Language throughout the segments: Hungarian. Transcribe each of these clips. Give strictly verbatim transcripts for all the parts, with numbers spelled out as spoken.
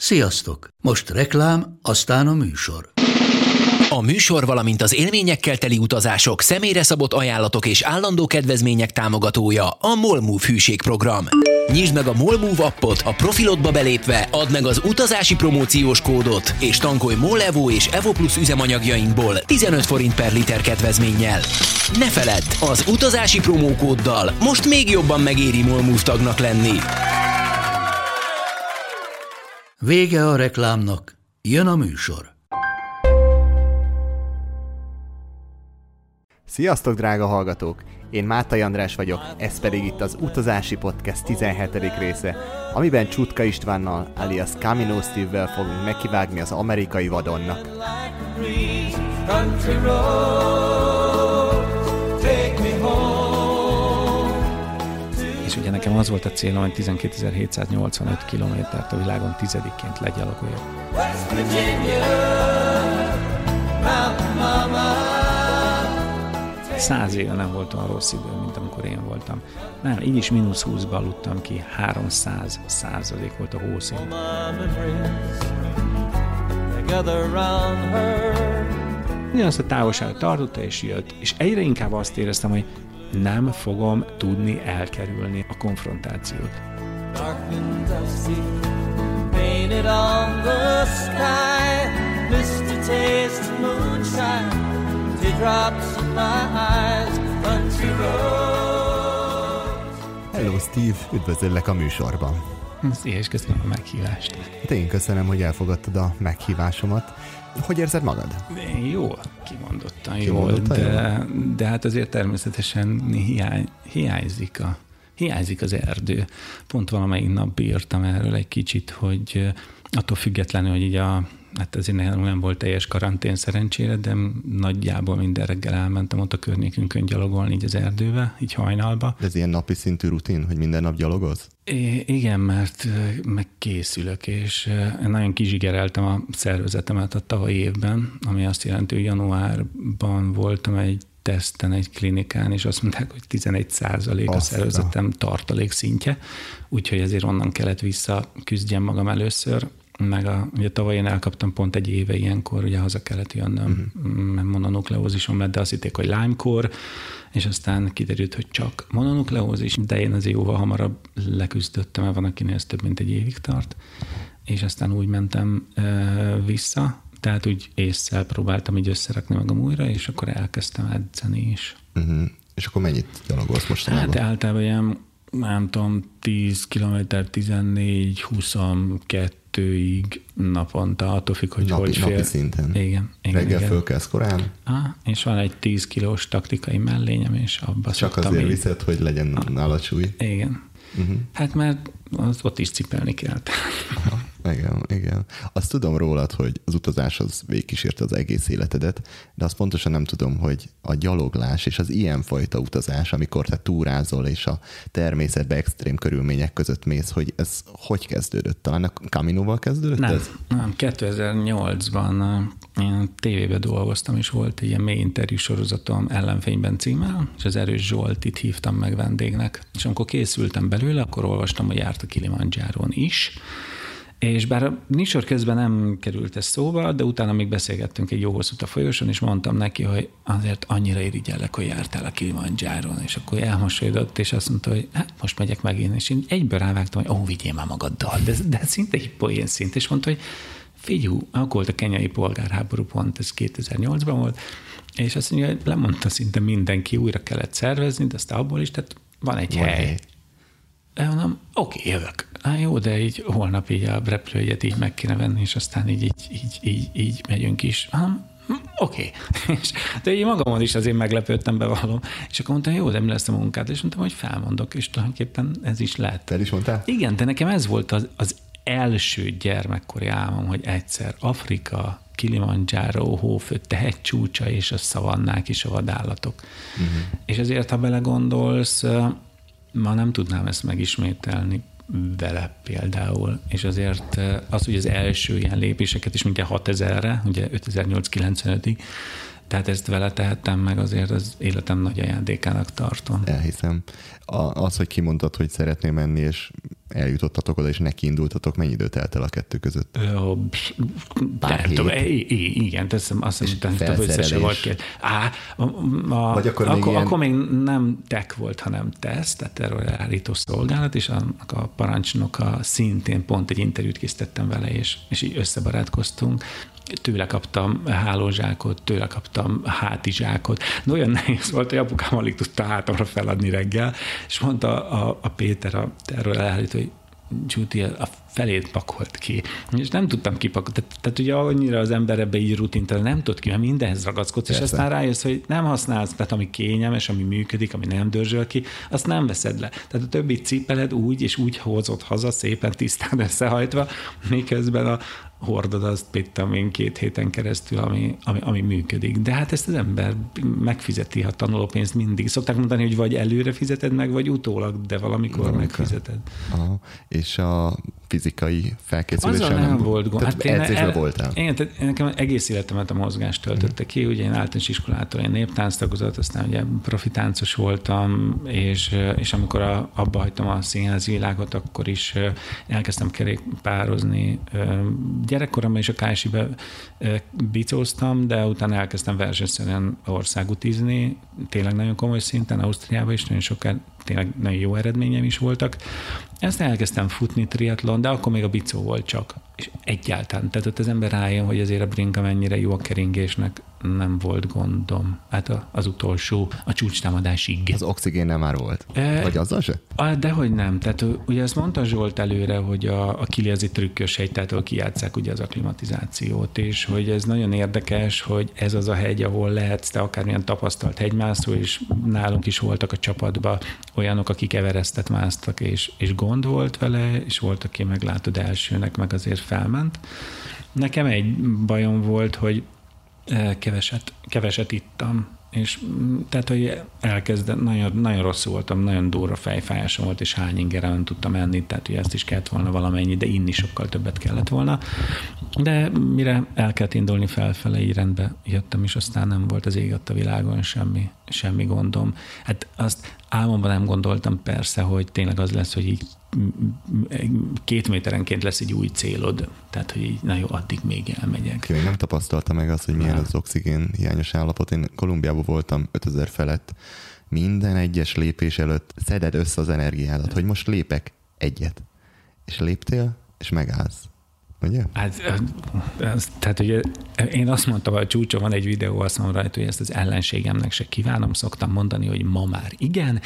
Sziasztok! Most reklám, aztán a műsor. A műsor, valamint az élményekkel teli utazások, személyre szabott ajánlatok és állandó kedvezmények támogatója a MOLMOVE hűségprogram. Nyisd meg a MOLMOVE appot, a profilodba belépve add meg az utazási promóciós kódot, és tankolj MOL Evo és Evo Plus üzemanyagjainkból tizenöt forint per liter kedvezménnyel. Ne feledd, az utazási promókóddal most még jobban megéri MOLMOVE tagnak lenni. Vége a reklámnak, jön a műsor. Sziasztok, drága hallgatók! Én Mátai András vagyok, ez pedig itt az Utazási Podcast tizenhetedik része, amiben Csutka Istvánnal, alias Camino Steve-vel fogunk nekivágni az amerikai vadonnak. És ugye nekem az volt a célom, hogy tizenkétezer-hétszáznyolcvanöt kilométert a világon tizedikként legyalogoljak. Száz éve nem voltam a rossz idő, mint amikor én voltam. Nem, így is mínusz húszba aludtam ki, háromszáz százalék volt a hószín. Ugyanazt a távolságot tartotta és jött, és egyre inkább azt éreztem, hogy nem fogom tudni elkerülni a konfrontációt. Hello Steve, üdvözöllek a műsorban. Szia, és köszönöm a meghívást. De én köszönöm, hogy elfogadtad a meghívásomat. Hogy érzed magad? Jól, kimondottan jól, de, de hát azért természetesen hiány, hiányzik, a, hiányzik az erdő. Pont valamelyik nap bírtam erről egy kicsit, hogy attól függetlenül, hogy így a hát azért nem volt teljes karantén szerencsére, de nagyjából minden reggel elmentem ott a környékünkön gyalogolni így az erdőbe, így hajnalba. De ez ilyen napi szintű rutin, hogy minden nap gyalogolsz? I- igen, mert megkészülök, és nagyon kizsigereltem a szervezetemet a tavalyi évben, ami azt jelenti, hogy januárban voltam egy teszten egy klinikán, és azt mondták, hogy tizenegy százalék a szervezetem tartalék szintje, úgyhogy ezért onnan kellett visszaküzdjem magam először. Meg a, ugye tavaly én elkaptam pont egy éve ilyenkor, ugye haza kellett jönnöm, uh-huh. mert mononukleózisom lett, de azt hitték, hogy Lyme-kór, és aztán kiderült, hogy csak mononukleózis, de én azért jóval hamarabb leküzdöttem, mert van, akinél ez több mint egy évig tart, és aztán úgy mentem uh, vissza, tehát úgy ésszel próbáltam így összerakni magam újra, és akkor elkezdtem edzeni is. Uh-huh. És akkor mennyit gyalogolsz mostanában? Hát általában ilyen, nem tudom, tíz kilométer, tizennégy, huszonkettőig naponta, attól függ, hogy napi, hogy fél. Napi szinten? Igen. igen Reggel igen. fölkelsz korán? Ah, és van egy tíz kilós taktikai mellényem, és abba csak szoktam azért így... viszed, hogy legyen ah. nálad súly? Igen. Uh-huh. Hát mert az ott is cipelni kell. Aha, igen, igen. Azt tudom rólad, hogy az utazás az végigkísérte az egész életedet, de azt pontosan nem tudom, hogy a gyaloglás és az ilyenfajta utazás, amikor te túrázol és a természetbe extrém körülmények között mész, hogy ez hogy kezdődött? Talán a Caminoval kezdődött nem, ez? Nem, kétezer-nyolcban én tévében dolgoztam, és volt egy ilyen mély interjú sorozatom Ellenfényben címmel, és az Erős Zsoltit hívtam meg vendégnek. És amikor készültem belőle, akkor olvastam, hogy járt a Kilimandzsáron is, és bár a műsor közben nem került ez szóba, de utána még beszélgettünk egy jó hosszút a folyosón, és mondtam neki, hogy azért annyira irigyellek, hogy jártál a Kilimandzsáron, és akkor elmosolyodott, és azt mondta, hogy hát most megyek meg én, és én egyből rávágtam, hogy ó, vigyél már magaddal, de, de szinte egy poén szint, és mondta, hogy figyú, akkor volt a kenyai polgárháború pont, ez kétezer-nyolcban volt, és azt mondja, hogy lemondta szinte mindenki, újra kellett szervezni, de aztán abból is, tehát van egy van hely. hely. Mondom, oké, okay, jövök. Á, jó, de így holnap így a repülőjegyet így meg kéne venni, és aztán így, így, így, így, így megyünk is. Oké. Okay. De így magamon is azért meglepődtem, bevallom. És akkor mondtam, jó, de mi lesz a munkád? És mondtam, hogy felmondok, és tulajdonképpen ez is lett. Te is mondtál? Igen, de nekem ez volt az, az első gyermekkori álmom, hogy egyszer Afrika, Kilimandzsáró, hófötte hegycsúcsa, és a szavannák és a vadállatok. Uh-huh. És ezért, ha belegondolsz, ma nem tudnám ezt megismételni vele például, és azért az, hogy az első ilyen lépéseket is mindjárt hatezerre, ugye ötezer-nyolcszázkilencvenötig, tehát ezt vele tehettem meg, azért az életem nagy ajándékának tartom. Elhiszem. A, az, hogy kimondtad, hogy szeretnél menni, és eljutottatok oda, és nekiindultatok, mennyi időt telt el a kettő között? Ö, Pár tudom, hét? igen, teszem, azt hiszem, hogy felszerelés. volt két. Á, a, a, Vagy akkor még akkor, ilyen- akkor még nem tech volt, hanem teszt, tehát terrorelhárító szolgálat, és a, a parancsnoka szintén pont egy interjút készítettem vele, és, és így összebarátkoztunk. Tőle kaptam hálózsákot, tőle kaptam hátizsákot. De olyan nehéz volt, hogy apukám alig tudta hátamra feladni reggel, és mondta a, a Péter, a terrorelhárító, hogy Gyuti a felét pakolt ki. És nem tudtam kipakolni. Tehát, tehát ugye annyira az ember ebbe így rutintal nem tud ki, mert mindenhez ragaszkodsz, és aztán rájössz, hogy nem használsz, tehát ami kényelmes, ami működik, ami nem dörzsöl ki, azt nem veszed le. Tehát a többi cipeled úgy és úgy hozott haza, szépen tisztán összehajtva, miközben a hordod azt pittam én két héten keresztül, ami, ami, ami működik. De hát ezt az ember megfizeti a tanulópénzt mindig. Szokták mondani, hogy vagy előre fizeted meg, vagy utólag, de valamikor Valamikor. megfizeted. Aha. És a fizikai felkészüléssel Azzal nem volt gond. Tehát én edzésben el- voltál? Igen, tehát nekem egész életemet a mozgás töltötte ki. Ugye én általános iskolától én néptánctagozat, aztán ugye profi táncos voltam, és, és amikor a, abba hagytam a színházi világot, akkor is elkezdtem kerékpározni. Gyerekkoromban is a ká es i-be bicóztam, de utána elkezdtem versenyszerűen országútizni, tényleg nagyon komoly szinten, Ausztriában is nagyon sokkal tényleg nagyon jó eredményem is voltak. Ezt elkezdtem futni, triatlon, de akkor még a bicó volt csak. És egyáltalán. Tehát ott az ember rájön, hogy azért a bringa mennyire jó a keringésnek, nem volt gondom. Hát a, az utolsó, a csúcstámadásig. Az oxigénnel már volt? E, Vagy azzal se? Ah, dehogy nem. Tehát ugye azt mondta Zsolt előre, hogy a, a Kili az egy trükkös hegy, tehát ahol kijátsszák ugye az akklimatizációt, és hogy ez nagyon érdekes, hogy ez az a hegy, ahol lehetsz te akármilyen tapasztalt hegymászó, és nálunk is voltak a csapatban olyanok, akik Everestet másztak, és, és gond volt vele, és volt, aki meglátod elsőnek, meg azért felment. Nekem egy bajom volt, hogy keveset, keveset ittam, és tehát, hogy elkezdett, nagyon, nagyon rossz voltam, nagyon durva fejfájásom volt, és hány ingeren nem tudtam enni, tehát hogy ezt is kellett volna valamennyi, de inni sokkal többet kellett volna. De mire el kellett indulni felfele, így rendbe jöttem, és aztán nem volt az ég a világon semmi, semmi gondom. Hát azt álmomban nem gondoltam persze, hogy tényleg az lesz, hogy így két méterenként lesz egy új célod, tehát hogy így, na jó, addig még elmegyek. Én nem tapasztalta meg azt, hogy milyen az oxigén hiányos állapot. Én Kolumbiában voltam ötezer felett. Minden egyes lépés előtt szeded össze az energiádat, hogy most lépek egyet. És léptél, és megállsz. Ugye? Hát, az, tehát ugye én azt mondtam, hogy a csúcson van egy videó, azt mondom rajta, hogy ezt az ellenségemnek se kívánom, szoktam mondani, hogy ma már igen,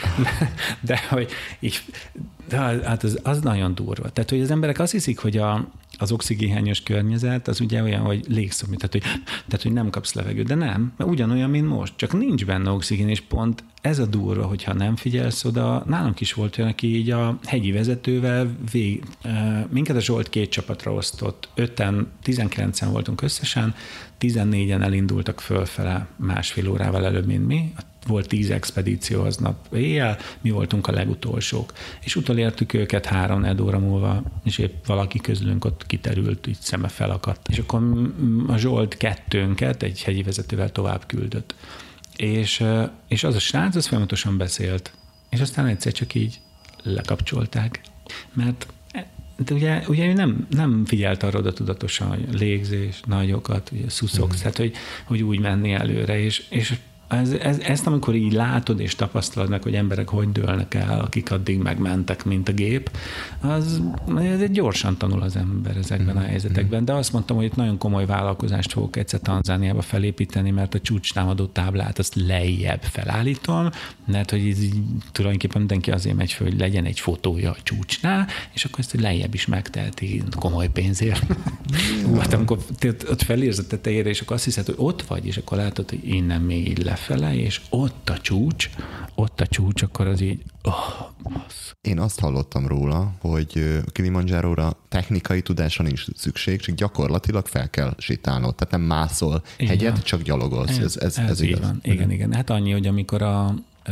de hogy így, de hát az, az nagyon durva. Tehát, hogy az emberek azt hiszik, hogy a, az oxigénhiányos környezet az ugye olyan, hogy légszomj, tehát hogy, tehát, hogy nem kapsz levegőt, de nem, mert ugyanolyan, mint most, csak nincs benne oxigén, és pont ez a durva, hogyha nem figyelsz oda. Nálunk is volt olyan, aki így a hegyi vezetővel vég, minket a Zsolt két csapatra osztott, öten, tizenkilencen voltunk összesen, tizennégyen elindultak fölfele másfél órával előbb, mint mi. Volt tíz expedíció aznap éjjel, mi voltunk a legutolsók. És utolértük őket három-négy óra múlva, és épp valaki közülünk ott kiterült, így szeme felakadt. És akkor a Zsolt kettőnket egy hegyi vezetővel tovább küldött. És, és az a srác, az folyamatosan beszélt. És aztán egyszer csak így lekapcsolták. Mert de ugye, ugye nem, nem figyelt arra oda tudatosan, hogy légzés, nagyokat, ugye szuszogsz, mm. tehát hogy, hogy úgy menni előre, és, és ez, ez, ezt amikor így látod és tapasztalod meg, hogy emberek hogy dőlnek el, akik addig megmentek, mint a gép, az ez gyorsan tanul az ember ezekben a helyzetekben. De azt mondtam, hogy itt nagyon komoly vállalkozást fogok egyszer Tanzániába felépíteni, mert a csúcstámadó táblát azt lejjebb felállítom, mert hogy ez így tulajdonképpen mindenki azért megy föl, hogy legyen egy fotója a csúcsnál, és akkor ezt lejjebb is megteheti komoly pénzért. Hát amikor ott felérsz a tetejére, és akkor azt hiszed, hogy ott vagy, és akkor látod, hogy innen még így lefele, és ott a csúcs, ott a csúcs, akkor az így, oh, bassz. Én azt hallottam róla, hogy Kilimanjáróra technikai tudásra nincs szükség, csak gyakorlatilag fel kell sétálnod. Tehát nem mászol hegyet, igen, csak gyalogolsz. Ez, ez, ez, ez igaz. Van. Igen, igen. Hát annyi, hogy amikor a,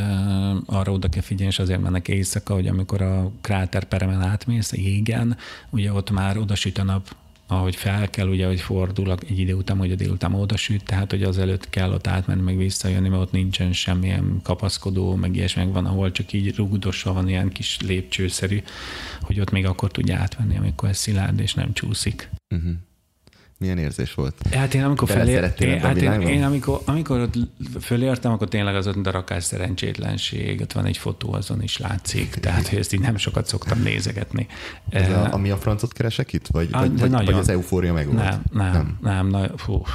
arra oda kell figyelni, és azért mennek éjszaka, hogy amikor a kráterperemen átmész, a jégen, ugye ott már odasüt a nap, ahogy fel kell, ugye, hogy fordul egy idő után, hogy a délután oda süt, tehát, hogy azelőtt kell ott átmenni, meg visszajönni, mert ott nincsen semmilyen kapaszkodó, meg ilyesmi, meg van, ahol csak így rugdosva van ilyen kis lépcsőszerű, hogy ott még akkor tudja átvenni, amikor ez szilárd és nem csúszik. Uh-huh. Milyen érzés volt? Hát én amikor fölértem, hát én, én amikor, amikor ott fölértem, akkor tényleg az ott a rakás szerencsétlenség, ott van egy fotó, azon is látszik, tehát hogy ezt így nem sokat szoktam nézegetni. Ez a, ami a francot keresek itt? Vagy, a, vagy, vagy, vagy az eufória meg volt? Nem, nem, nem. nem na, fú,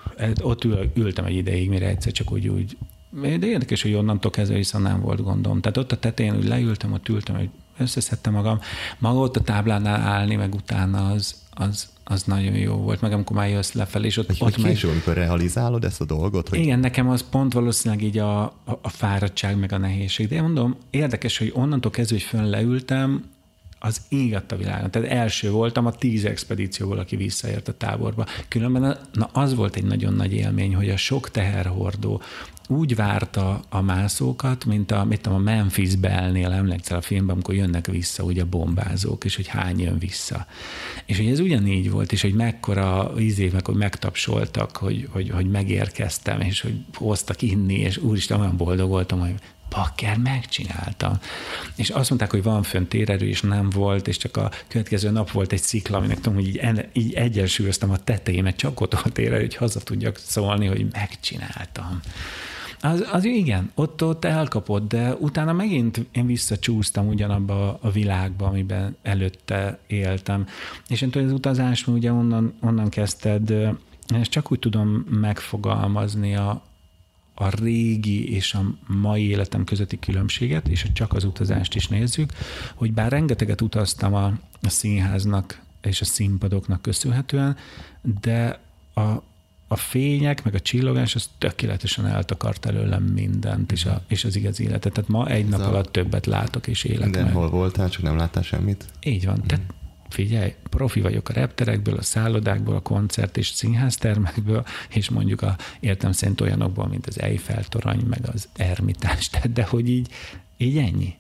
ott ül, ültem egy ideig, mire egyszer csak úgy, úgy de érdekes, hogy onnantól kezdve viszont nem volt gondom. Tehát ott a tetején úgy leültem, ott ültem, hogy összeszedtem magam. Maga ott a táblánál állni, meg utána az, az, az nagyon jó volt, meg amikor már jössz lefelé, és ott, hogy, ott hogy meg... később, amikor realizálod ezt a dolgot? Hogy... Igen, nekem az pont valószínűleg így a, a, a fáradtság, meg a nehézség. De én mondom, érdekes, hogy onnantól kezdve, hogy fönn leültem, az ég adta világon. Tehát első voltam a tíz expedícióból, aki visszaért a táborba. Különben na, az volt egy nagyon nagy élmény, hogy a sok teherhordó úgy várta a mászókat, mint a, mint a Memphis Belle-nél, emlékszel a filmben, amikor jönnek vissza ugye a bombázók, és hogy hány jön vissza. És hogy ez ugyanígy volt, és hogy mekkora ízé, meg, hogy megtapsoltak, hogy, hogy, hogy megérkeztem, és hogy hoztak inni, és úristen, olyan boldog voltam, hogy bakker, megcsináltam. És azt mondták, hogy van fönn térerő, és nem volt, és csak a következő nap volt egy szikla, aminek tudom, hogy így, en, így egyensúlyoztam a tetejémet, csak ott volt térerő, hogy haza tudjak szólni, hogy megcsináltam. Az, az igen, ott, ott elkapott, de utána megint én visszacsúsztam ugyanabba a világba, amiben előtte éltem. És én tudom, az utazás, ugye onnan, onnan kezdted, és csak úgy tudom megfogalmazni a, a régi és a mai életem közötti különbséget, és csak az utazást is nézzük, hogy bár rengeteget utaztam a, a színháznak és a színpadoknak köszönhetően, de a A fények, meg a csillogás, az tökéletesen eltakart előlem mindent, és, a, és az igaz életet. Tehát ma egy Ez nap a... alatt többet látok és élek meg. Mindenhol voltál, csak nem láttál semmit? Így van. Mm. Tehát figyelj, profi vagyok a repterekből, a szállodákból, a koncert és színháztermekből, és mondjuk a értem szerint olyanokból, mint az Eiffel torony, meg az Ermitás, tehát de hogy így, így ennyi.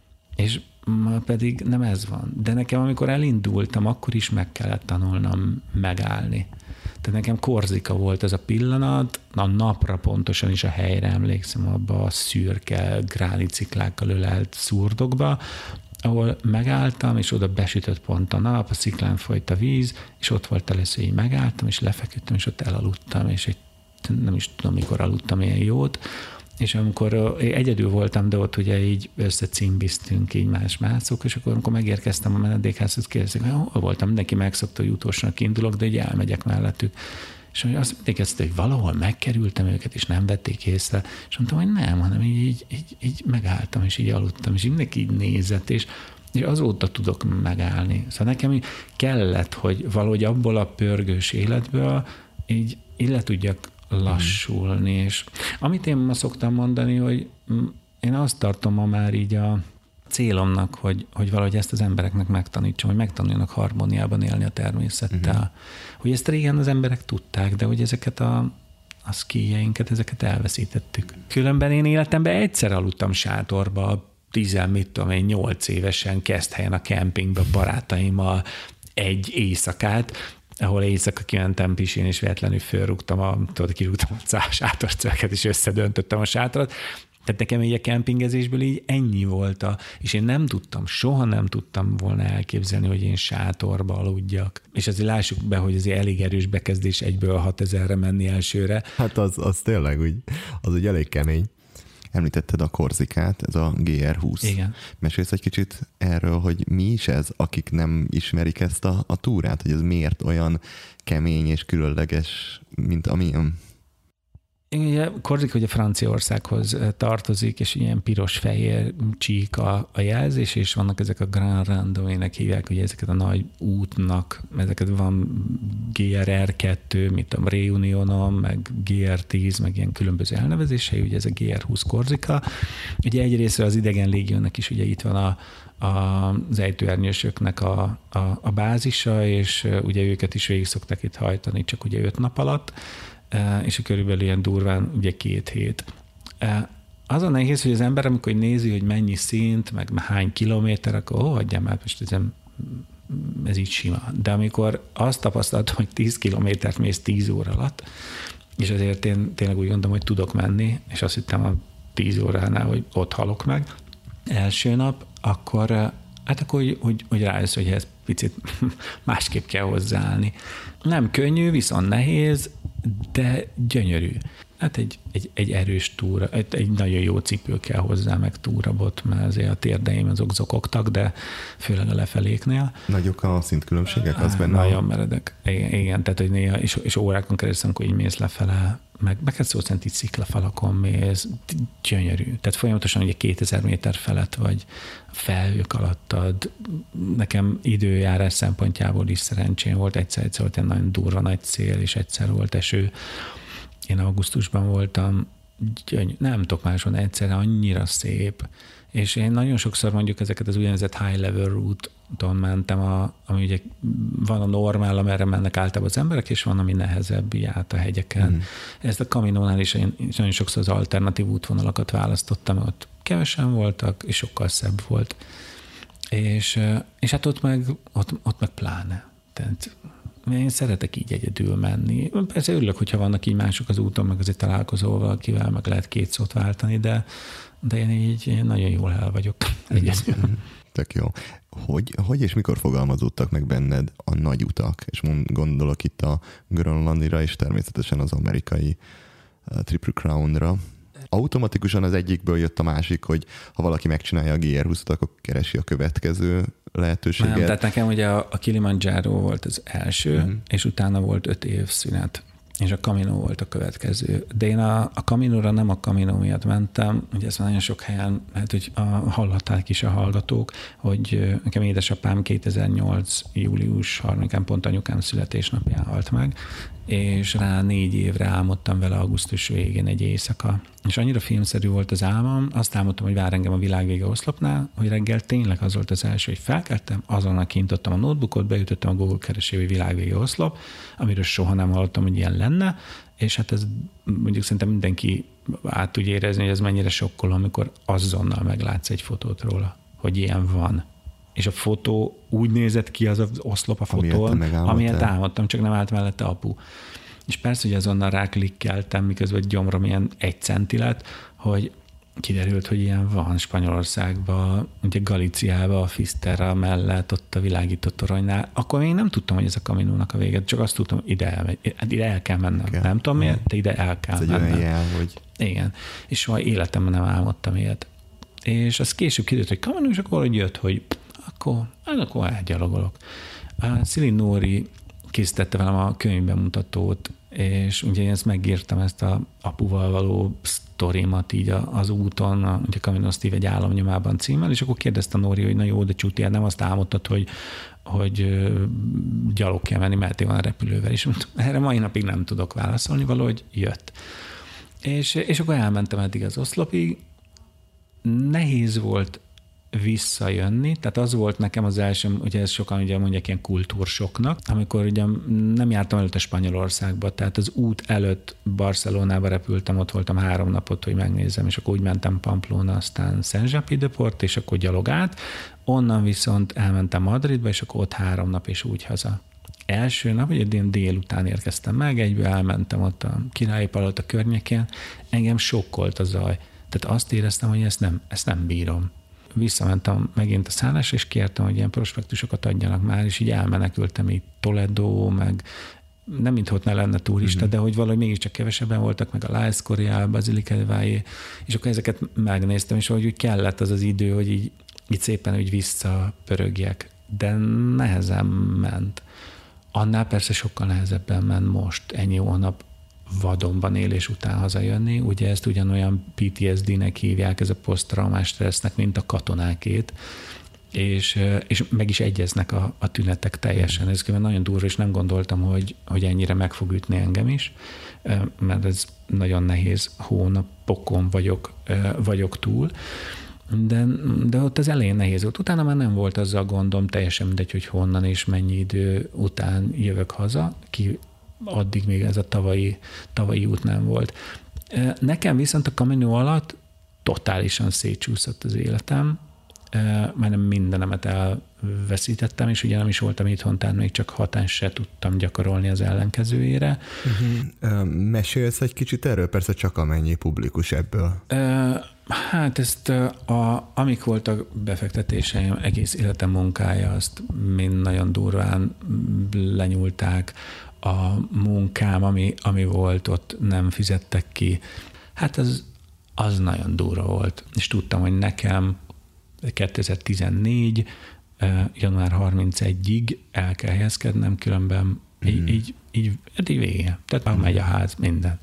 És ma pedig nem ez van. De nekem, amikor elindultam, akkor is meg kellett tanulnom megállni. Tehát nekem Korzika volt ez a pillanat, a napra pontosan is a helyre emlékszem, abba a szürke gránitsziklákkal ölelt szurdokba, ahol megálltam, és oda besütött pont a nap, a sziklán folyt a víz, és ott volt először, így megálltam, és lefeküdtem, és ott elaludtam, és egy, nem is tudom, mikor aludtam ilyen jót, és amikor egyedül voltam, de ott ugye így összecimbiztünk így más mászok, és akkor amikor megérkeztem a menedékházhoz, kérdezik, hogy hol voltam, mindenki megszokta, hogy utolsónak indulok, de így elmegyek mellettük. És azt mondták, hogy valahol megkerültem őket, és nem vették észre, és mondtam, hogy nem, hanem így, így, így, így megálltam, és így aludtam, és mindenki így nézett, és, és azóta tudok megállni. Szóval nekem így kellett, hogy valahogy abból a pörgős életből így, így le tudjak lassulni, és amit én ma szoktam mondani, hogy én azt tartom ma már így a célomnak, hogy, hogy valahogy ezt az embereknek megtanítsam, hogy megtanuljanak harmóniában élni a természettel. Uh-huh. Hogy ezt régen az emberek tudták, de hogy ezeket a, a szkíjeinket, ezeket elveszítettük. Különben én életemben egyszer aludtam sátorba, tizen, mit tudom én, nyolc évesen Keszthelyen a kempingbe barátaimmal egy éjszakát, ahol éjszaka kimentem pisin, és véletlenül fölrúgtam, a, tudod, kirúgtam a sátorcöveket, és összedöntöttem a sátorat. Tehát nekem így a kempingezésből így ennyi volt, a, és én nem tudtam, soha nem tudtam volna elképzelni, hogy én sátorba aludjak. És azért lássuk be, hogy azért elég erős bekezdés egyből hatezerre menni elsőre. Hát az, az tényleg úgy, az úgy elég kemény. Említetted a Korzikát, ez a gé er húsz. Igen. Mesélsz egy kicsit erről, hogy mi is ez, akik nem ismerik ezt a, a túrát, hogy ez miért olyan kemény és különleges, mint amilyen? Ugye Korzika ugye Franciaországhoz tartozik, és ilyen piros-fehér csík a, a jelzés, és vannak ezek a Grand Randonnée-nek hívják, ugye ezeket a nagy útnak, ezeket van gé er er kettő, mint a Réunionon, meg gé er tíz, meg ilyen különböző elnevezései, ugye ez a gé er húsz Korzika. Ugye egyrészt az idegen légiónak is ugye itt van a, a, az ejtőernyősöknek a, a, a bázisa, és ugye őket is végig szokták itt hajtani, csak ugye öt nap alatt, és körülbelül ilyen durván ugye két hét. Az a nehéz, hogy az ember, amikor nézi, hogy mennyi szint, meg hány kilométer, akkor ó, hagyjam már, most ezen ez így sima. De amikor azt tapasztaltam, hogy tíz kilométert mész tíz óra alatt, és azért én tényleg úgy gondolom, hogy tudok menni, és azt hittem a tíz óránál, hogy ott halok meg első nap, akkor, hát akkor hogy, hogy, hogy rájössz, hogy ez picit másképp kell hozzáállni. Nem könnyű, viszont nehéz, de gyönyörű. Hát egy, egy, egy erős túra, egy, egy nagyon jó cipő kell hozzá, meg túrabot, mert azért a térdeim azok zokogtak, de főleg a lefeléknél. Nagyok a szintkülönbségek? Az benne nagyon a... meredek. Igen, igen, tehát hogy néha, és, és órákon keresztül, amikor így mész lefele, meg, meg hát szó szerint így sziklafalakon mész, gyönyörű. Tehát folyamatosan ugye kétezer méter felett vagy felhők alattad. Nekem időjárás szempontjából is szerencsém volt. Egyszer-egyszer volt egy nagyon durva nagy szél, és egyszer volt eső. Én augusztusban voltam, gyöny- nem tudok máson, egyszerre annyira szép, és én nagyon sokszor mondjuk ezeket az úgynevezett high level route-on mentem, a, ami ugye van a normál, amerre mennek általában az emberek, és van, ami nehezebb, így át a hegyeken. Mm. Ezt a Caminónál is én nagyon sokszor az alternatív útvonalakat választottam, ott kevesen voltak, és sokkal szebb volt. És, és hát ott meg, ott, ott meg pláne. Tehát én szeretek így egyedül menni. Persze örülök, hogyha vannak így mások az úton, meg azért találkozol valakivel, meg lehet két szót váltani, de, de én így én nagyon jól el vagyok egyedül. Tök jó. Hogy, hogy és mikor fogalmazódtak meg benned a nagy utak? És gondolok itt a grönlandira, és természetesen az amerikai uh, Triple Crown-ra. Automatikusan az egyikből jött a másik, hogy ha valaki megcsinálja a gé er húszat, akkor keresi a következő lehetőséget. Nem, tehát nekem ugye a, a Kilimanjaro volt az első, mm. és utána volt öt év szünet, és a Camino volt a következő. De én a, a Caminóra nem a Camino miatt mentem, ugye ezt nagyon sok helyen, hát hogy a, hallhatták is a hallgatók, hogy nekem édesapám kétezer-nyolc. július harmadikán pont anyukám születésnapján halt meg, és rá négy évre álmodtam vele augusztus végén egy éjszaka. És annyira filmszerű volt az álmom, azt álmodtam, hogy vár engem a világvége oszlopnál, hogy reggel tényleg az volt az első, hogy felkeltem, azonnal kinyitottam a notebookot, beütöttem a Google keresőbe, hogy világvége oszlop, amiről soha nem hallottam, hogy ilyen lenne, és hát ez mondjuk szerintem mindenki át tudja érezni, hogy ez mennyire sokkoló, amikor azonnal meglátsz egy fotót róla, hogy ilyen van. És a fotó úgy nézett ki, az az oszlop a fotón, amilyet álmodtam, csak nem állt mellette apu. És persze, hogy azonnal ráklikkeltem, miközben gyomrom ilyen egy centi lett, hogy kiderült, hogy ilyen van Spanyolországban, ugye Galíciában, a Fisterra mellett, ott a világított toronynál. Akkor még nem tudtam, hogy ez a Caminónak a vége, csak azt tudtam, hogy ide, el, ide el kell mennem. Kell. Nem tudom miért, de ide el kell ez mennem. Egy jel, hogy... Igen. És soha életemben nem álmodtam ilyet. És az később kiderült, hogy Caminó, és akkor jött, hogy akkor, hát akkor elgyalogolok. Szilin Nóri készítette velem a könyvbemutatót, és ugye én ezt megírtam, ezt a apuval való sztorimat így az úton, a, ugye Camino Steve egy államnyomában címmel, és akkor kérdezte Nóri, hogy na jó, de Csuti, nem azt álmodtad, hogy, hogy gyalog kell menni, mert van a repülővel, és erre mai napig nem tudok válaszolni, valahogy jött. És, és akkor elmentem eddig az oszlopig. Nehéz volt visszajönni, tehát az volt nekem az első, ugye ezt sokan ugye mondják ilyen kultúrsoknak, amikor ugye nem jártam előtte Spanyolországba, tehát az út előtt Barcelonába repültem, ott voltam három napot, hogy megnézzem, és akkor úgy mentem Pamplona, aztán Saint-Jean-Pied-de-Port, és akkor gyalog át, onnan viszont elmentem Madridba, és akkor ott három nap, és úgy haza. Első nap, ugye én délután érkeztem meg, egyből elmentem ott a Királyi Palota környékén, engem sokkolt a zaj. Tehát azt éreztem, hogy ezt nem, ezt nem bírom. Visszamentem megint a szállásra, és kértem, hogy ilyen prospektusokat adjanak már, és így elmenekültem így Toledo, meg nem mintha ott ne lenne turista, uh-huh. de hogy valahogy mégiscsak kevesebben voltak, meg a La Escorial, Basilica de Valle, és akkor ezeket megnéztem, és ahogy úgy kellett az az idő, hogy így, így szépen úgy visszapörögjek, de nehezen ment. Annál persze sokkal nehezebben ment most, ennyi hónap vadonban élés után hazajönni. Ugye ezt ugyanolyan pé té es dé-nek hívják, ez a posztraumás stressznek, mint a katonákét, és, és meg is egyeznek a, a tünetek teljesen. Ez nagyon durva, és nem gondoltam, hogy, hogy ennyire meg fog ütni engem is, mert ez nagyon nehéz hónapokon vagyok, vagyok túl. De, de ott az elején nehéz volt. Utána már nem volt azzal gondom, teljesen mindegy, hogy honnan és mennyi idő után jövök haza, ki addig még ez a tavalyi, tavalyi út nem volt. Nekem viszont a Camino alatt totálisan szétcsúszott az életem, majdnem mindenemet el, veszítettem, és ugye nem is voltam itthon, tehát még csak hatást se tudtam gyakorolni az ellenkezőjére. Uh-huh. Mesélsz egy kicsit erről? Persze csak amennyi publikus ebből. Uh, hát ezt, a, amik voltak befektetéseim, egész életem munkája, azt mind nagyon durván lenyúlták. A munkám, ami, ami volt, ott nem fizettek ki. Hát az, az nagyon durva volt. És tudtam, hogy nekem kétezer-tizennégy január harmincegyediig el kell helyezkednem, különben mm. így, így, így, így vége. Tehát mm. megy a ház, minden.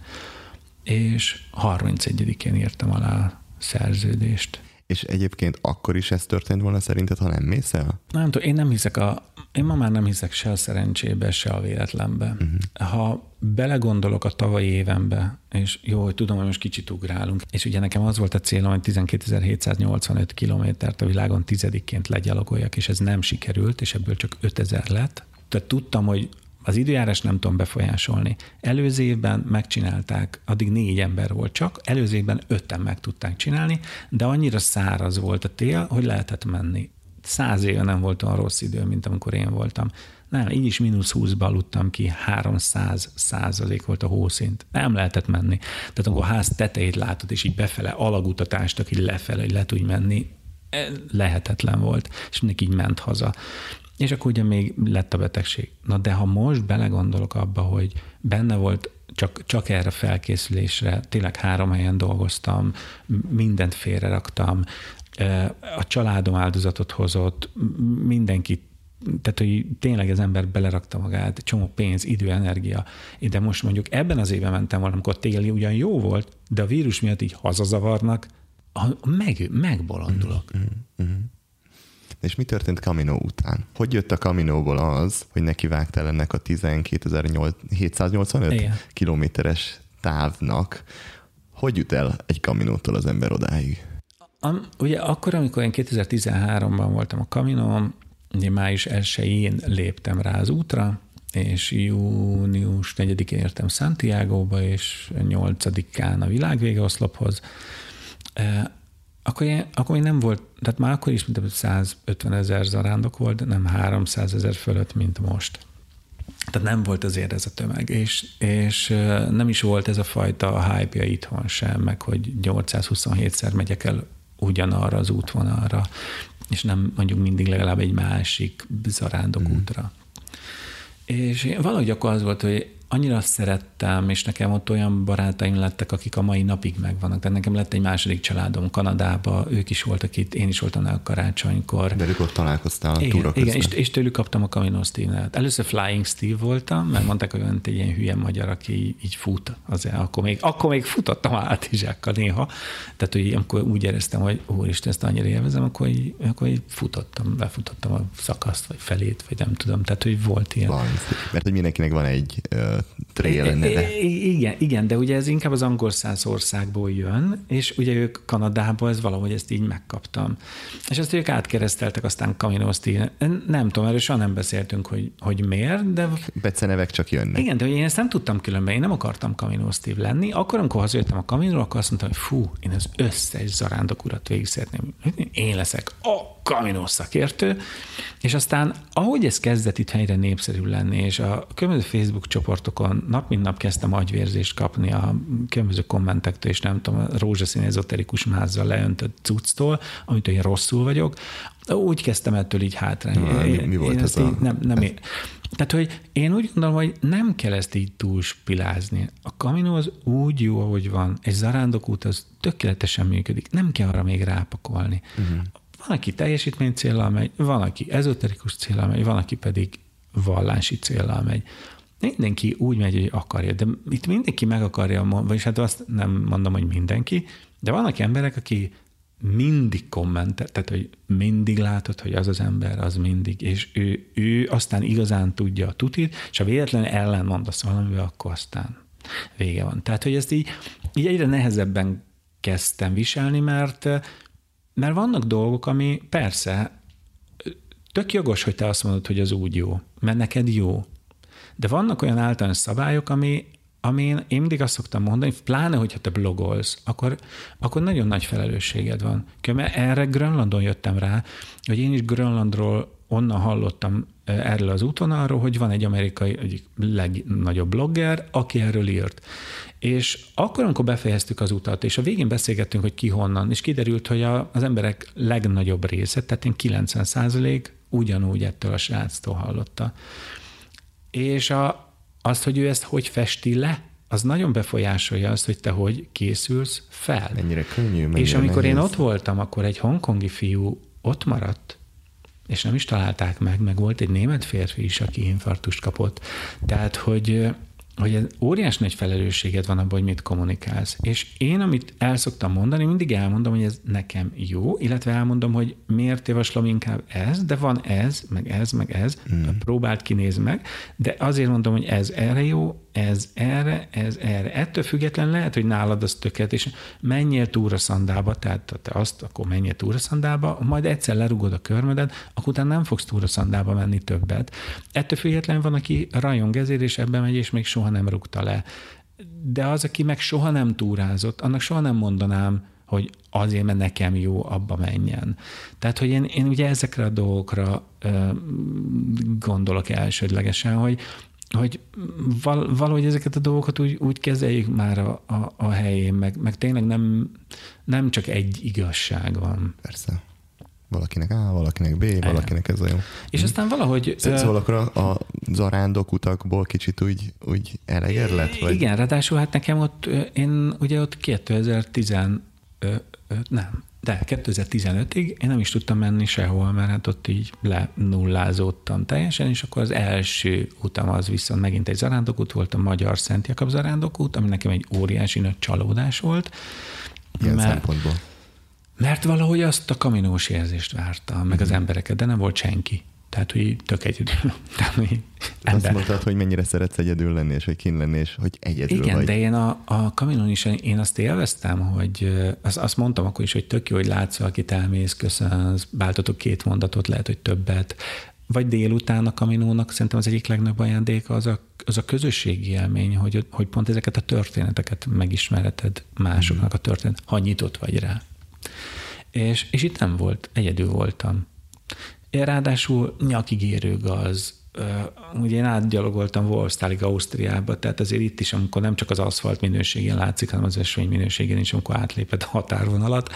És harmincegyedikén írtam alá a szerződést. És egyébként akkor is ez történt volna szerinted, ha nem mész el? Nem tudom, én nem hiszek a, én ma már nem hiszek se a szerencsébe, se a véletlenbe. Uh-huh. Ha belegondolok a tavalyi évenbe, és jó, hogy tudom, hogy most kicsit ugrálunk, és ugye nekem az volt a célom, hogy tizenkétezer-hétszáznyolcvanöt kilométert a világon tizedikként legyalogoljak, és ez nem sikerült, és ebből csak ötezer lett. Tehát tudtam, hogy az időjárás nem tudom befolyásolni. Előző évben megcsinálták, addig négy ember volt csak, előző évben öten meg tudták csinálni, de annyira száraz volt a tél, hogy lehetett menni. Száz éve nem volt olyan rossz idő, mint amikor én voltam. Nem, így is mínusz húszba aludtam ki, háromszáz százalék volt a hószint. Nem lehetett menni. Tehát amikor a ház tetejét látod, és így befele alagutatást, aki lefele, hogy le tudj menni, lehetetlen volt, és mindenki így ment haza. És akkor ugye még lett a betegség. Na de ha most belegondolok abba, hogy benne volt csak, csak erre felkészülésre, tényleg három helyen dolgoztam, mindent félreraktam, a családom áldozatot hozott, mindenki, tehát hogy tényleg az ember belerakta magát, csomó pénz, idő, energia. De most mondjuk ebben az évben mentem volna, amikor téli ugyan jó volt, de a vírus miatt így hazazavarnak, meg, megbolondulok. Mm-hmm. És mi történt Camino után? Hogy jött a Caminóból az, hogy nekivágtál ennek a tizenkétezer-hétszáznyolcvanöt kilométeres távnak? Hogy jut el egy Caminótól az ember odáig? Am, ugye akkor, amikor én kétezer-tizenháromban voltam a Caminón, ugye május elsején léptem rá az útra, és június negyedikén értem Santiagóba, és nyolcadikán a világvége oszlophoz. Akkor, én, akkor én nem volt, tehát már akkor is mint százötven ezer zarándok volt, de nem háromszázezer fölött, mint most. Tehát nem volt azért ez a tömeg, és, és nem is volt ez a fajta hype-ja itthon sem, meg hogy nyolcszázhuszonhétszer megyek el ugyanarra az útvonalra, és nem mondjuk mindig legalább egy másik zarándok mm. útra. És valahogy akkor az volt, hogy annyira szerettem, és nekem ott olyan barátaim lettek, akik a mai napig megvannak. Tehát nekem lett egy második családom Kanadába, ők is voltak itt, én is voltam a karácsonykor. De ők ott találkoztál a igen, túra közben. Igen, és, és tőlük kaptam a Camino Steve-nevet. Először Flying Steve voltam, mert mondták, hogy olyan egy ilyen hülye magyar, aki így fut. Azért, akkor, még, akkor még futottam átizsákkal néha. Tehát, hogy amikor úgy éreztem, hogy úristen, ezt annyira élvezem, akkor így, akkor így futottam, befutottam a szakaszt, vagy felét, vagy nem tudom. Tehát, hogy volt ilyen. Van, mert hogy mindenkinek van egy uh, trail neve. Igen, igen, de ugye ez inkább az angol száz országból jön, és ugye ők Kanadából, ez valahogy ezt így megkaptam. És azt ők átkereszteltek aztán Camino Steve. Nem tudom, erről soha nem beszéltünk, hogy, hogy miért, de... Becenevek csak jönnek. Igen, de én ezt nem tudtam különben, én nem akartam Camino Steve lenni. Akkor, amikor hazajöttem a Camino-ra, akkor azt mondtam, hogy fú, én az összes zarándok urat végig szeretném. Én leszek a Camino szakértő, és aztán, ahogy ez kezdett itt helyre népszerű lenni, és a különböző Facebook csoportokon nap mint nap kezdtem agyvérzést kapni a különböző kommentektől, és nem tudom, a rózsaszín ezoterikus mázzal leöntött cucctól, amitől én rosszul vagyok, úgy kezdtem ettől így hátrálni. Na, mi, mi volt ez a... Nem, nem én. Tehát, hogy én úgy gondolom, hogy nem kell ezt így túlspilázni. A Camino az úgy jó, ahogy van. Egy zarándokút az tökéletesen működik. Nem kell arra még rápakolni. Uh-huh. Van, aki teljesítmény céllal megy, van, aki ezoterikus céllal megy, van, aki pedig vallási céllal megy. Mindenki úgy megy, hogy akarja, de itt mindenki meg akarja, vagyis hát azt nem mondom, hogy mindenki, de vannak emberek, aki mindig kommentel, tehát hogy mindig látod, hogy az az ember, az mindig, és ő, ő aztán igazán tudja a tutit, és ha véletlenül ellen mondasz valamivel, akkor aztán vége van. Tehát, hogy ezt így, így egyre nehezebben kezdtem viselni, mert, mert vannak dolgok, ami persze tök jogos, hogy te azt mondod, hogy az úgy jó, mert neked jó. De vannak olyan általános szabályok, ami, amin én mindig azt szoktam mondani, pláne, hogyha te blogolsz, akkor, akkor nagyon nagy felelősséged van. Mert erre Grönlandon jöttem rá, hogy én is Grönlandról onnan hallottam erről az útvonalról, hogy van egy amerikai egyik legnagyobb blogger, aki erről írt. És akkor, amikor befejeztük az utat, és a végén beszélgettünk, hogy ki honnan, és kiderült, hogy a, az emberek legnagyobb része, tehát én kilencven százalék ugyanúgy ettől a sráctól hallotta. És a, azt, hogy ő ezt hogy festi le, az nagyon befolyásolja azt, hogy te hogy készülsz fel. Mennyire könnyű, mennyire És amikor nehéz. én ott voltam, akkor egy hongkongi fiú ott maradt, és nem is találták meg, meg volt egy német férfi is, aki infarktust kapott. Tehát, hogy, hogy óriás nagy felelősséged van abban, hogy mit kommunikálsz. És én, amit el szoktam mondani, mindig elmondom, hogy ez nekem jó, illetve elmondom, hogy miért javaslom inkább ez, de van ez, meg ez, meg ez, mm. próbáld kinéz meg, de azért mondom, hogy ez erre jó, ez erre, ez erre. Ettől független lehet, hogy nálad az tökélet, és menjél túraszandába, tehát ha te azt, akkor menjél túraszandába, majd egyszer lerugod a körmödet, akkor utána nem fogsz túraszandába menni többet. Ettől független van, aki rajong ezért, és ebben megy, és még soha nem rúgta le. De az, aki meg soha nem túrázott, annak soha nem mondanám, hogy azért, mert nekem jó, abba menjen. Tehát, hogy én, én ugye ezekre a dolgokra ö, gondolok elsődlegesen, hogy hogy val, valahogy ezeket a dolgokat úgy, úgy kezeljük már a, a, a helyén, meg, meg tényleg nem, nem csak egy igazság van. Persze. Valakinek A, valakinek B, valakinek ez a jó. És hm. aztán valahogy... Szóval akkor a, a zarándok utakból kicsit úgy, úgy eleged lett? Vagy? Igen, ráadásul hát nekem ott, én ugye ott kétezer-tizenöt, nem, de kétezer-tizenötig én nem is tudtam menni sehol, mert hát ott így lenullázódtam teljesen, és akkor az első utam az viszont megint egy zarándokút volt, a Magyar Szent Jakab zarándokút, ami nekem egy óriási nagy csalódás volt. Ilyen mert, szempontból? Mert valahogy azt a kaminós érzést vártam, meg mm-hmm. az embereket, de nem volt senki. Tehát, hogy tök egyedül. Azt mondtad, hogy mennyire szeretsz egyedül lenni, és hogy kint lenni, és hogy egyedül Igen, vagy. de én a, a kaminon is, én azt élveztem, hogy azt, azt mondtam akkor is, hogy tök jó, hogy látsz valakit, elmész, köszönsz, váltotok két mondatot, lehet, hogy többet. Vagy délután a kaminónak szerintem az egyik legnagyobb ajándéka az a, az a közösségi élmény, hogy, hogy pont ezeket a történeteket megismereted másoknak a történet, ha nyitott vagy rá. És, és itt nem volt, egyedül voltam. Én ráadásul nyakigérő gaz. Ugye én átgyalogoltam Wolfstálig Ausztriába, tehát azért itt is, amikor nem csak az aszfalt minőségén látszik, hanem az ösvény minőségén is, amikor átléped a határvonalat.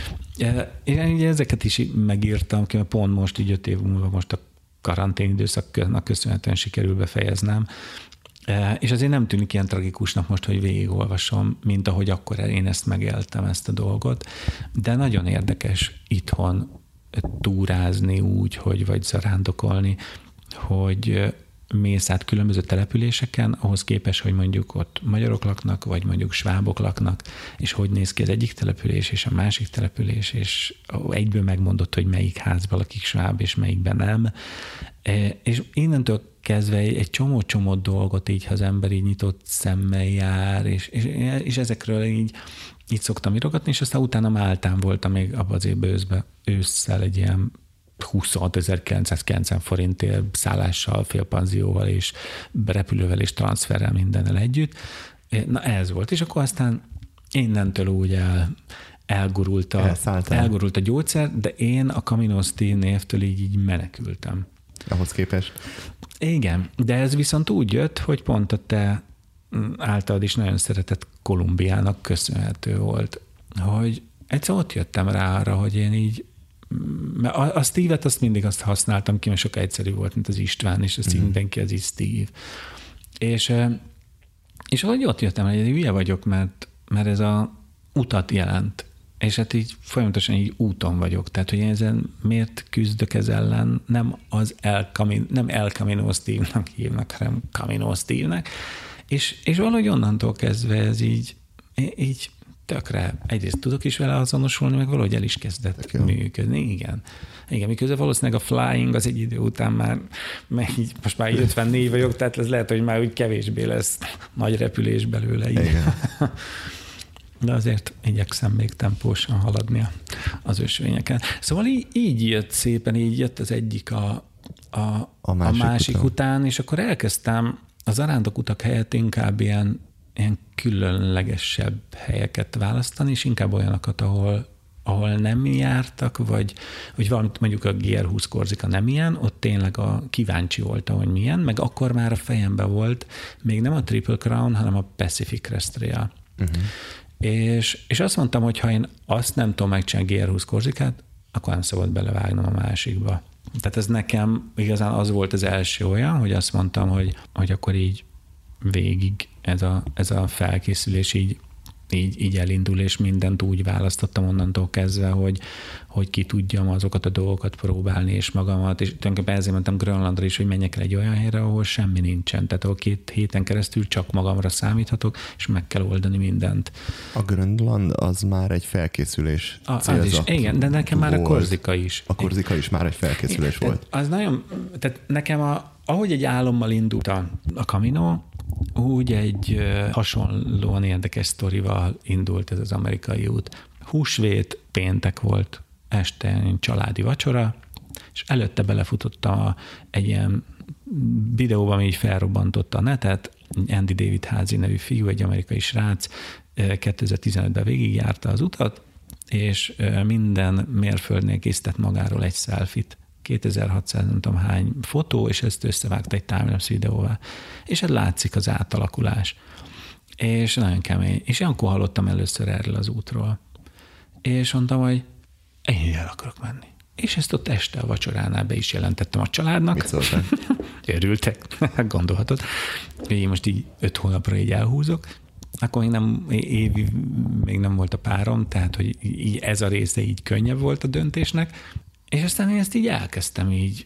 Én ugye ezeket is megírtam ki, mert pont most, így öt év múlva most a karantén időszaknak köszönhetően sikerül befejeznem. És azért nem tűnik ilyen tragikusnak most, hogy végigolvasom, mint ahogy akkor én ezt megéltem, ezt a dolgot. De nagyon érdekes itthon túrázni úgy, hogy vagy zarándokolni, hogy mész át különböző településeken, ahhoz képest, hogy mondjuk ott magyarok laknak, vagy mondjuk svábok laknak, és hogy néz ki az egyik település, és a másik település, és egyből megmondott, hogy melyik házban lakik sváb, és melyikben nem. És innentől kezdve egy csomó-csomó dolgot így, ha az ember így nyitott szemmel jár, és, és, és ezekről így, így szoktam írogatni, és aztán utána Máltán voltam még abban az évben őszben, ősszel egy ilyen huszonhatezer-kilencszázkilencven forintért szállással, félpanzióval és repülővel és transferrel mindennel együtt. Na ez volt, és akkor aztán innentől úgy el, elgurult, a, elgurult a gyógyszer, de én a Camino Steel névtől így, így menekültem. Ahhoz képest? Igen, de ez viszont úgy jött, hogy pont a te általad is nagyon szeretett Kolumbiának köszönhető volt, hogy egyszer ott jöttem rá arra, hogy én így a, a Steve-et azt mindig azt használtam ki, mert sokkal egyszerű volt, mint az István, és azt mm. mindenki az is Steve. És, és ahogy ott jöttem, hogy hülye vagyok, mert, mert ez a utat jelent, és hát így folyamatosan így úton vagyok. Tehát, hogy én ezen miért küzdök ez ellen, nem az El Camino, nem El Camino Steve-nak hívnak, hanem Camino Steve-nek. És, és valahogy onnantól kezdve ez így, így tökre egyrészt tudok is vele azonosulni, meg valahogy el is kezdett működni. Igen. Igen, miközben valószínűleg a flying az egy idő után már, meg így, most már ötvennégy vagyok, tehát ez lehet, hogy már úgy kevésbé lesz nagy repülés belőle. Igen. De azért igyekszem még tempósan haladni az ösvényeken. Szóval így, így jött szépen, így jött az egyik a, a, a másik, a másik után. után, és akkor elkezdtem az zarándokutak helyett inkább ilyen, ilyen különlegesebb helyeket választani, és inkább olyanokat, ahol, ahol nem jártak, vagy, vagy valamit mondjuk a gé er húsz Korsika nem ilyen, ott tényleg a kíváncsi voltam, hogy milyen, meg akkor már a fejemben volt még nem a Triple Crown, hanem a Pacific Crest Trail. Uh-huh. És, és azt mondtam, hogy ha én azt nem tudom megcsinálni gé er húsz Korsikát, akkor nem szabad belevágnom a másikba. Tehát ez nekem igazán az volt az első olyan, hogy azt mondtam, hogy, hogy akkor így végig ez a, ez a felkészülés így, így, így elindul, és mindent úgy választottam onnantól kezdve, hogy, hogy ki tudjam azokat a dolgokat próbálni, és magamat, és tulajdonképpen ezért mentem Grönlandra is, hogy menjek el egy olyan helyre, ahol semmi nincsen, tehát ahol két héten keresztül csak magamra számíthatok, és meg kell oldani mindent. A Grönland az már egy felkészülés a, az is, igen, de nekem volt. Már a Korsika is. A Korsika is már egy felkészülés igen, volt. Az nagyon, tehát nekem a, ahogy egy álommal indult a, a Camino, úgy egy uh, hasonlóan érdekes sztorival indult ez az amerikai út. Húsvét, péntek volt, este családi vacsora, és előtte belefutottam a, egy ilyen videóban, ami így felrobbantotta a netet, Andy David Házi nevű fiú, egy amerikai srác, kétezer-tizenötben végigjárta az utat, és minden mérföldnél készített magáról egy selfit. kétezer-hatszáz nem tudom hány fotó, és ezt összevágta egy timelapse videóval. És ez látszik az átalakulás. És nagyon kemény. És ilyenkor hallottam először erről az útról. És mondtam, hogy én el akarok menni. És ezt ott este a vacsoránál be is jelentettem a családnak. Mit szóltál? Örültek, gondolhatod. Én most így öt hónapra így elhúzok. Akkor még nem, évi még nem volt a párom, tehát hogy így ez a része így könnyebb volt a döntésnek. És aztán én ezt így elkezdtem így,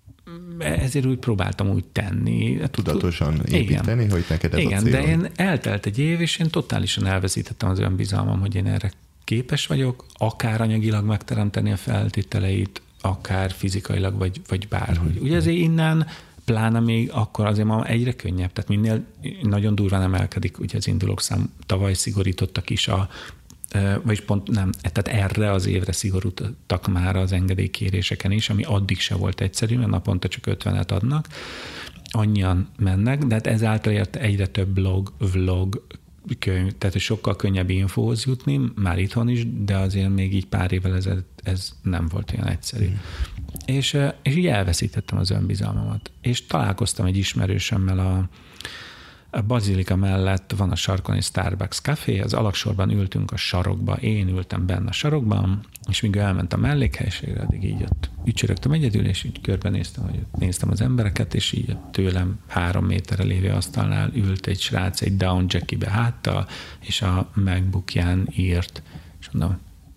ezért úgy próbáltam úgy tenni. Tudatosan építeni, igen. Hogy neked ez igen, a cél. De én eltelt egy év, és én totálisan elveszítettem az önbizalmam, hogy én erre képes vagyok, akár anyagilag megteremteni a feltételeit, akár fizikailag, vagy, vagy bárhogy. Mm-hmm. Ugye ezért innen, pláne még akkor azért ma egyre könnyebb, tehát minél nagyon durván emelkedik, ugye az indulókszám, tavaly szigorítottak is a vagyis pont nem, tehát erre az évre szigorútak már az engedélykéréseken is, ami addig se volt egyszerű, mert naponta csak ötvenet adnak, annyian mennek, de hát ezáltal ért egyre több blog, vlog, könyv, tehát sokkal könnyebb infóhoz jutni, már itthon is, de azért még így pár évvel ezelőtt ez nem volt olyan egyszerű. Mm. És, és így elveszítettem az önbizalmamat. És találkoztam egy ismerősömmel a A bazilika mellett van a sarkon egy Starbucks café, az alaksorban ültünk a sarokba, én ültem benne a sarokban, és míg elment a mellékhelyiségre, addig így ott ücsörögtem egyedül, és így körbenéztem, hogy néztem az embereket, és így tőlem három méterre lévő asztalnál ült egy srác egy down jackibe háttal, és a MacBookján írt, és mondom,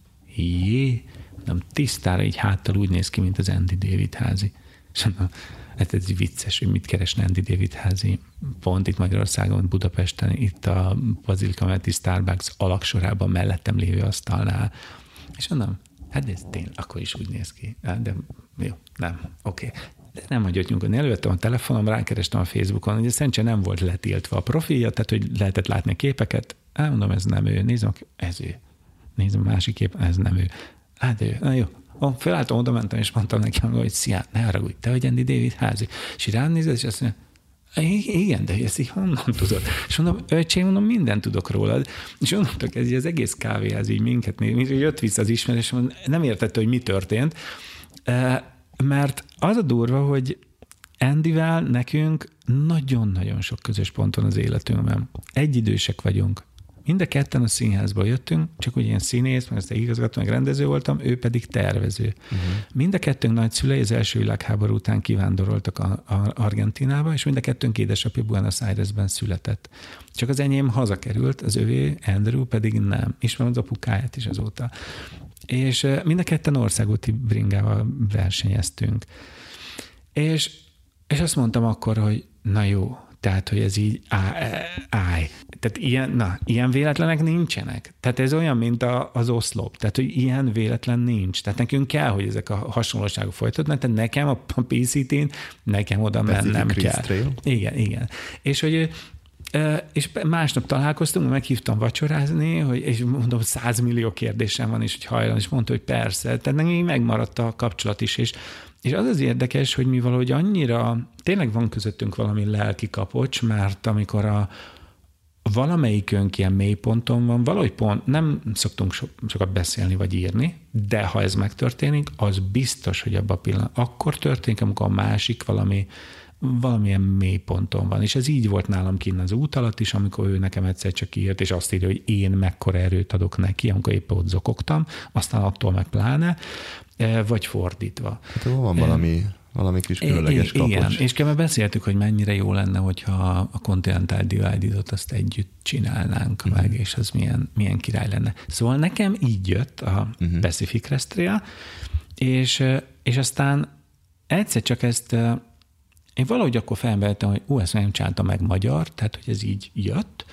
jé, mondom, tisztára így háttal úgy néz ki, mint az Andy David Házi. És mondom, hát ez vicces, hogy mit keresne Andy David Házi pont itt Magyarországon, Budapesten, itt a Bazilika melletti Starbucks alaksorában mellettem lévő asztalnál. És mondom, hát ez tényleg akkor is úgy néz ki. De jó, nem, oké. Okay. De nem hagyott nyugodni. Elővettem a telefonom, rákerestem a Facebookon, hogy szerencsére nem volt letiltva a profilja, tehát hogy lehetett látni a képeket. Á, mondom, ez nem ő. Nézem, ez ő. Nézem a másik kép, ez nem ő. Hát ő, na jó. Oh, felálltam, oda mentem, és mondtam neki, hogy szia, ne haragudj, te vagy Andy David Házi. És így rám nézett, és azt mondja, igen, de ezt így honnan tudod? És mondom, öcsém, mondom, mindent tudok rólad. És onnantól ez az egész kávéház így minket néz, és jött vissza az ismerés, mondom, nem értette, hogy mi történt, mert az a durva, hogy Andyvel nekünk nagyon-nagyon sok közös pont van az életünkben. Egyidősek vagyunk. Mind a ketten a színházból jöttünk, csak úgy ilyen színész, meg aztán igazgató, meg rendező voltam, ő pedig tervező. Uh-huh. Mind a kettőnk nagyszülei az első világháború után kivándoroltak a, a Argentinába, és mind a kettőnk édesapja Buenos Airesben született. Csak az enyém hazakerült, az övé, Andrew pedig nem. Ismerem az apukáját is azóta. És mind a ketten országúti bringával versenyeztünk. És, és azt mondtam akkor, hogy na jó, tehát, hogy ez így állj. Tehát ilyen, na, ilyen véletlenek nincsenek. Tehát ez olyan, mint a, az oszlop. Tehát, hogy ilyen véletlen nincs. Tehát nekünk kell, hogy ezek a hasonlóságok folytatnak. Tehát nekem a pé cé té-n, nekem oda mennem kell. Trail. Igen, igen. És hogy és másnap találkoztunk, meghívtam vacsorázni, hogy, és mondom, száz millió kérdésem van, és hogy hajlan, és mondta, hogy persze. Tehát nekem megmaradt a kapcsolat is, és És az az érdekes, hogy mi valahogy annyira, tényleg van közöttünk valami lelki kapocs, mert amikor a, valamelyikünk ilyen mélyponton van, valahogy pont nem szoktunk so, sokat beszélni vagy írni, de ha ez megtörténik, az biztos, hogy abban a pillanatban akkor történik, amikor a másik valami, valamilyen mélyponton van. És ez így volt nálam kinn az út alatt is, amikor ő nekem egyszer csak írt, és azt írja, hogy én mekkora erőt adok neki, amikor éppen ott zokogtam, aztán attól meg pláne, vagy fordítva. Hát van valami... Valami kis különleges kapocs. Igen, és kemben beszéltük, hogy mennyire jó lenne, hogyha a Continental Divided-ot azt együtt csinálnánk uh-huh. meg, és az milyen, milyen király lenne. Szóval nekem így jött a uh-huh. Pacific Crest Trail, és, és aztán egyszer csak ezt én valahogy akkor felvettem, hogy ú, ezt nem csináltam meg magyar, tehát hogy ez így jött,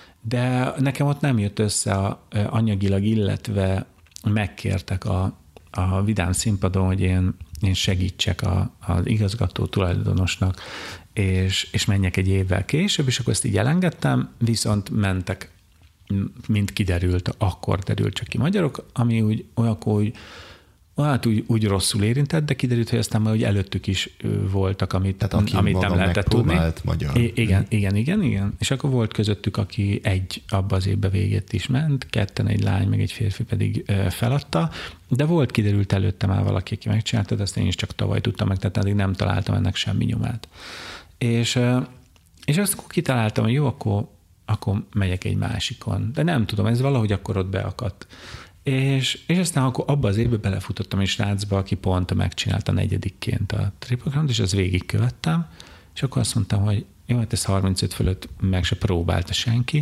de nekem ott nem jött össze a, anyagilag, illetve megkértek a, a Vidám színpadon, hogy én én segítsek a, az igazgató tulajdonosnak, és, és menjek egy évvel később, és akkor ezt így elengedtem, viszont mentek, mint kiderült, akkor derült csak ki magyarok, ami úgy, olyankor úgy, hát úgy, úgy rosszul érintett, de kiderült, hogy aztán már úgy előttük is voltak, amit, Tehát, amit nem lehetett tudni. Magyar. I- igen, igen, igen, igen. És akkor volt közöttük, aki egy abba az évbe végét is ment, ketten, egy lány, meg egy férfi pedig feladta, de volt, kiderült előtte már valaki, aki megcsinálta, de azt én is csak tavaly tudtam meg, tehát addig nem találtam ennek semmi nyomát. És, és azt akkor kitaláltam, hogy jó, akkor, akkor megyek egy másikon. De nem tudom, ez valahogy akkor ott beakadt. És, és aztán akkor abba az évben belefutottam egy srácba, aki pont megcsinálta negyedikként a Triple Crown-t, és az végigkövettem, és akkor azt mondtam, hogy jó, hát ez harmincöt fölött meg se próbálta senki,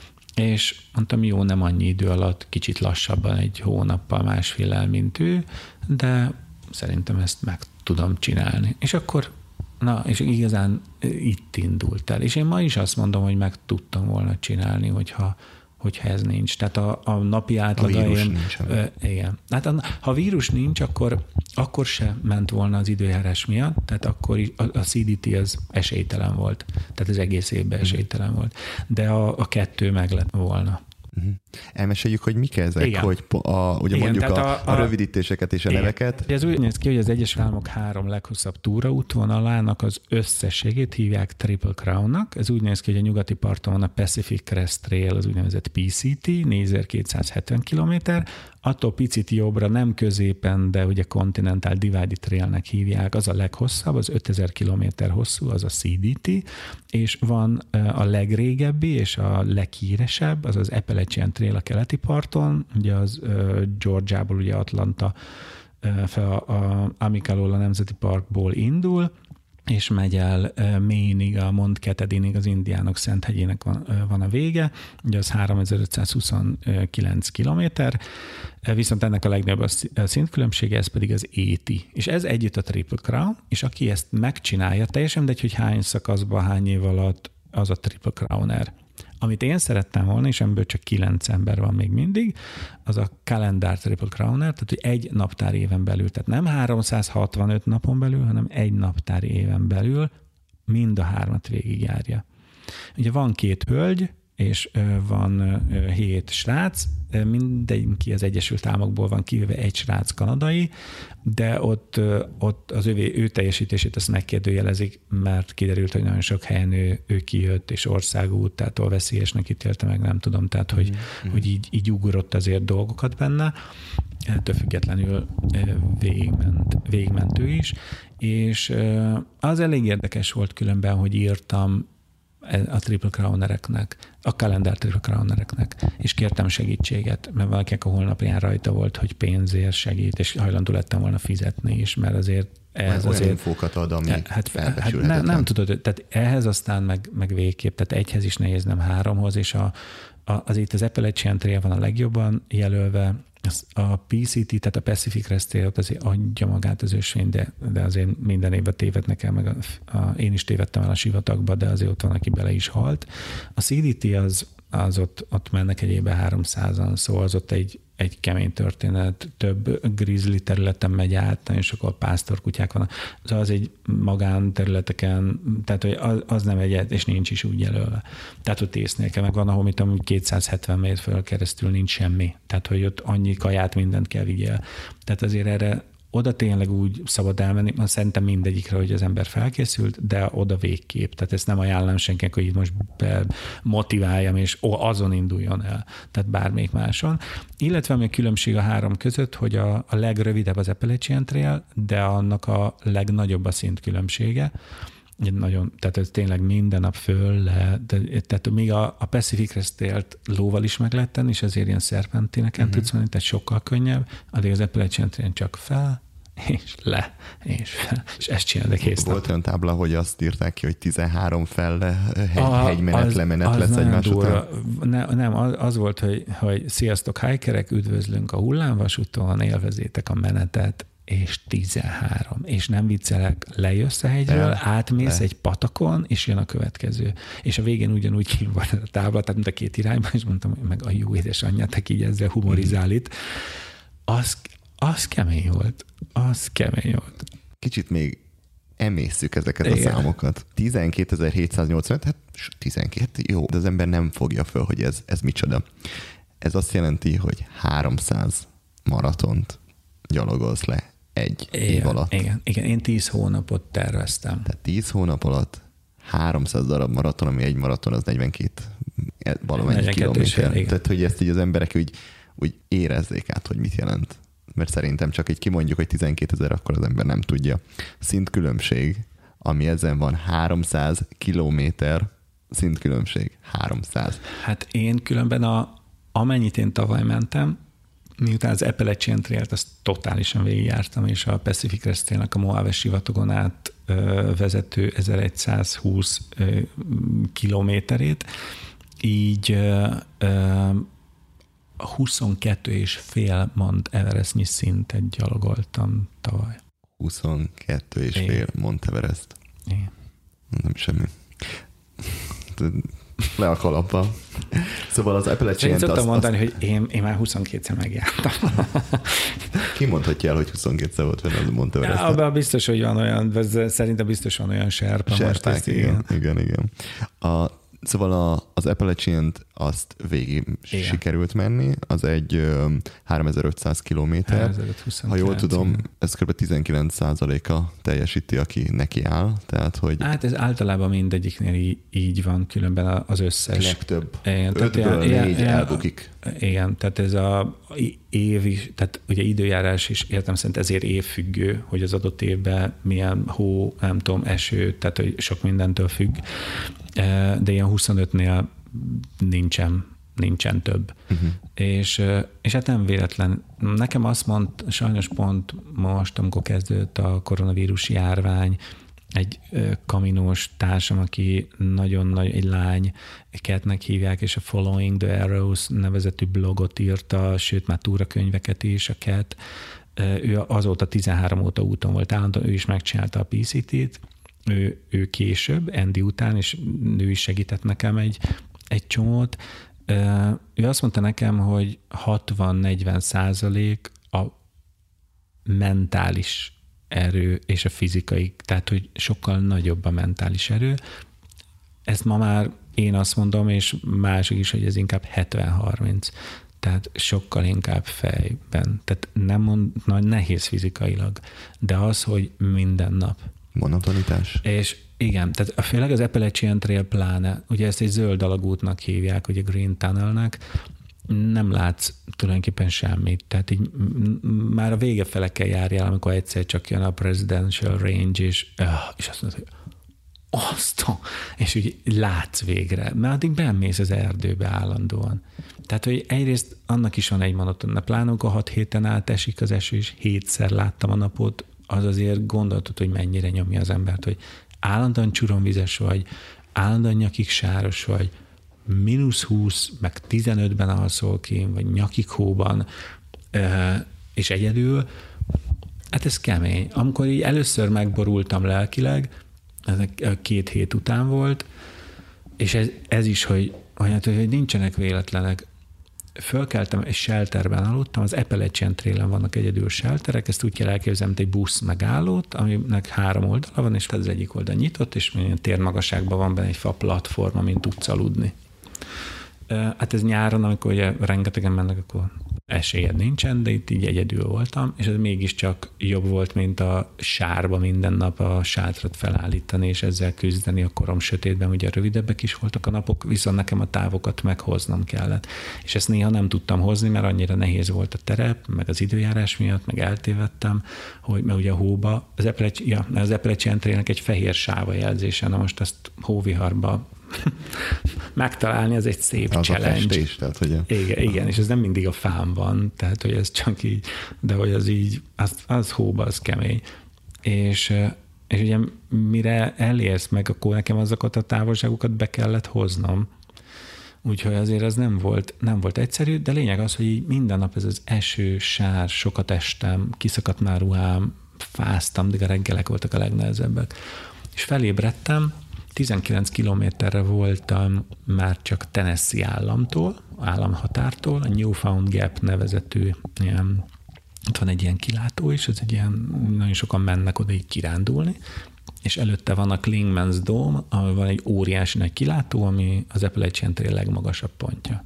és mondtam, jó, nem annyi idő alatt, kicsit lassabban, egy hónappal, másféllel, mint ő, de szerintem ezt meg tudom csinálni. És akkor, na, és igazán itt indult el. És én ma is azt mondom, hogy meg tudtam volna csinálni, hogyha hogyha ez nincs. Tehát a, a napi átlagaim... A vírus nincs. Ö, igen. Hát a, ha a vírus nincs, akkor, akkor se ment volna az időjárás miatt, tehát akkor a, a cé dé té az esélytelen volt. Tehát az egész évben esélytelen mm. volt. De a, a kettő meg lett volna. Uh-huh. Elmeséljük, hogy mik ezek, igen. hogy a, ugye igen, mondjuk a, a, a rövidítéseket és a igen. neveket. Ez úgy néz ki, hogy az Egyesült Államok három leghosszabb túraútvonalának az összességét hívják Triple Crown-nak. Ez úgy néz ki, hogy a nyugati parton van a Pacific Crest Trail, az úgynevezett pé cé té, négyezer-kétszázhetven kilométer. Attól picit jobbra, nem középen, de ugye Continental Divided Trailnek hívják, az a leghosszabb, az ötezer kilométer hosszú, az a cé dé té, és van a legrégebbi és a leghíresebb, az az Appalachian Trail a keleti parton, ugye az Georgiából, ugye Atlanta fel a Amicalola Nemzeti Parkból indul, és megy el Maine-ig, a Mount Katahdin-ig, az indiánok Szenthegyének van, van a vége, ugye az háromezer-ötszázhuszonkilenc kilométer, viszont ennek a legnagyobb a szintkülönbsége, ez pedig az á té. És ez együtt a Triple Crown, és aki ezt megcsinálja, teljesen mindegy, hogy hány szakaszban, hány év alatt, az a Triple Crowner. Amit én szerettem volna, és ebből csak kilenc ember van még mindig, az a Calendar Triple Crowner, tehát hogy egy naptári éven belül, tehát nem háromszázhatvanöt napon belül, hanem egy naptári éven belül mind a hármat végigjárja. Ugye van két hölgy, és van hét srác, mindenki az Egyesült Államokból van, kivéve egy srác kanadai, de ott, ott az ővé, ő teljesítését azt megkérdőjelezik, mert kiderült, hogy nagyon sok helyen ő, ő kijött, és országútától veszélyesnek ítélte meg, nem tudom, tehát hogy, mm-hmm. hogy így, így ugrott azért dolgokat benne, ettől függetlenül végigment, végigment ő is, és az elég érdekes volt különben, hogy írtam a Triple Crownereknek, a Calendar Triple Crownereknek, és kértem segítséget, mert valakinek a honlapján rajta volt, hogy pénzért segít, és hajlandó lettem volna fizetni is, mert azért ez olyan azért... infókat ad, ami hát, hát nem, nem tudod, tehát ehhez aztán meg, meg végképp, tehát egyhez is nehéz, nem háromhoz, és a, a, az itt az Appalachian Trail van a legjobban jelölve, a pé cé té, tehát a Pacific Crest Trail azért adja magát az ösvény, de, de azért minden évben tévednek el, meg a, a, én is tévedtem el a sivatagba, de azért ott van, aki bele is halt. A cé dé té az, az ott, ott mennek egy évben háromszázan, szóval az ott egy, egy kemény történet, több grizzly területen megy át, nagyon sokkal pásztorkutyák vannak. Szóval az egy magánterületeken, tehát hogy az, az nem egy, és nincs is úgy jelölve. Tehát ott észnél kell, meg van, ahol mit tudom, kétszázhetven méter föl keresztül nincs semmi. Tehát, hogy ott annyi kaját, mindent kell vigyél. Tehát azért erre oda tényleg úgy szabad elmenni, szerintem mindegyikre, hogy az ember felkészült, de oda végképp. Tehát ezt nem ajánlom senkinek, hogy itt most motiváljam, és azon induljon el. Tehát bármelyik máson. Illetve ami a különbség a három között, hogy a, a legrövidebb az Appalachian Trail, de annak a legnagyobb a szint különbsége. Nagyon, tehát ez tényleg minden nap föl le, de, tehát még a, a Pacific Crest Trail-t lóval is meg lehet tenni, és azért ilyen szerpentineken uh-huh. tudsz menni, tehát sokkal könnyebb, addig az Appalachian Trail csak fel, és le, és fel, és ezt csinálod kész nap. Volt olyan tábla, hogy azt írták ki, hogy tizenhárom felle hegy, a, hegymenet, az, lemenet az lesz egymás után? Ne, nem, az, az volt, hogy, hogy sziasztok hikerek, üdvözlünk a hullámvasúton, élvezétek a menetet, és tizenhárom. És nem viccelek, lejössz a hegyről, El, átmész le. egy patakon, és jön a következő. És a végén ugyanúgy kint van a tábla, tehát mind a két irányban, és mondtam, hogy meg a jó édesanyja, te így ezzel humorizál itt. Az, az kemény volt. Az kemény volt. Kicsit még emészszük ezeket Igen. a számokat. tizenkétezer-hétszáznyolcvanöt, hát tizenkét, jó, de az ember nem fogja föl, hogy ez, ez micsoda. Ez azt jelenti, hogy háromszáz maratont gyalogolsz le egy igen, év alatt. Igen, igen, én tíz hónapot terveztem. Tehát tíz hónap alatt háromszáz darab maraton, ami egy maraton, az negyvenkét valamennyi kilométer. Tehát, hogy ezt így az emberek úgy, úgy érezzék át, hogy mit jelent. Mert szerintem csak így kimondjuk, hogy tizenkétezer, akkor az ember nem tudja. Szintkülönbség, ami ezen van, háromszáz kilométer szintkülönbség. háromszáz. Hát én különben a, amennyit én tavaly mentem, miután az Appalachian Trail-t azt totálisan végigjártam, és a Pacific Crest Trail-nek a Mojave sivatagon át ö, vezető ezerszázhúsz ö, kilométerét, így ö, ö, huszonkettő és fél Mount Everestnyi szintet gyalogoltam tavaly. huszonkettő és fél Mount Everest. Igen. Nem semmi. Le a kalapba. Szóval az Appalachian... Én szoktam azt, mondani, azt... hogy én, én már huszonkétszer megjártam. Ki mondhatja el, hogy huszonkétszer volt fenn az Mount Everest? Ja, abban biztos, hogy van olyan, szerintem biztos van olyan serpa. Serpák, most igen, igen, igen. A, szóval a, az Appalachian-t azt végig igen. sikerült menni, az egy um, háromezer-ötszáz kilométer. Ha jól tudom, ez kb. tizenkilenc százaléka teljesíti, aki neki áll. Tehát, hogy hát ez általában mindegyiknél így, így van, különben az összes. Legtöbb. Igen, ötből négy elbukik. Igen, tehát ez a év is, tehát ugye időjárás is értem szerint ezért évfüggő, hogy az adott évben milyen hó, nem tudom, eső, tehát hogy sok mindentől függ. De ilyen huszonötnél nincsen, nincsen több. Uh-huh. És, és hát nem véletlen. Nekem azt mond, sajnos pont most, amikor kezdődött a koronavírus járvány, egy kaminós társam, aki nagyon nagy, egy lány, Catnek hívják, és a Following the Arrows nevezetű blogot írta, sőt már túrakönyveket is, a Cat. Ő azóta tizenhárom óta úton volt állandóan, ő is megcsinálta a pé cé té-t, ő, ő később, Andy után, és ő is segített nekem egy, egy csomót. Ő azt mondta nekem, hogy hatvan-negyven százalék a mentális erő és a fizikai, tehát hogy sokkal nagyobb a mentális erő. Ezt ma már én azt mondom, és másik is, hogy ez inkább hetven-harminc. Tehát sokkal inkább fejben. Tehát nem mond, nagy nehéz fizikailag, de az, hogy minden nap. Monotonitás. És igen, tehát főleg az Appalachian Trail pláne, ugye ezt egy zöld alagútnak hívják, ugye Green Tunnelnek, nem látsz tulajdonképpen semmit. Tehát így már a vége fele kell járjál, amikor egyszer csak jön a Presidential Range, és, és azt mondod, hogy azt, és úgy látsz végre. Mert addig bemész az erdőbe állandóan. Tehát, hogy egyrészt annak is van egy monoton, pláne a hat héten át esik az eső, és hétszer láttam a napot, az azért gondoltad, hogy mennyire nyomja az embert, hogy állandóan csuromvizes vagy, állandóan nyakig sáros vagy, mínusz húsz, meg tizenötben alszol ki, vagy nyakig hóban, és egyedül, hát ez kemény. Amikor így először megborultam lelkileg, ez két hét után volt, és ez, ez is, hogy, hogy nincsenek véletlenek. Fölkeltem, és shelterben aludtam, az Appalachian Trail-en vannak egyedül shelterek, ezt úgy kell elképzelni, mint egy busz megállót, aminek három oldala van, és az egyik oldal nyitott, és milyen térmagasságban van benne egy fa platform, amin tudsz aludni. Hát ez nyáron, amikor ugye rengetegen mennek, akkor esélyed nincsen, de itt így egyedül voltam, és ez mégiscsak jobb volt, mint a sárba minden nap a sátrat felállítani, és ezzel küzdeni a korom sötétben, ugye rövidebbek is voltak a napok, viszont nekem a távokat meghoznom kellett. És ezt néha nem tudtam hozni, mert annyira nehéz volt a terep, meg az időjárás miatt, meg eltévedtem, hogy mert ugye a hóba, az Appalachian, ja, az Appalachian Trailnek egy fehér sáva jelzése, na most azt hóviharba megtalálni, az egy szép az challenge. A festés, tehát, hogy a... igen, igen, és ez nem mindig a fán van, tehát hogy ez csak így, de hogy az így, az, az hóba, az kemény. És, és ugye mire elérsz meg, akkor nekem azokat a távolságokat be kellett hoznom. Úgyhogy azért az nem volt, nem volt egyszerű, de lényeg az, hogy így minden nap ez az eső, sár, sokat estem, kiszakadt már ruhám, fáztam, de a reggelek voltak a legnehezebbek. És felébredtem, tizenkilenc kilométerre voltam már csak Tennessee államtól, államhatártól, a Newfound Gap nevezetű ilyen, ott van egy ilyen kilátó is, ez egy ilyen, nagyon sokan mennek oda így kirándulni, és előtte van a Clingmans Dome, ahol van egy óriási nagy kilátó, ami az Appalachian Trail legmagasabb pontja.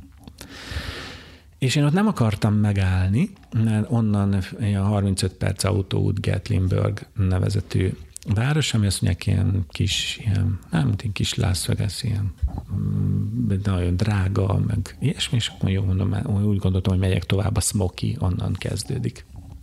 És én ott nem akartam megállni, mert onnan a harmincöt perc autóút Gatlinburg nevezetű város, ami azt mondják, ilyen kis, ilyen, nem, ilyen kis Las Vegas, ilyen nagyon drága, meg ilyesmi, és akkor jó mondom, úgy gondoltam, hogy megyek tovább, a Smoky onnan kezdődik.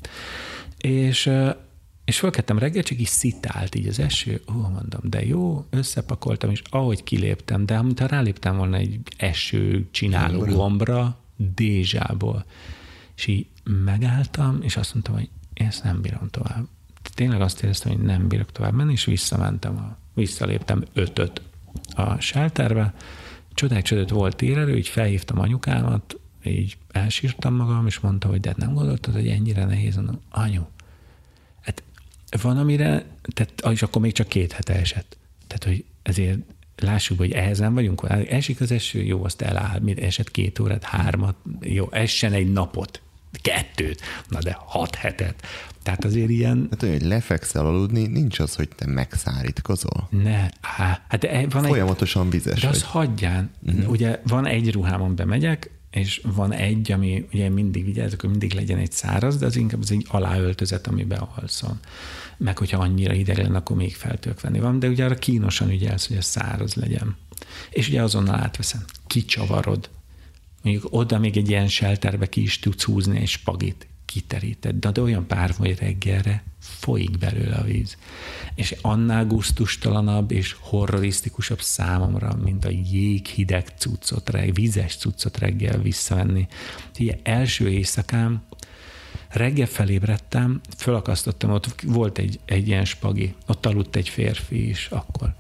És, és fölkeltem reggel, csak így szitált így az eső, ó, mondom, de jó, összepakoltam, és ahogy kiléptem, de amint ráléptem volna egy eső csináló gombra, dézsából, és így megálltam, és azt mondtam, hogy én ezt nem bírom tovább. Tényleg azt éreztem, hogy nem bírok tovább menni, és visszamentem, a, visszaléptem ötöt a shelterbe. Csodák csodát volt térerő, így felhívtam anyukámat, így elsírtam magam, és mondta, hogy de nem gondoltad, hogy ennyire nehéz? Mondom, anyu, hát van amire, tehát, és akkor még csak két hete esett. Tehát, hogy ezért lássuk, hogy ehhez nem vagyunk. Esik az eső, jó, azt eláll, mit esett két órát, hármat, jó, essen egy napot, kettőt, na de hat hetet. Tehát azért ilyen... Hát olyan, hogy lefekszel aludni, nincs az, hogy te megszárítkozol. Ne, há, hát van folyamatosan egy, vizes de vagy. az hagyján. Uh-huh. Ugye van egy ruhámon bemegyek, és van egy, ami ugye mindig vigyázok, hogy mindig legyen egy száraz, de az inkább az egy aláöltözet, amiben alszom. Meg hogyha annyira hideg lenne, akkor még fel tudok venni. Van, de ugye arra kínosan ügyelsz, hogy ez száraz legyen. És ugye azonnal átveszem. Kicsavarod. Mondjuk oda még egy ilyen shelterbe ki is tudsz húzni egy spagit. Kiteríted, de, de olyan pár, hogy reggelre folyik belőle a víz. És annál gusztustalanabb és horrorisztikusabb számomra, mint a jéghideg cuccot, vízes cuccot reggel visszavenni. Ilyen első éjszakám reggel felébredtem, fölakasztottam, ott volt egy, egy ilyen spagi, ott aludt egy férfi is akkor.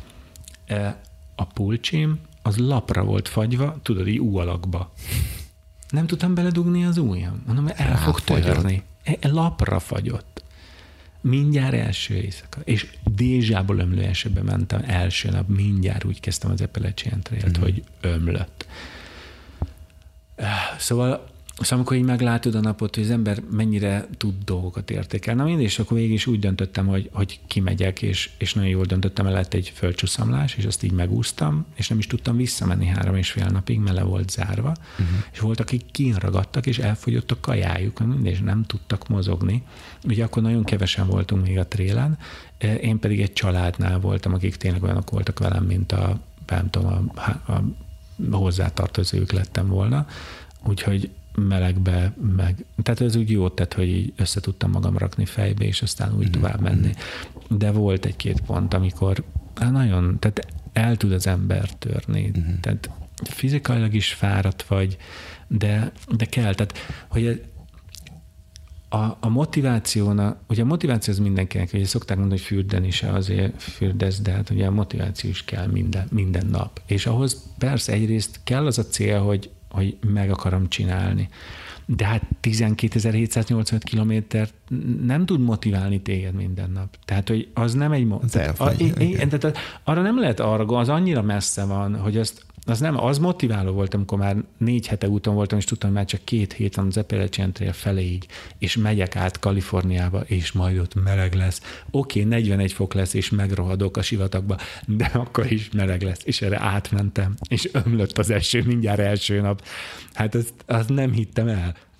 A pulcsim az lapra volt fagyva, tudod, így U alakba. Nem tudtam beledugni az ujjam. Mondom, el Rá fog törni. Lapra fagyott. Mindjárt első éjszaka. És dézsából ömlő esőbe mentem első nap. Mindjárt úgy kezdtem az Appalachian Trailt, mm-hmm. hogy ömlött. Szóval, szóval amikor így meglátod a napot, hogy az ember mennyire tud dolgokat értékelni. Na mindig, és akkor végig is úgy döntöttem, hogy, hogy kimegyek, és, és nagyon jól döntöttem, mert lett egy földcsúszamlás, és azt így megúsztam, és nem is tudtam visszamenni három és fél napig, mert le volt zárva. Uh-huh. És volt, akik kínragadtak, és elfogyott a kajájuk, és nem tudtak mozogni. Ugye akkor nagyon kevesen voltunk még a trélen, én pedig egy családnál voltam, akik tényleg olyanok voltak velem, mint a, nem tudom, a, a hozzátartozók lettem volna. Úgyhogy melegbe, meg, tehát ez úgy jót tett, hogy így össze tudtam magam rakni fejbe, és aztán úgy mm-hmm. tovább menni. De volt egy-két pont, amikor hát nagyon, tehát el tud az ember törni. Mm-hmm. Tehát fizikailag is fáradt vagy, de, de kell. Tehát, hogy a, a motivációna, ugye a motiváció az mindenkinek, ugye szokták mondani, hogy fürdeni se azért fürdesz, de hát ugye a motiváció is kell minden, minden nap. És ahhoz persze egyrészt kell az a cél, hogy hogy meg akarom csinálni. De hát tizenkétezer-hétszáznyolcvanöt kilométert nem tud motiválni téged minden nap. Tehát, hogy az nem egy... Az elfogy, a, én, tehát arra nem lehet arra, az annyira messze van, hogy azt, az nem, az motiváló volt, amikor már négy hete úton voltam, és tudtam, hogy már csak két hét van az Appalachian Trail feléig, és megyek át Kaliforniába, és majd ott meleg lesz. Oké, okay, negyvenegy fok lesz, és megrohadok a sivatagba, de akkor is meleg lesz. És erre átmentem, és ömlött az eső mindjárt első nap. Hát azt, azt nem hittem el.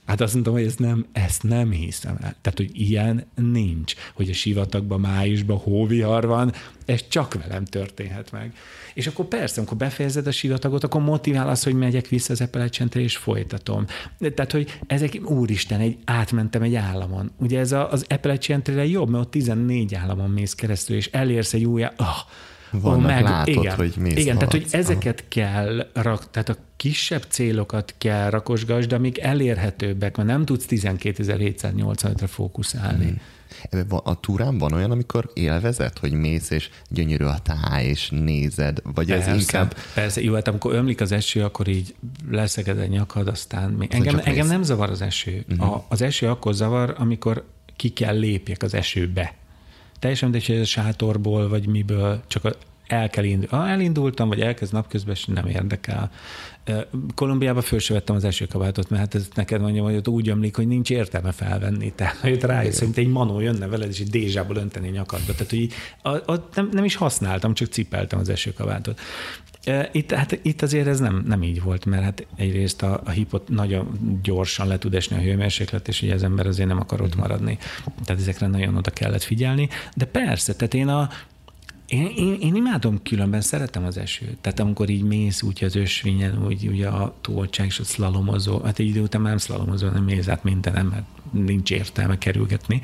Hát azt mondtam, hogy ezt nem, ezt nem hiszem el. Tehát, hogy ilyen nincs, hogy a sivatagban májusban hóvihar van, ez csak velem történhet meg. És akkor persze, amikor befejezed a sivatagot, akkor motivál az, hogy megyek vissza az Appalachian-re, és folytatom. Tehát, hogy ezek, úristen, egy, átmentem egy államon. Ugye ez a, az Appalachian-re jobb, mert ott tizennégy államon mész keresztül, és elérsz egy új... Oh, Vannak meg, látod, igen, hogy mész. igen, tehát, hogy haladsz. ezeket Aha. kell rak, tehát a kisebb célokat kell rakosgasd, de amik elérhetőbbek, mert nem tudsz tizenkétezer-hétszáznyolcvanötre fókuszálni. Hmm. Ebben a túrán van olyan, amikor élvezed, hogy mész, és gyönyörű a táj, és nézed, vagy persze, ez inkább... Persze, jó, hát amikor ömlik az eső, akkor így leszeged a nyakad, aztán még... Engem, engem nem zavar az eső. Uh-huh. A, az eső akkor zavar, amikor ki kell lépjek az esőbe. Teljesen mindegy, hogy ez a sátorból, vagy miből, csak a, el kell indulni. Ha elindultam, vagy elkezd napközben, nem érdekel. Kolumbiába föl se vettem az esőkabátot, mert hát ez neked mondjam, hogy ott úgy ömlik, hogy nincs értelme felvenni. Tehát, hogy rájössz, hogy egy manó jönne veled, és egy dézsából önteni a nyakadba. Tehát, hogy a, a, nem, nem is használtam, csak cipeltem az esőkabátot. Itt, hát, itt azért ez nem, nem így volt, mert hát egyrészt a, a hipot nagyon gyorsan le tud esni a hőmérséklet, és ugye az ember azért nem akar ott maradni. Tehát ezekre nagyon oda kellett figyelni. De persze, tehát én a Én, én, én imádom, különben szeretem az esőt. Tehát amikor így mész úgy az ösvényen, úgy ugye a toltság és a szlalomozó, hát egy idő után már nem szlalomozó, nem mész át mindenem, mert nincs értelme kerülgetni.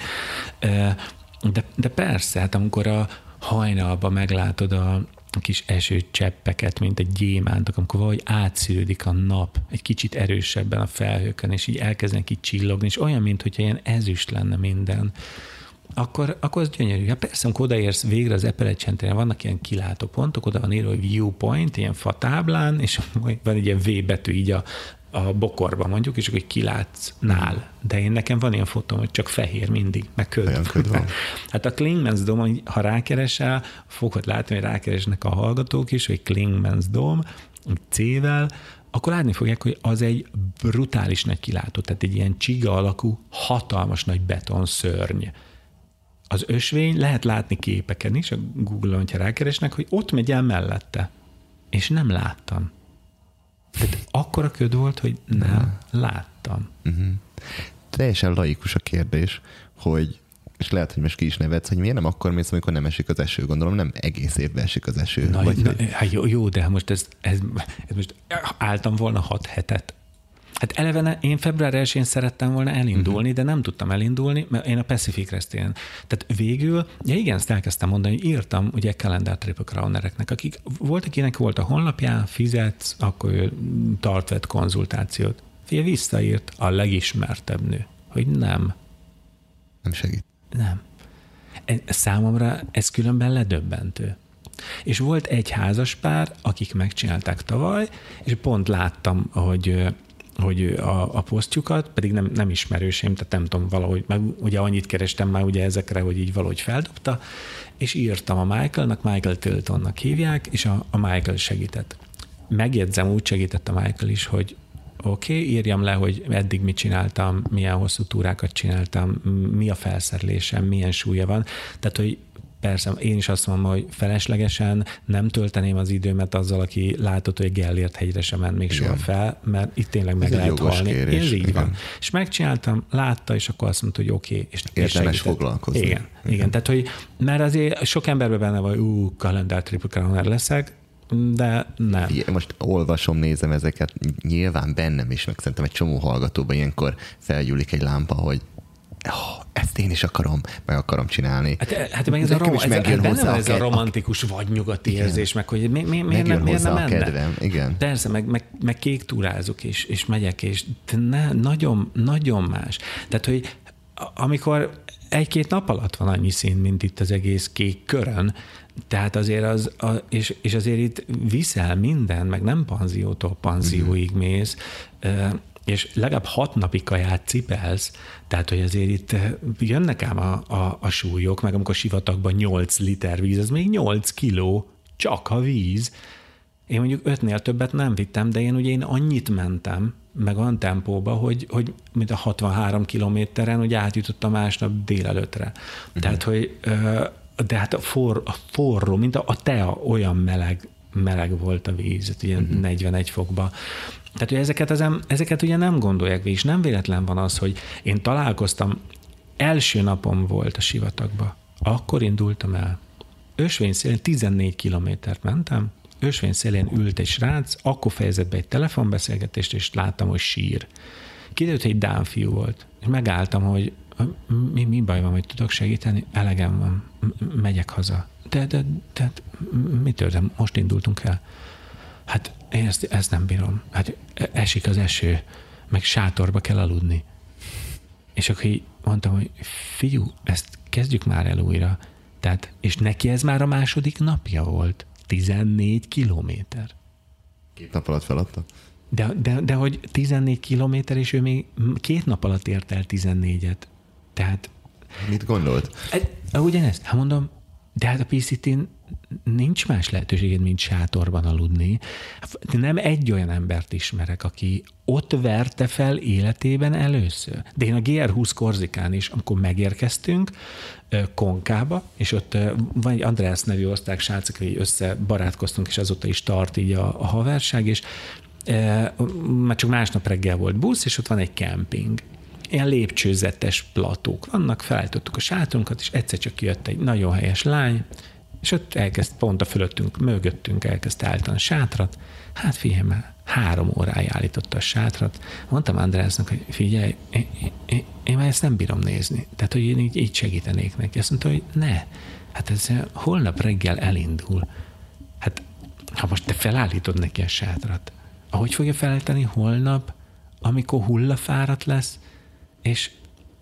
De, de persze, hát amikor a hajnalban meglátod a kis esőcseppeket, mint egy gyémántok, amikor valahogy átszűrődik a nap egy kicsit erősebben a felhőkön, és így elkezdenek így csillogni, és olyan, mintha ilyen ezüst lenne minden, akkor, akkor az gyönyörű. Hát persze, amikor odaérsz végre az Appalachian-téren, vannak ilyen kilátópontok, oda van írva, hogy viewpoint, ilyen fatáblán, és van egy ilyen V betű így a, a bokorban mondjuk, és akkor kilátsz nál. De én nekem van ilyen fotóm, hogy csak fehér mindig, meg köd. köd van. Hát a Clingmans Dome, ha rákeresel, fogod látni, hogy rákeresnek a hallgatók is, hogy Clingmans Dome, C-vel, akkor látni fogják, hogy az egy brutális nagy kilátó, tehát egy ilyen csiga alakú, hatalmas nagy betonszörny. Az ösvény, lehet látni képeken is, a Google-on, hogyha rákeresnek, hogy ott megy el mellette. És nem láttam. Tehát akkora köd volt, hogy nem láttam. Uh-huh. Teljesen laikus a kérdés, hogy, és lehet, hogy most ki is nevetsz, hogy miért nem akkor mész, amikor nem esik az eső. Gondolom nem egész évben esik az eső. Na, vagy na, hogy... hát jó, jó, de most ez, ez, ez most álltam volna hat hetet. Hát eleve én február elsején szerettem volna elindulni, uh-huh. de nem tudtam elindulni, mert én a Pacific Crest-en. Tehát végül, ja igen, ezt elkezdtem mondani, hogy írtam ugye Calendar Triple Crownereknek, akik volt, akinek volt a honlapján, fizetsz, akkor ő tart vett konzultációt. Fia visszaírt a legismertebb nő, hogy nem. Nem segít. Nem. Számomra ez különben ledöbbentő. És volt egy házaspár, akik megcsinálták tavaly, és pont láttam, hogy hogy a, a posztjukat, pedig nem, nem ismerősém, tehát nem tudom, valahogy, meg ugye annyit kerestem már ugye ezekre, hogy így valahogy feldobta, és írtam a Michaelnak, Michael Tiltonnak hívják, és a, a Michael segített. Megjegyzem, úgy segített a Michael is, hogy oké, okay, írjam le, hogy eddig mit csináltam, milyen hosszú túrákat csináltam, mi a felszerelésem, milyen súlya van, tehát, hogy persze, én is azt mondom, hogy feleslegesen nem tölteném az időmet azzal, aki látott, hogy Gellért hegyre sem ment még soha fel, mert itt tényleg meg ez lehet halni. Kérés, ez így igen. van. És megcsináltam, látta, és akkor azt mondta, hogy oké. Okay, és érdemes foglalkozni. Igen, igen, igen. Tehát, hogy mert azért sok emberben benne van, hogy ú, Calendar Triple Crowner leszek, de nem. Most olvasom, nézem ezeket, nyilván bennem is, meg szerintem egy csomó hallgatóban ilyenkor felgyúlik egy lámpa, hogy oh, ezt én is akarom, meg akarom csinálni. Hát, hát meg ez, a, rom- ez, ez, ez a romantikus vadnyugati érzés, meg hogy mi, mi, miért nem, miért nem menne? Kedvem. Igen. Persze, meg, meg, meg kék túrázok, és, és megyek, és ne, nagyon, nagyon más. Tehát, hogy amikor egy-két nap alatt van annyi szín, mint itt az egész kék körön, tehát azért az, a, és, és azért itt viszel minden, meg nem panziótól panzióig mész, és legalább hat napi kaját cipelsz, tehát, hogy azért itt jönnek ám a, a, a súlyok, meg amikor sivatagban nyolc liter víz, az még nyolc kiló, csak a víz. Én mondjuk ötnél többet nem vittem, de én ugye én annyit mentem, meg olyan tempóba, hogy, hogy mint a hatvanhárom kilométeren, ugye átjutottam másnap délelőttre. Uh-huh. Tehát, hogy de hát a, for, a forró, mint a, a tea olyan meleg meleg volt a víz, ugye uh-huh. negyvenegy fokba. Tehát, hogy ezeket, az, ezeket ugye nem gondolják végig, és nem véletlen van az, hogy én találkoztam, első napom volt a sivatagba, akkor indultam el. Ösvény szélén tizennégy kilométert mentem, Ösvény szélén ült egy srác, akkor fejezett be egy telefonbeszélgetést, és láttam, hogy sír. Kiderült, hogy egy dán fiú volt. És megálltam, hogy mi, mi baj van, hogy tudok segíteni? Elegem van, megyek haza. De, de, de mi történt? Most indultunk el. Hát én ezt, ezt nem bírom. Hát esik az eső, meg sátorba kell aludni. És akkor így mondtam, hogy figyú, ezt kezdjük már el újra. Tehát, és neki ez már a második napja volt. tizennégy kilométer. Két nap alatt feladta? De, de, de hogy tizennégy kilométer, és ő még két nap alatt ért el tizennégyet. Tehát... Mit gondolt? Ugyanezt, hát mondom, de hát a pé cé té-n nincs más lehetőséged, mint sátorban aludni. Nem egy olyan embert ismerek, aki ott verte fel életében először. De én a gé er húsz Korzikán is, amikor megérkeztünk Konkába, és ott van egy András nevű osztrák srác, aki összebarátkoztunk, és azóta is tart így a, a haverság, és e, már csak másnap reggel volt busz, és ott van egy kemping. Ilyen lépcsőzetes platók vannak, felállítottuk a sátrunkat, és egyszer csak jött egy nagyon helyes lány, és ott elkezd, pont a fölöttünk, mögöttünk elkezdte állítani a sátrat. Hát figyelj már, három óráig állította a sátrat. Mondtam Andrásnak, hogy figyelj, én, én, én már ezt nem bírom nézni. Tehát, hogy én így, így segítenék neki. Azt mondta, hogy ne, hát ez holnap reggel elindul. Hát, ha most te felállítod neki a sátrat, ahogy fogja felállítani holnap, amikor hullafáradt lesz, és,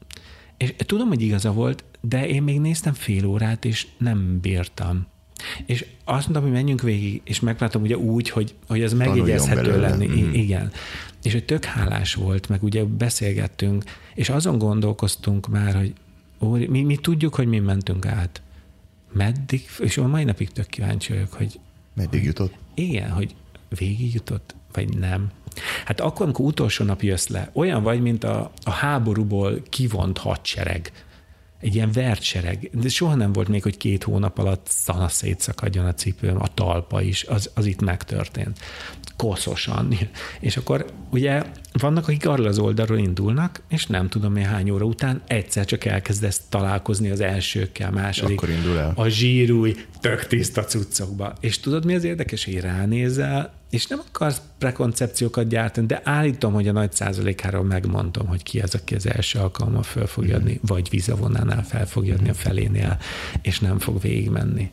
és tudom, hogy igaza volt, de én még néztem fél órát, és nem bírtam. És azt mondtam, hogy menjünk végig, és meglátom ugye úgy, hogy, hogy ez megjegyezhető lenni. Mm. Igen. És hogy tök hálás volt, meg ugye beszélgettünk, és azon gondolkoztunk már, hogy ó, mi, mi tudjuk, hogy mi mentünk át. Meddig, és a mai napig tök kíváncsi vagyok, hogy... Meddig jutott? Igen, hogy végig jutott, vagy nem. Hát akkor, amikor utolsó nap jössz le, olyan vagy, mint a, a háborúból kivont hadsereg. Egy ilyen vertsereg. De soha nem volt még, hogy két hónap alatt szana szétszakadjon a cipőm, a talpa is, az, az itt megtörtént. Koszosan. És akkor ugye vannak, akik arról az oldalról indulnak, és nem tudom én hány óra után egyszer csak elkezdesz találkozni az elsőkkel, második. Akkor indul el. A zsírúj, tök tiszta cuccokba. És tudod, mi az érdekes, hogy ránézel, és nem akarsz prekoncepciókat gyártani, de állítom, hogy a nagy százalékáról megmondom, hogy ki az, aki az első alkalommal föl fogja adni, mm. vagy vízavonánál fel fogja adni a felénél, és nem fog végigmenni.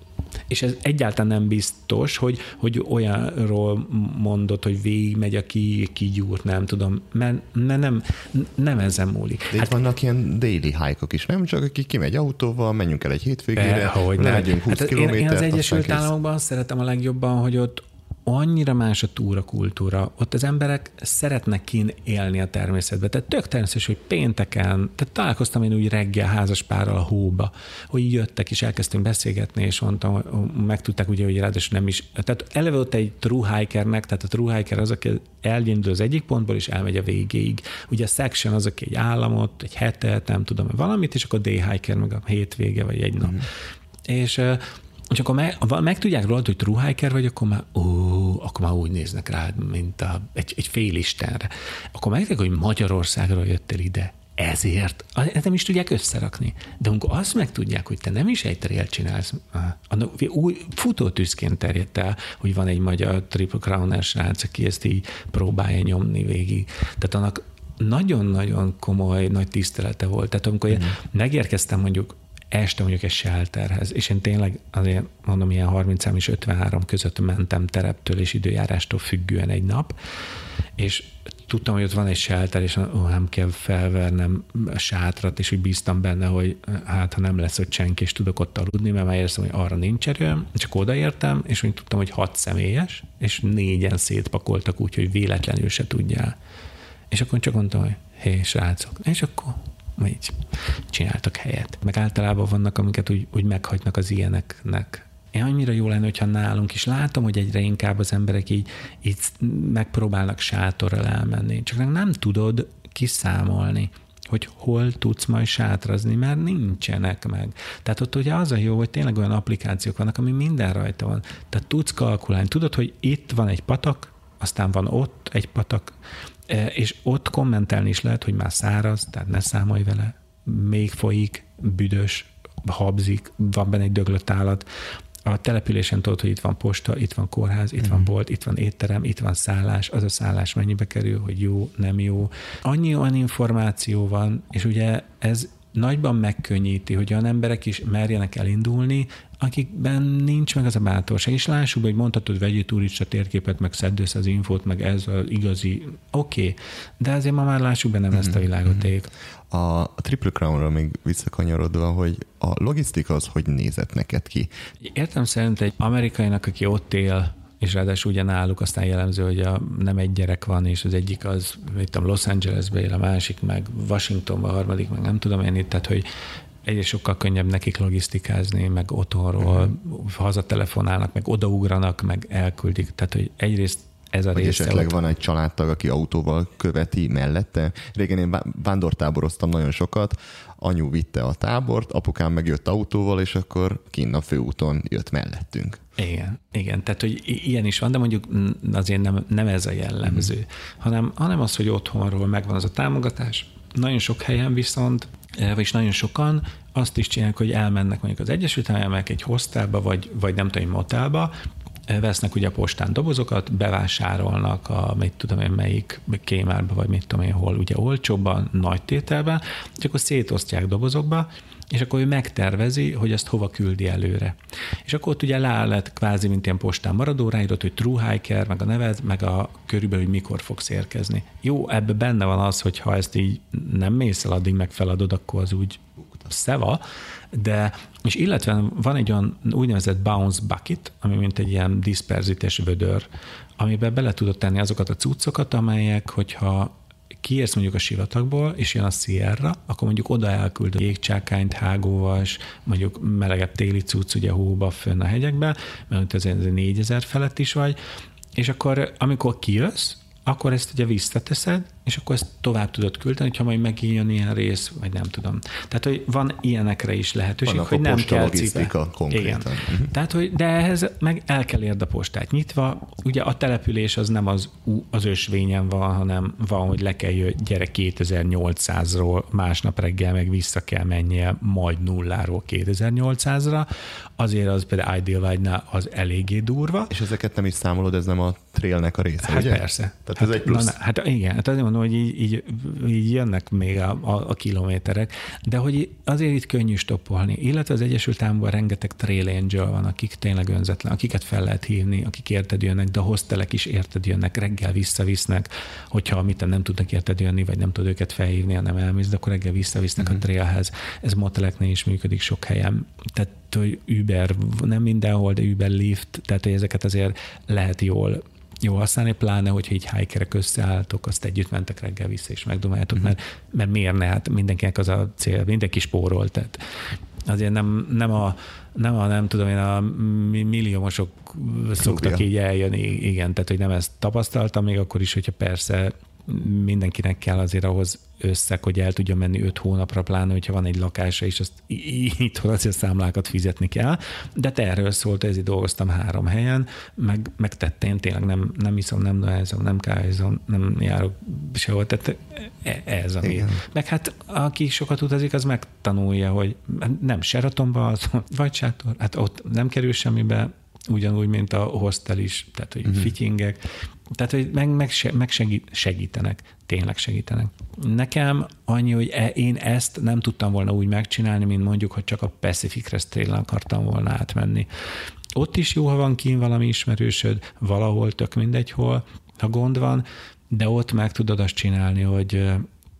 És ez egyáltalán nem biztos, hogy, hogy olyanról mondod, hogy végigmegy, aki kigyúrt, nem tudom, mert nem, nem ezen múlik. De itt hát, vannak ilyen daily hike-ok is, nem? Csak aki kimegy autóval, menjünk el egy hétvégére, legyünk húsz hát kilométert. Én, én az Egyesült Államokban szeretem a legjobban, hogy ott annyira más a túrakultúra. Ott az emberek szeretnek kin élni a természetbe. Tehát tök természetes, hogy pénteken, tehát találkoztam én úgy reggel házaspárral a hóba, hogy jöttek és elkezdtünk beszélgetni, és mondtam, hogy megtudták ugye, hogy ráadásul nem is. Tehát eleve ott egy true hikernek, tehát a true hiker az, aki elindul az egyik pontból, és elmegy a végéig. Ugye a section az, aki egy államot, egy hetet, nem tudom, valamit, és akkor day hiker meg a hétvége, vagy egy nap. Mm. És és akkor meg, meg tudják rólad, hogy true hiker vagy, akkor már, ó, akkor már úgy néznek rád, mint a, egy, egy fél istenre. Akkor megtudják, hogy Magyarországról jöttél ide. Ezért. Ezt nem is tudják összerakni. De amikor azt megtudják, hogy te nem is egy trail csinálsz, annak új futótűzként terjedt el, hogy van egy magyar Triple Crowner srác, aki ezt így próbálja nyomni végig. Tehát annak nagyon-nagyon komoly, nagy tisztelete volt. Tehát amikor mm. megérkeztem mondjuk este mondjuk egy shelterhez, és én tényleg azért mondom, ilyen harminchárom és ötvenhárom között mentem tereptől és időjárástól függően egy nap, és tudtam, hogy ott van egy shelter, és ó, nem kell felvernem a sátrat, és úgy bíztam benne, hogy hát, ha nem lesz ott senki, és tudok ott aludni, mert már érzem, hogy arra nincs erőm, csak odaértem, és úgy tudtam, hogy hat személyes, és négyen szétpakoltak úgy, hogy véletlenül se tudjál. És akkor csak mondtam, hogy hé, srácok, és akkor így csináltak helyet. Meg általában vannak, amiket úgy, úgy meghagynak az ilyeneknek. Én annyira jó lenne, hogyha nálunk is látom, hogy egyre inkább az emberek így, így megpróbálnak sátorral elmenni. Csak nem tudod kiszámolni. hogy hol tudsz majd sátrazni, mert nincsenek meg. Tehát ott ugye az a jó, hogy tényleg olyan applikációk vannak, ami minden rajta van. Tehát tudsz kalkulálni. Tudod, hogy itt van egy patak, aztán van ott egy patak, és ott kommentelni is lehet, hogy már száraz, tehát ne számolj vele, még folyik, büdös, habzik, van benne egy döglött állat. A településen tudod, hogy itt van posta, itt van kórház, itt mm. van bolt, itt van étterem, itt van szállás, az a szállás mennyibe kerül, hogy jó, nem jó. Annyi olyan információ van, és ugye ez nagyban megkönnyíti, hogy olyan emberek is merjenek elindulni, akikben nincs meg az a bátorság. És lássuk, hogy mondhatod, vegyél turista térképet, meg szedd össze az infót, meg ez az igazi, oké, okay. De azért ma már lássuk be, nem mm-hmm. ezt a világot ég. A, a Triple Crown-ra még visszakanyarodva, hogy a logisztika az hogy nézett neked ki? Értem szerint egy amerikainak, aki ott él, és ráadásul ugye náluk aztán jellemző, hogy a, nem egy gyerek van, és az egyik az, mit tudom, Los Angelesbe él, a másik meg Washingtonba, a harmadik meg nem tudom én itt, tehát hogy egyre sokkal könnyebb nekik logisztikázni, meg otthonról uh-huh. hazatelefonálnak, meg odaugranak, meg elküldik. Tehát, hogy egyrészt ez a vagy része. Esetleg ott... van egy családtag, aki autóval követi mellette. Régen én vándortáboroztam nagyon sokat, anyu vitte a tábort, apukám megjött autóval, és akkor kinn a főúton jött mellettünk. Igen, igen, tehát hogy ilyen is van, de mondjuk azért nem, nem ez a jellemző, uh-huh. hanem, hanem az, hogy otthonról megvan az a támogatás. Nagyon sok helyen viszont, vagyis nagyon sokan azt is csinálják, hogy elmennek mondjuk az Egyesült Államok egy hostelba, vagy, vagy nem tudom, motelba, vesznek ugye a postán dobozokat, bevásárolnak a, mit tudom én, melyik Kmart-ba, vagy mit tudom én, hol ugye olcsóbban, nagy tételben, és akkor szétosztják dobozokba, és akkor ő megtervezi, hogy ezt hova küldi előre. És akkor ott ugye le lett kvázi, mint ilyen postán maradó, ráírott, hogy True Hiker, meg a neved, meg a körülbelül, hogy mikor fogsz érkezni. Jó, ebbe benne van az, hogy ha ezt így nem mész el, addig megfeladod, akkor az úgy szeva, de, és illetve van egy olyan úgynevezett bounce bucket, ami mint egy ilyen diszperzites vödör, amiben bele tudod tenni azokat a cuccokat, amelyek, hogyha kiérsz mondjuk a sivatagból, és jön a Sierra, akkor mondjuk oda elküld a jégcsákányt, hágóvas, mondjuk melegebb téli cucc, ugye hóba fönn a hegyekben, mert ez négyezer felett is vagy, és akkor amikor kijössz, akkor ezt ugye visszateszed, és akkor ezt tovább tudod küldeni, ha majd megint jön ilyen rész, vagy nem tudom. Tehát, hogy van ilyenekre is lehetőség, vannak hogy nem kell cipe. Igen. Uh-huh. Tehát, hogy, de ehhez meg el kell érd a postát nyitva. Ugye a település az nem az, az ösvényen van, hanem van, hogy le kell jöjj, gyere kétezer-nyolcszázról, másnap reggel meg vissza kell menjél majd nulláról kétezer-nyolcszázra. Azért az például Idyllwild-nál az eléggé durva. És ezeket nem is számolod, ez nem a trailnek a része, hát ugye? Persze. Tehát hát ez egy plusz. Na, hát igen, hát azért mondom, hogy így, így, így jönnek még a, a, a kilométerek, de hogy azért itt könnyű stoppolni. Illetve az Egyesült Államokban rengeteg trail angel van, akik tényleg önzetlen, akiket fel lehet hívni, akik érted jönnek, de a hostelek is érted jönnek, reggel visszavisznek, hogyha mit nem tudnak érted jönni, vagy nem tud őket felhívni, hanem elmész, de akkor reggel visszavisznek mm-hmm. a trailhez. Ez moteleknél is működik sok helyen. Tehát hogy Uber, nem mindenhol, de Uber, Lyft, tehát hogy ezeket azért lehet jól jó használni, pláne, hogyha így hikerek összeálltok, azt együtt mentek reggel vissza, és megdomáljátok, mm-hmm. mert, mert miért ne? Hát mindenkinek az a cél, mindenki spórol, tehát azért nem, nem a nem a, nem tudom én, a milliómosok szoktak így eljönni, igen, tehát hogy nem ezt tapasztaltam, még akkor is, hogyha persze mindenkinek kell azért ahhoz összeg, hogy el tudja menni öt hónapra, pláne, hogyha van egy lakása, és azt itthon azért a számlákat fizetni kell. De te erről szólt, ezért dolgoztam három helyen, meg, meg tettem, tényleg nem, nem iszom, nem dohányzom, nem kávézom, nem járok sehol. Tehát ez ami. Igen. Meg hát aki sokat utazik, az megtanulja, hogy nem Sheratonban, vagy sátor, hát ott nem kerül semmibe, ugyanúgy, mint a hostel is, tehát hogy uh-huh. fityingek, tehát hogy meg, meg, meg segít, segítenek, tényleg segítenek. Nekem annyi, hogy e, én ezt nem tudtam volna úgy megcsinálni, mint mondjuk, hogy csak a Pacific Crest Trail-en akartam volna átmenni. Ott is jó, ha van kín valami ismerősöd, valahol, tök mindegy hol, ha gond van, de ott meg tudod azt csinálni, hogy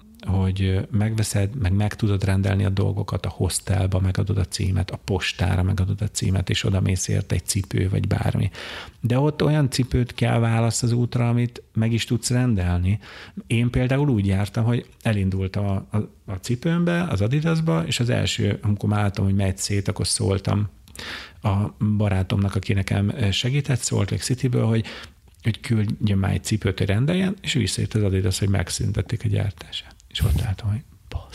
hogy megveszed, meg meg tudod rendelni a dolgokat a hostelba, megadod a címet, a postára megadod a címet, és oda mész érte egy cipő, vagy bármi. De ott olyan cipőt kell választ az útra, amit meg is tudsz rendelni. Én például úgy jártam, hogy elindultam a, a, a cipőmbe, az Adidasba, és az első, amikor már láttam, hogy megy szét, akkor szóltam a barátomnak, aki nekem segített, Salt Lake Cityből, hogy hogy küldjön már egy cipőt, hogy rendeljen, és visszajött az Adidas, hogy megszüntették a gyártását. És ott álltam, hogy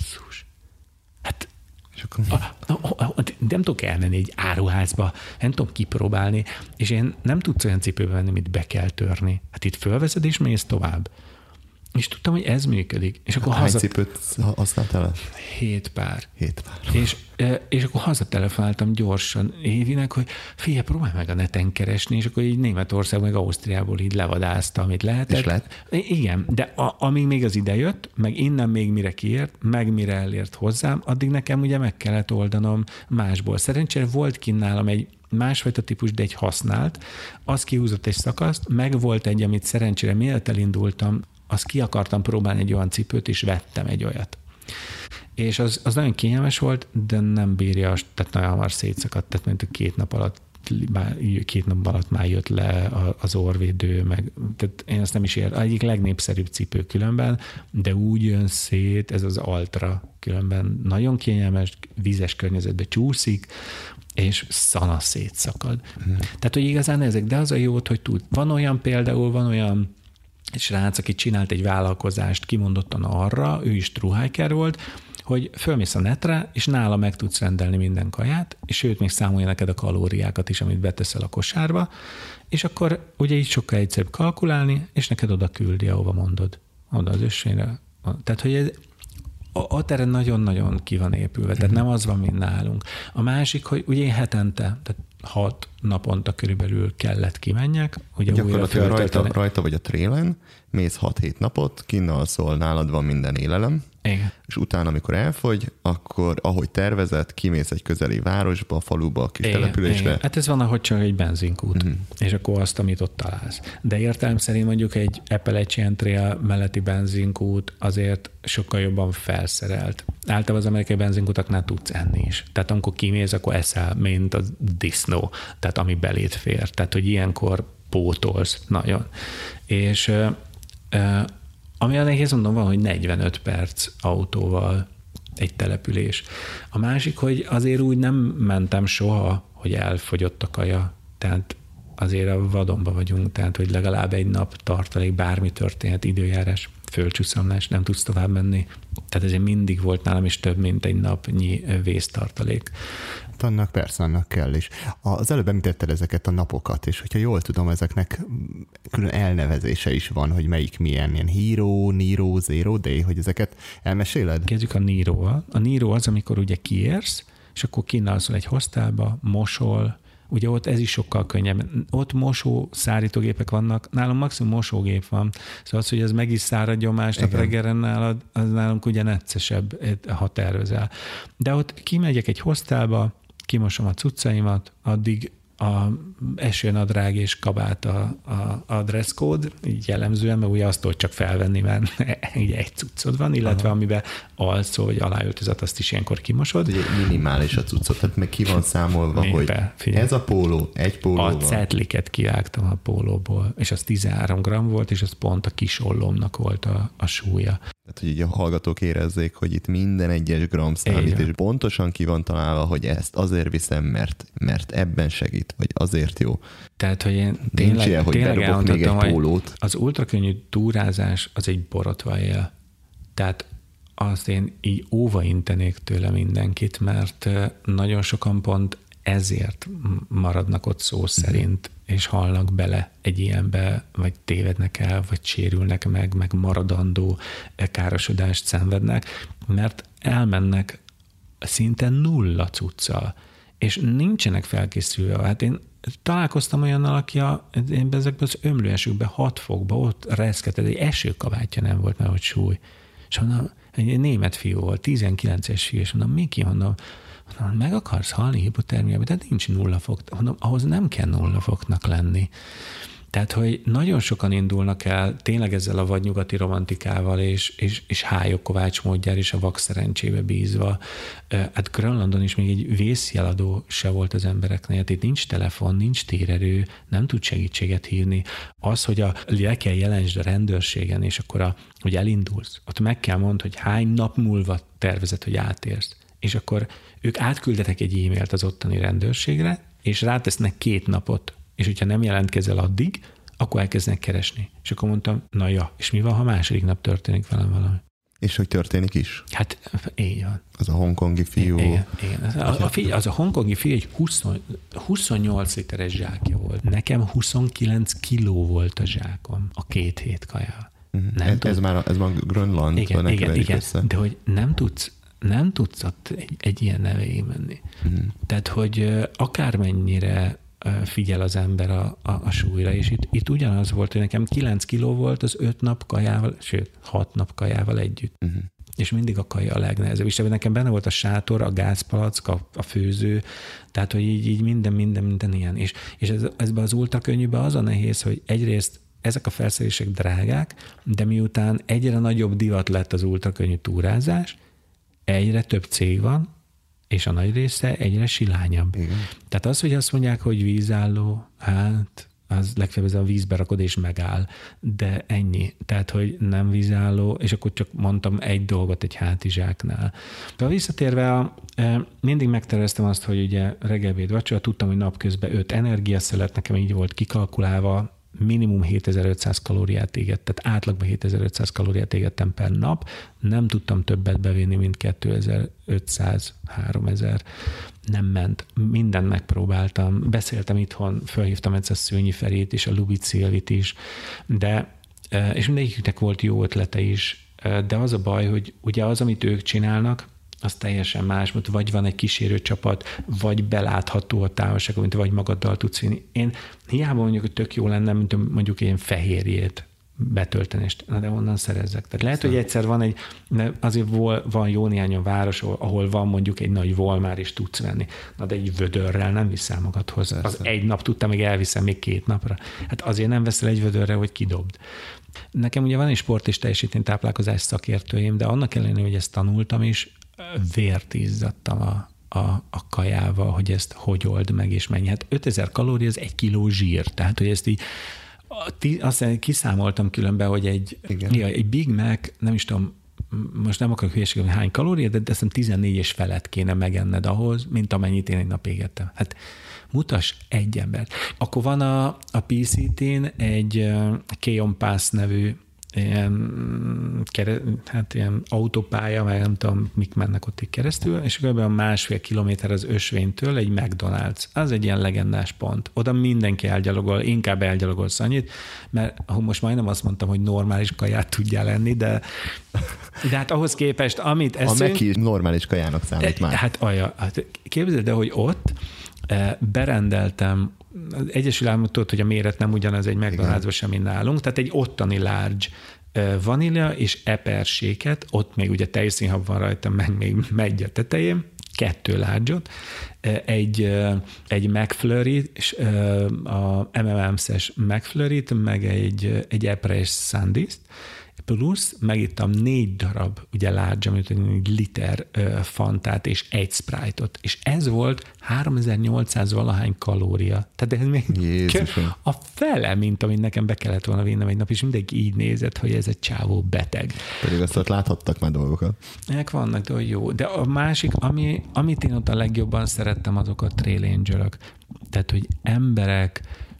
akkor... a, a, a, nem tudok elmenni egy áruházba, nem tudom kipróbálni, és én nem tudsz olyan cipőbe venni, amit be kell törni. Hát itt fölveszed, és mész tovább. És tudtam, hogy ez működik. És akkor Hány haza... cipőt használtál? Hét pár. Hét pár. És, és akkor hazatelefonáltam gyorsan Évinek, hogy figyelj, próbálj meg a neten keresni, és akkor így Németország meg Ausztriából így levadázta, amit lehetett. És lett? Igen, de a, amíg még az ide jött, meg innen még mire kiért, meg mire elért hozzám, addig nekem ugye meg kellett oldanom másból. Szerencsére volt kint nálam egy másfajta típus, de egy használt, az kihúzott egy szakaszt, meg volt egy, amit szerencsére mielőtt elindultam, azt ki akartam próbálni egy olyan cipőt, és vettem egy olyat. És az, az nagyon kényelmes volt, de nem bírja, tehát nagyon hamar szétszakadt, tehát mint két nap alatt két nap alatt már jött le az orrvédő, meg, tehát én ezt nem is ér. Egyik legnépszerűbb cipő különben, de úgy jön szét, ez az Altra különben nagyon kényelmes, vízes környezetbe csúszik, és szana szétszakad. Hmm. Tehát, hogy igazán ezek, de az a jót, hogy tud. Van olyan például, van olyan egy srác, aki csinált egy vállalkozást kimondottan arra, ő is truhiker volt, hogy fölmész a netre, és nála meg tudsz rendelni minden kaját, és sőt, még számolja neked a kalóriákat is, amit beteszel a kosárba, és akkor ugye így sokkal egyszerűbb kalkulálni, és neked oda küldi, ahova mondod. Oda az ösvényre. Tehát, hogy ez, a, a tere nagyon-nagyon ki van épülve, tehát nem az van, mint nálunk. A másik, hogy ugye hetente, tehát hat naponta körülbelül kellett kimenjek. Ugye gyakorlatilag rajta, rajta vagy a trélen, mész hat-hét napot, kinn alszol, nálad van minden élelem, igen. És utána, amikor elfogy, akkor ahogy tervezett, kimész egy közeli városba, faluba, kis igen, településbe. Igen. Hát ez van, ahogy csak egy benzinkút, mm-hmm. és akkor azt, amit ott találsz. De értelem szerint mondjuk egy Appalachian Trail melletti benzinkút azért sokkal jobban felszerelt. Általában az amerikai benzinkutaknál tudsz enni is. Tehát amikor kimész, akkor eszel, mint a disznó, tehát ami belét fér. Tehát, hogy ilyenkor pótolsz nagyon. És uh, uh, ami a nehéz mondom van, hogy negyvenöt perc autóval egy település. A másik, hogy azért úgy nem mentem soha, hogy elfogyott a kaja. Tehát azért a vadonba vagyunk, tehát hogy legalább egy nap tartalék, bármi történhet, időjárás, földcsúszamlás, nem tudsz tovább menni. Tehát ezért mindig volt nálam is több, mint egy napnyi vésztartalék. Annak persze, annak kell is. Az előbb említetted ezeket a napokat, és hogyha jól tudom, ezeknek külön elnevezése is van, hogy melyik milyen, ilyen Hero, Niro, Zero Day, hogy ezeket elmeséled? Kezdjük a Niroval. A Niro az, amikor ugye kiérsz, és akkor kínálszol egy hostelba, mosol, ugye ott ez is sokkal könnyebb. Ott mosó szárítógépek vannak, nálam maximum mosógép van, szóval az, hogy ez meg is száradjon másnap reggelre nálad, az nálunk ugye neccesebb, ha tervezel. De ott kimegyek egy hostelba, kimosom a cuccaimat, addig a esőnadrág és kabát a, a, a dress code, így jellemzően, mert ugye azt tudod csak felvenni, mert így egy cuccod van, illetve aha. amiben alszol, vagy aláöltözet, azt is ilyenkor kimosod. Ugye minimális a cuccot, tehát meg ki van számolva, Népe, hogy figyelj. Ez a póló, egy póló A van. cetliket kivágtam a pólóból, és az tizenhárom gramm volt, és az pont a kis ollomnak volt a, a súlya. Tehát, hogy így a hallgatók érezzék, hogy itt minden egyes gram számít, és pontosan ki van találva, hogy ezt azért viszem, mert, mert ebben segít, vagy azért jó. Tehát, hogy én tényleg, ilyen, hogy tényleg elmondhatom, még egy pólót. Az ultrakönnyű túrázás az egy borotva él. Tehát azt én így óva intenék tőle mindenkit, mert nagyon sokan pont ezért maradnak ott szó szerint, és halnak bele egy ilyenbe, vagy tévednek el, vagy sérülnek meg, meg maradandó károsodást szenvednek, mert elmennek szinte nulla cuccal, és nincsenek felkészülve. Hát én találkoztam olyannal, aki a, én ezekben az ömlőesükben hat fokba ott reszketett, egy esőkabátja nem volt, mert hogy súly. És mondom, egy német fiú volt, tizenkilences fiú, és mondom, Miki, mondom, mondom, meg akarsz halni hipotermiában, tehát nincs nulla fok. Mondom, ahhoz nem kell nulla foknak lenni. Tehát, hogy nagyon sokan indulnak el tényleg ezzel a vadnyugati romantikával, és, és, és Hályok Kovács módjára is a vak szerencsébe bízva. Hát Grönlandon is még egy vészjeladó se volt az embereknél. Hát itt nincs telefon, nincs térerő, nem tud segítséget hívni. Az, hogy a, le kell jelentsd a rendőrségen, és akkor, a, hogy elindulsz, ott meg kell mondd, hogy hány nap múlva tervezed, hogy átérsz. És akkor ők átküldetek egy e-mailt az ottani rendőrségre, és rátesznek két napot, és hogyha nem jelentkezel addig, akkor elkezdenek keresni. És akkor mondtam, na ja, és mi van, ha második nap történik velem valami? És hogy történik is? Hát így van. Az a hongkongi fiú. Igen, igen. Az, a, figy, az a hongkongi fiú egy húsz, huszonnyolc literes zsákja volt. Nekem huszonkilenc kiló volt a zsákom a két hét kajával. Uh-huh. Ez, ez már ez már Grönland. Igen, igen, igen. De hogy nem tudsz, nem tudsz ott egy, egy ilyen nevég menni. Uh-huh. Tehát, hogy akármennyire figyel az ember a, a, a súlyra, és itt, itt ugyanaz volt, hogy nekem kilenc kiló volt az öt nap kajával, sőt, hat nap kajával együtt. Uh-huh. És mindig a kaja a legnehezebb. És nekem benne volt a sátor, a gázpalack, a, a főző, tehát, hogy így, így minden, minden, minden ilyen. És, és ez, ezben az ultrakönnyűben az a nehéz, hogy egyrészt ezek a felszerelések drágák, de miután egyre nagyobb divat lett az ultrakönnyű túrázás, egyre több cég van, és a nagy része egyre silányabb. Igen. Tehát az, hogy azt mondják, hogy vízálló, hát az legfeljebb ez a vízbe rakod és megáll, de ennyi. Tehát, hogy nem vízálló, és akkor csak mondtam egy dolgot egy hátizsáknál. De visszatérve, a, mindig megterveztem azt, hogy ugye reggelbéd vacsora, tudtam, hogy napközben öt energiaszelet, nekem így volt kikalkulálva, minimum hétezer-ötszáz kalóriát égettem, tehát átlagban hétezer-ötszáz kalóriát égettem per nap, nem tudtam többet bevinni, mint kétezer-ötszáz-háromezer. Nem ment. Mindent megpróbáltam. Beszéltem itthon, felhívtam egyszer Szőnyi Ferit és a Lubit Szilvit is, de, és mindegyiknek volt jó ötlete is, de az a baj, hogy ugye az, amit ők csinálnak, az teljesen más, mert vagy van egy kísérő csapat, vagy belátható a távolság, mint vagy magaddal tudsz vinni. Én hiába mondjuk, hogy tök jó lenne, mint mondjuk ilyen fehérjét betölteni, na de onnan szerezzek. Tehát lehet, hogy egyszer van egy, azért van jó néhány a város, ahol van mondjuk egy nagy Walmart is tudsz venni, na de egy vödörrel nem viszel magadhoz. Persze. Az egy nap tudtam, még elviszem még két napra. Hát azért nem veszel egy vödörrel, hogy kidobd. Nekem ugye van egy sport és teljesítménytáplálkozás szakértőim, de annak ellenére, hogy ezt tanultam is, vért izzadtam a, a, a kajával, hogy ezt hogy old meg és mennyi. Hát ötezer kalória, az egy kiló zsír. Tehát, hogy ezt így azt kiszámoltam különben, hogy egy, ja, egy Big Mac, nem is tudom, most nem akarok hülyeséget, hogy hány kalória, de azt hiszem tizennégy és felett kéne megenned ahhoz, mint amennyit én egy nap égettem. Hát mutass egy embert. Akkor van a, a pé cé té-n egy uh, Keon Pass nevű ilyen, hát ilyen autópálya, meg nem tudom, mik mennek ott így keresztül, és kb. A másfél kilométer az Ösvénytől egy McDonald's. Az egy ilyen legendás pont. Oda mindenki elgyalogol, inkább elgyalogolsz annyit, mert most majdnem azt mondtam, hogy normális kaját tudjál enni, de, de hát ahhoz képest, amit eszünk... A Meki normális kajának számít már. Hát alja, hát képzeld el, hogy ott berendeltem, az Egyesült Államok tudod, hogy a méret nem ugyanaz egy McDonald'sban sem, mint nálunk, tehát egy ottani large vanília és eperséket, ott még ugye tejszínhab van rajta, meg még megy a tetején, kettő large-ot, egy, egy McFlurry, és a em and em's-es McFlurry-t, meg egy, egy epres sundae-t, plusz megittam négy darab, ugye large, amit egy liter uh, fantát és egy Sprite-ot. És ez volt háromezer-nyolcszáz valahány kalória. Tehát ez még Jézusom. A fele, mint amit nekem be kellett volna vinnem egy nap, és mindenki így nézett, hogy ez egy csávó beteg. Pedig azt ott láthattak már dolgokat. Ennek vannak, de jó. De a másik, ami, amit én ott a legjobban szerettem, azok a Trail Angelök. Tehát, hogy emberek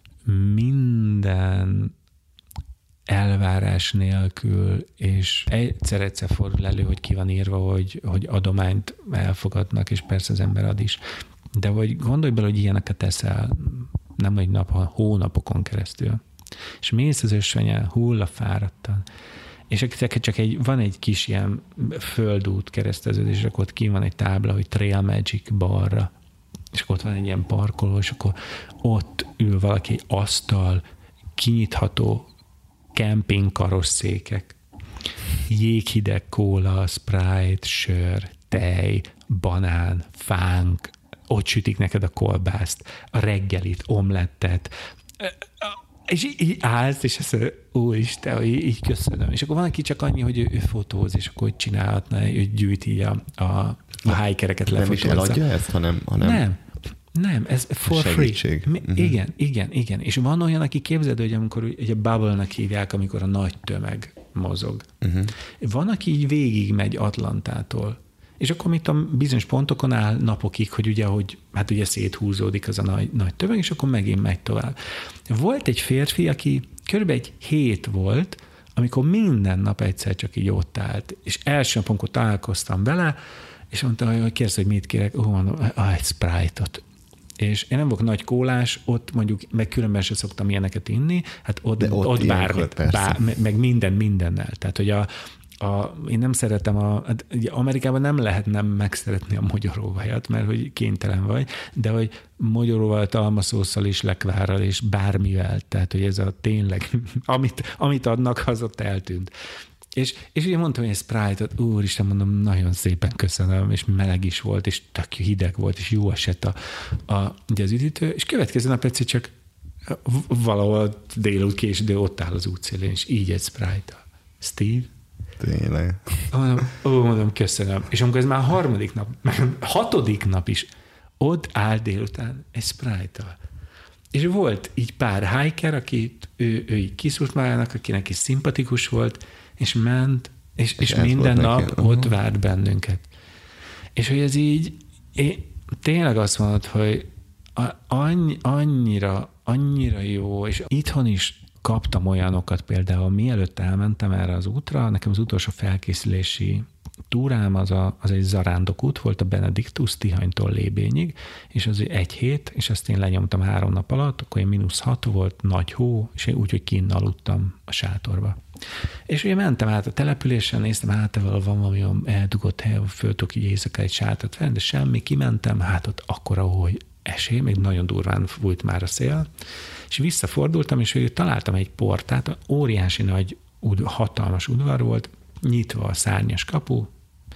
minden elvárás nélkül, és egyszer-egyszer fordul elő, hogy ki van írva, hogy, hogy adományt elfogadnak, és persze az ember ad is. De hogy gondolj bele, hogy ilyeneket teszel, nem egy nap, hanem hónapokon keresztül. És mész az Ösvényen, hullafáradtan, és csak egy, van egy kis ilyen földút kereszteződés, és akkor ott ki van egy tábla, hogy Trail Magic balra, és akkor ott van egy ilyen parkoló, és akkor ott ül valaki egy asztal, kinyitható kemping karosszékek, jéghideg kóla, Sprite, sör, tej, banán, fánk, ott sütik neked a kolbászt, a reggelit, omlettet, és így állsz, és azt mondja, úristen, így köszönöm. És akkor van, aki csak annyi, hogy ő, ő fotóz, és akkor hogy csinálhatna, ő gyűjti így a, a, a hikereket lefotózza. Nem is eladja ezt, hanem... hanem... Nem. Nem, ez for segítség. free. Uh-huh. Igen, igen, igen. És van olyan, aki képzeld, hogy amikor ugye bubble-nak hívják, amikor a nagy tömeg mozog. Uh-huh. Van, aki így végig megy Atlantától, és akkor mit a bizonyos pontokon áll napokig, hogy ugye, hogy hát ugye széthúzódik az a nagy, nagy tömeg, és akkor megint megy tovább. Volt egy férfi, aki körülbelül egy hét volt amikor minden nap egyszer csak így ott állt, és első napon, amikor találkoztam vele, és mondta, hogy kérdezte, hogy mit kérek, ó, mondom, ah, egy Sprite-ot. És én nem vagyok nagy kólás, ott mondjuk, meg különben sem szoktam ilyeneket inni, hát ott, ott, ott bármit, bár, meg minden mindennel. Tehát, hogy a, a, én nem szeretem, a, Amerikában nem lehet nem megszeretni a mogyoróvajat, mert hogy kénytelen vagy, de hogy mogyoróvajat almaszósszal és lekvárral és bármivel, tehát, hogy ez a tényleg, amit, amit adnak, az ott eltűnt. És, és ugye mondtam, hogy egy Sprite-ot, úristen, mondom, nagyon szépen köszönöm, és meleg is volt, és tök hideg volt, és jó esett a, a, ugye az üdítő, és következő nap egyszer csak valahol délután késő, ott áll az útszélén, és így egy Sprite-tal. Steve? Tényleg. Mondom, ó, mondom, köszönöm. És amikor ez már a harmadik nap, már a hatodik nap is, ott áll délután egy Sprite-tal. És volt így pár hiker, akit ő, ő így kiszúrt magának, akinek is szimpatikus volt, és ment, és, és, és minden nap neki. Ott várt bennünket. És hogy ez így, én tényleg azt mondod, hogy annyi, annyira, annyira jó, és itthon is kaptam olyanokat például, mielőtt elmentem erre az útra, nekem az utolsó felkészülési túrám az, a, az egy zarándok út volt a Benediktus Tihanytól Lébényig, és az egy hét, és ezt én lenyomtam három nap alatt, akkor én mínusz hat volt, nagy hó, és én úgy, hogy kinn aludtam a sátorba. És ugye mentem át a településen, néztem, hát van valami eldugott hely, föl tudok így éjszaka egy sátrat venni, de semmi, kimentem, hát ott akkora, hogy esély, még nagyon durván fújt már a szél, és visszafordultam, és hogy találtam egy portát, óriási nagy, hatalmas udvar volt, nyitva a szárnyas kapu,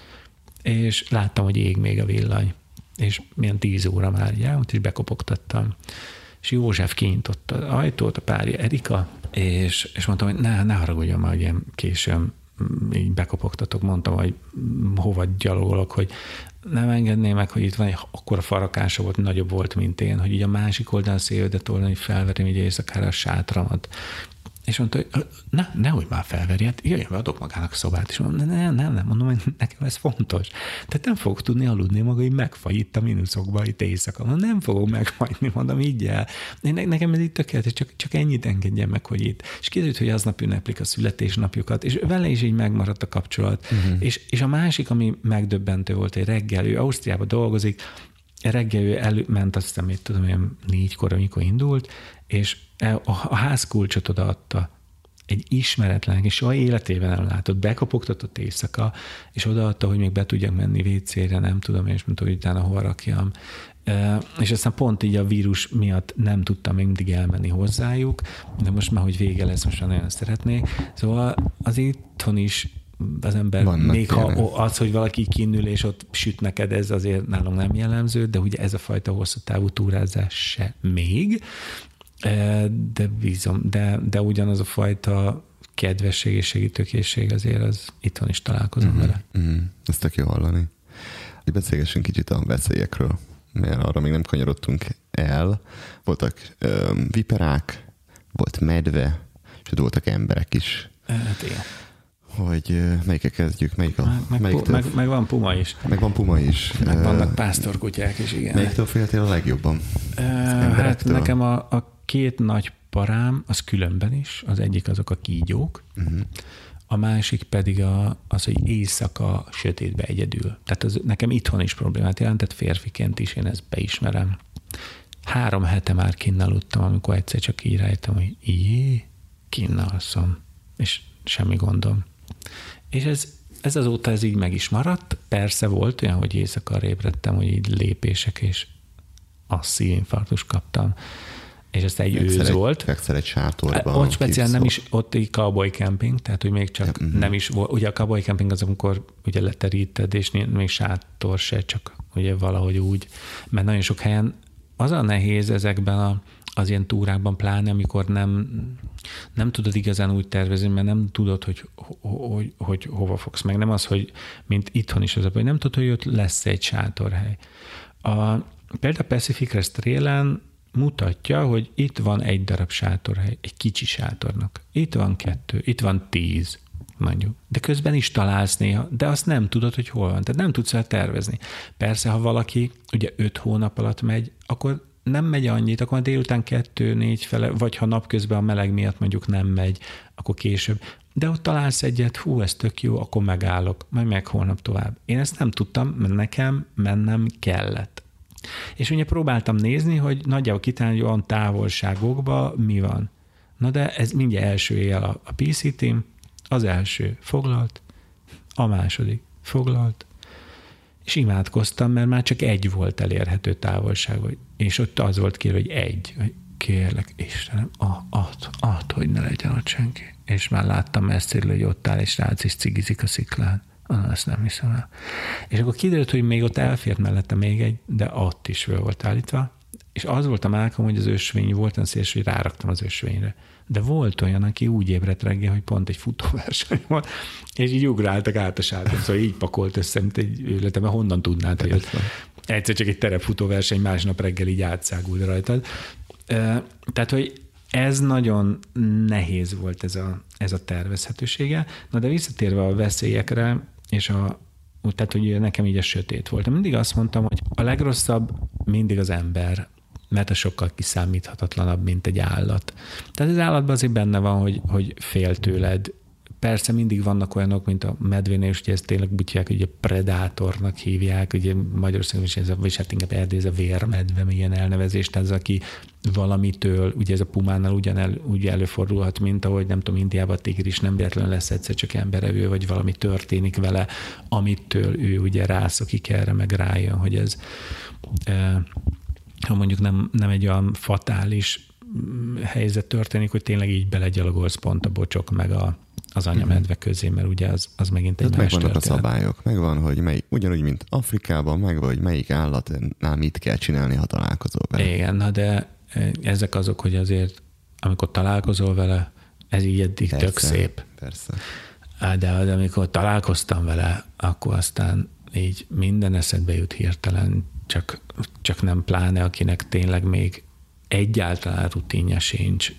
és láttam, hogy ég még a villany, és milyen tíz óra már elmúlt, és bekopogtattam. És József kinyitotta az ajtót, a párja Erika, és, és mondtam, hogy ne, ne haragudjon már, hogy ilyen későn így bekopogtatok, mondtam, hogy hova gyalogolok, hogy nem engedném meg, hogy itt van egy akkora farakása volt, nagyobb volt, mint én, hogy így a másik oldalon szélvedet oldani, hogy felverjem így éjszakára a sátramat. És mondta, hogy ne, nehogy már felverjed, jöjjön be, adok magának szobát. És mondom, nem, nem, nem, mondom, hogy nekem ez fontos. Tehát nem fogok tudni aludni, maga így megfagy itt a mínuszokba, itt éjszaka. Mondom, nem fogok megfagyni, mondom, így el. Nekem ez itt tökéletes, csak, csak ennyit engedjen meg, hogy itt. És kiderült, hogy aznap ünneplik a születésnapjukat, és vele is így megmaradt a kapcsolat. Uh-huh. És, és a másik, ami megdöbbentő volt, hogy reggel, ő Ausztriában dolgozik, reggel ő elment, azt hiszem, hogy tudom, olyan négykor, amikor indult, és a házkulcsot odaadta egy ismeretlen, és soha életében nem látott, bekopogtatott éjszaka, és odaadta, hogy még be tudjak menni vécére, nem tudom, és mondta, hogy utána hova rakjam. És aztán pont így a vírus miatt nem tudtam még mindig elmenni hozzájuk, de most már, hogy vége lesz, most már nagyon szeretnék. Szóval az itthon is az ember, vannak még ha az, hogy valaki kinnül, és ott süt neked, ez azért nálunk nem jellemző, de ugye ez a fajta hosszú távú túrázás se még, de bízom, de, de ugyanaz a fajta kedvesség és segítőkészség azért az itthon is találkozom uh-huh, vele. Uh-huh. Ezt tök jó hallani. Beszélgessünk kicsit a veszélyekről, mert arra még nem kanyarodtunk el. Voltak um, viperák, volt medve, és ott voltak emberek is. Hát igen. Hogy melyikkel kezdjük? Melyik a, meg, meg, melyiktől, meg, meg van puma is. Meg van puma is. Meg vannak pásztorkutyák is, igen. Melyiktől féltél a legjobban? Uh, hát nekem a, a két nagy parám, az különben is. Az egyik azok a kígyók, uh-huh. a másik pedig a, az, hogy éjszaka sötétbe egyedül. Tehát az nekem itthon is problémát jelentett, férfiként is, én ezt beismerem. Három hete már kinn aludtam, amikor egyszer csak így rájöttem, hogy jé, kinn alszom, és semmi gondom. És ez, ez azóta ez így meg is maradt. Persze volt olyan, hogy éjszaka ébredtem, hogy így lépések, és a szívinfarktus kaptam. És ez egy fekszel ősz egy, volt. Fekszel egy sátorban. Ott speciál nem is, ott egy cowboy camping, tehát hogy még csak ja, nem is volt. Ugye a cowboy camping az, amikor ugye leteríted, és még sátor se, csak ugye valahogy úgy. Mert nagyon sok helyen az a nehéz ezekben a, az ilyen túrákban, pláne amikor nem, nem tudod igazán úgy tervezni, mert nem tudod, hogy, hogy, hogy hova fogsz meg. Nem az, hogy mint itthon is az, hogy nem tudod, hogy ott lesz egy sátorhely. A, például a Pacific Crest Trail-en mutatja, hogy itt van egy darab sátorhely, egy kicsi sátornak. Itt van kettő, itt van tíz, mondjuk. De közben is találsz néha, de azt nem tudod, hogy hol van. Tehát nem tudsz el tervezni. Persze, ha valaki ugye öt hónap alatt megy, akkor nem megy annyit, akkor délután kettő, négy fele, vagy ha napközben a meleg miatt mondjuk nem megy, akkor később. de ott találsz egyet, hú, ez tök jó, akkor megállok, majd meg holnap tovább. Én ezt nem tudtam, mert nekem mennem kellett. És ugye próbáltam nézni, hogy nagyjából kitálni, hogy olyan távolságokban mi van. Na de ez mindjárt első éjjel a, a pé cé team, az első foglalt, a második foglalt, és imádkoztam, mert már csak egy volt elérhető távolság, és ott az volt kérve, hogy egy, hogy kérlek, Istenem, add, add, hogy ne legyen ott senki. És már láttam messziről, hogy ott áll, és rác is cigizik a sziklán. Ah, azt nem hiszem el. És akkor kiderült, hogy még ott elfért mellette még egy, de ott is föl volt állítva, és az volt a mákom, hogy az ösvény volt, olyan szélső, hogy ráraktam az ösvényre. De volt olyan, aki úgy ébredt reggel, hogy pont egy futóverseny volt, és így ugráltak át a sáton, szóval így pakolt össze, mint egy őletem, mert honnan tudnád, hogy egyszer csak egy terepfutóverseny, másnap reggel így átszágult rajtad. Tehát, hogy ez nagyon nehéz volt ez a, ez a tervezhetősége. Na de visszatérve a veszélyekre, és a, tehát, hogy nekem így a sötét volt. Mindig azt mondtam, hogy a legrosszabb mindig az ember, mert a sokkal kiszámíthatatlanabb, mint egy állat. Tehát az állatban azért benne van, hogy, hogy fél tőled. Persze mindig vannak olyanok, mint a medvénél, és ugye ezt tényleg úgy hívják, hogy a predátornak hívják, ugye Magyarországon is ez a, vagy hát inkább Erdély, ez a vérmedve, milyen elnevezést, ez aki valamitől, ugye ez a pumánál ugyan el, úgy előfordulhat, mint ahogy nem tudom, Indiában a tigris nem véletlenül lesz egyszer csak emberevő, vagy valami történik vele, amitől ő ugye rászokik erre, meg rájön, hogy ez e, ha mondjuk nem, nem egy olyan fatális helyzet történik, hogy tényleg így belegyalogolsz pont a bocsok meg a, az anyamedve közé, mert ugye az, az megint egy más megvannak történet. a szabályok, megvan, hogy melyik, ugyanúgy, mint Afrikában, megvan, hogy melyik állatnál mit kell csinálni, ha találkozol vele. Igen, na de ezek azok, hogy azért, amikor találkozol vele, ez így eddig persze, tök szép. Persze. De, de amikor találkoztam vele, akkor aztán így minden eszedbe jut hirtelen, csak, csak nem pláne, akinek tényleg még egyáltalán rutinja sincs,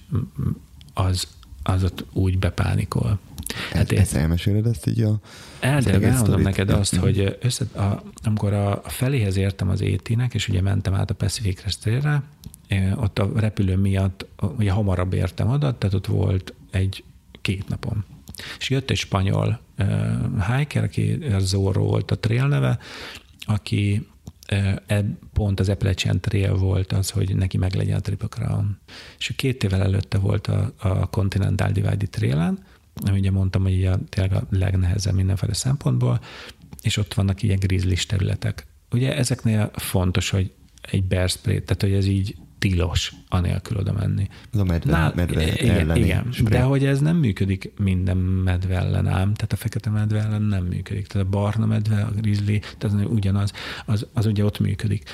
az, az ott úgy bepánikol. Hát ezt elmeséled ezt így a... El, de elmondom neked azt, hogy össze, a, amikor a, a feléhez értem az étinek, és ugye mentem át a Pacific Crest Trailre, ott a repülő miatt ugye hamarabb értem oda, tehát ott volt egy két napom. És jött egy spanyol uh, hiker, aki Zorro volt a trail neve, aki uh, pont az Appalachian Trail volt az, hogy neki meg legyen a Triple Crown. És két évvel előtte volt a, a Continental Divide Trailen, ami ugye mondtam, hogy a, tényleg a legnehezebb mindenféle szempontból, és ott vannak ilyen grizzlis területek. Ugye ezeknél fontos, hogy egy bear spray, tehát hogy ez így tilos anélkül oda menni. Ez a medve, Nál, medve igen, elleni igen, de hogy ez nem működik minden medve ellen ám, tehát a fekete medve ellen nem működik. Tehát a barna medve, a grizzly, tehát ugyanaz, az, az ugye ott működik.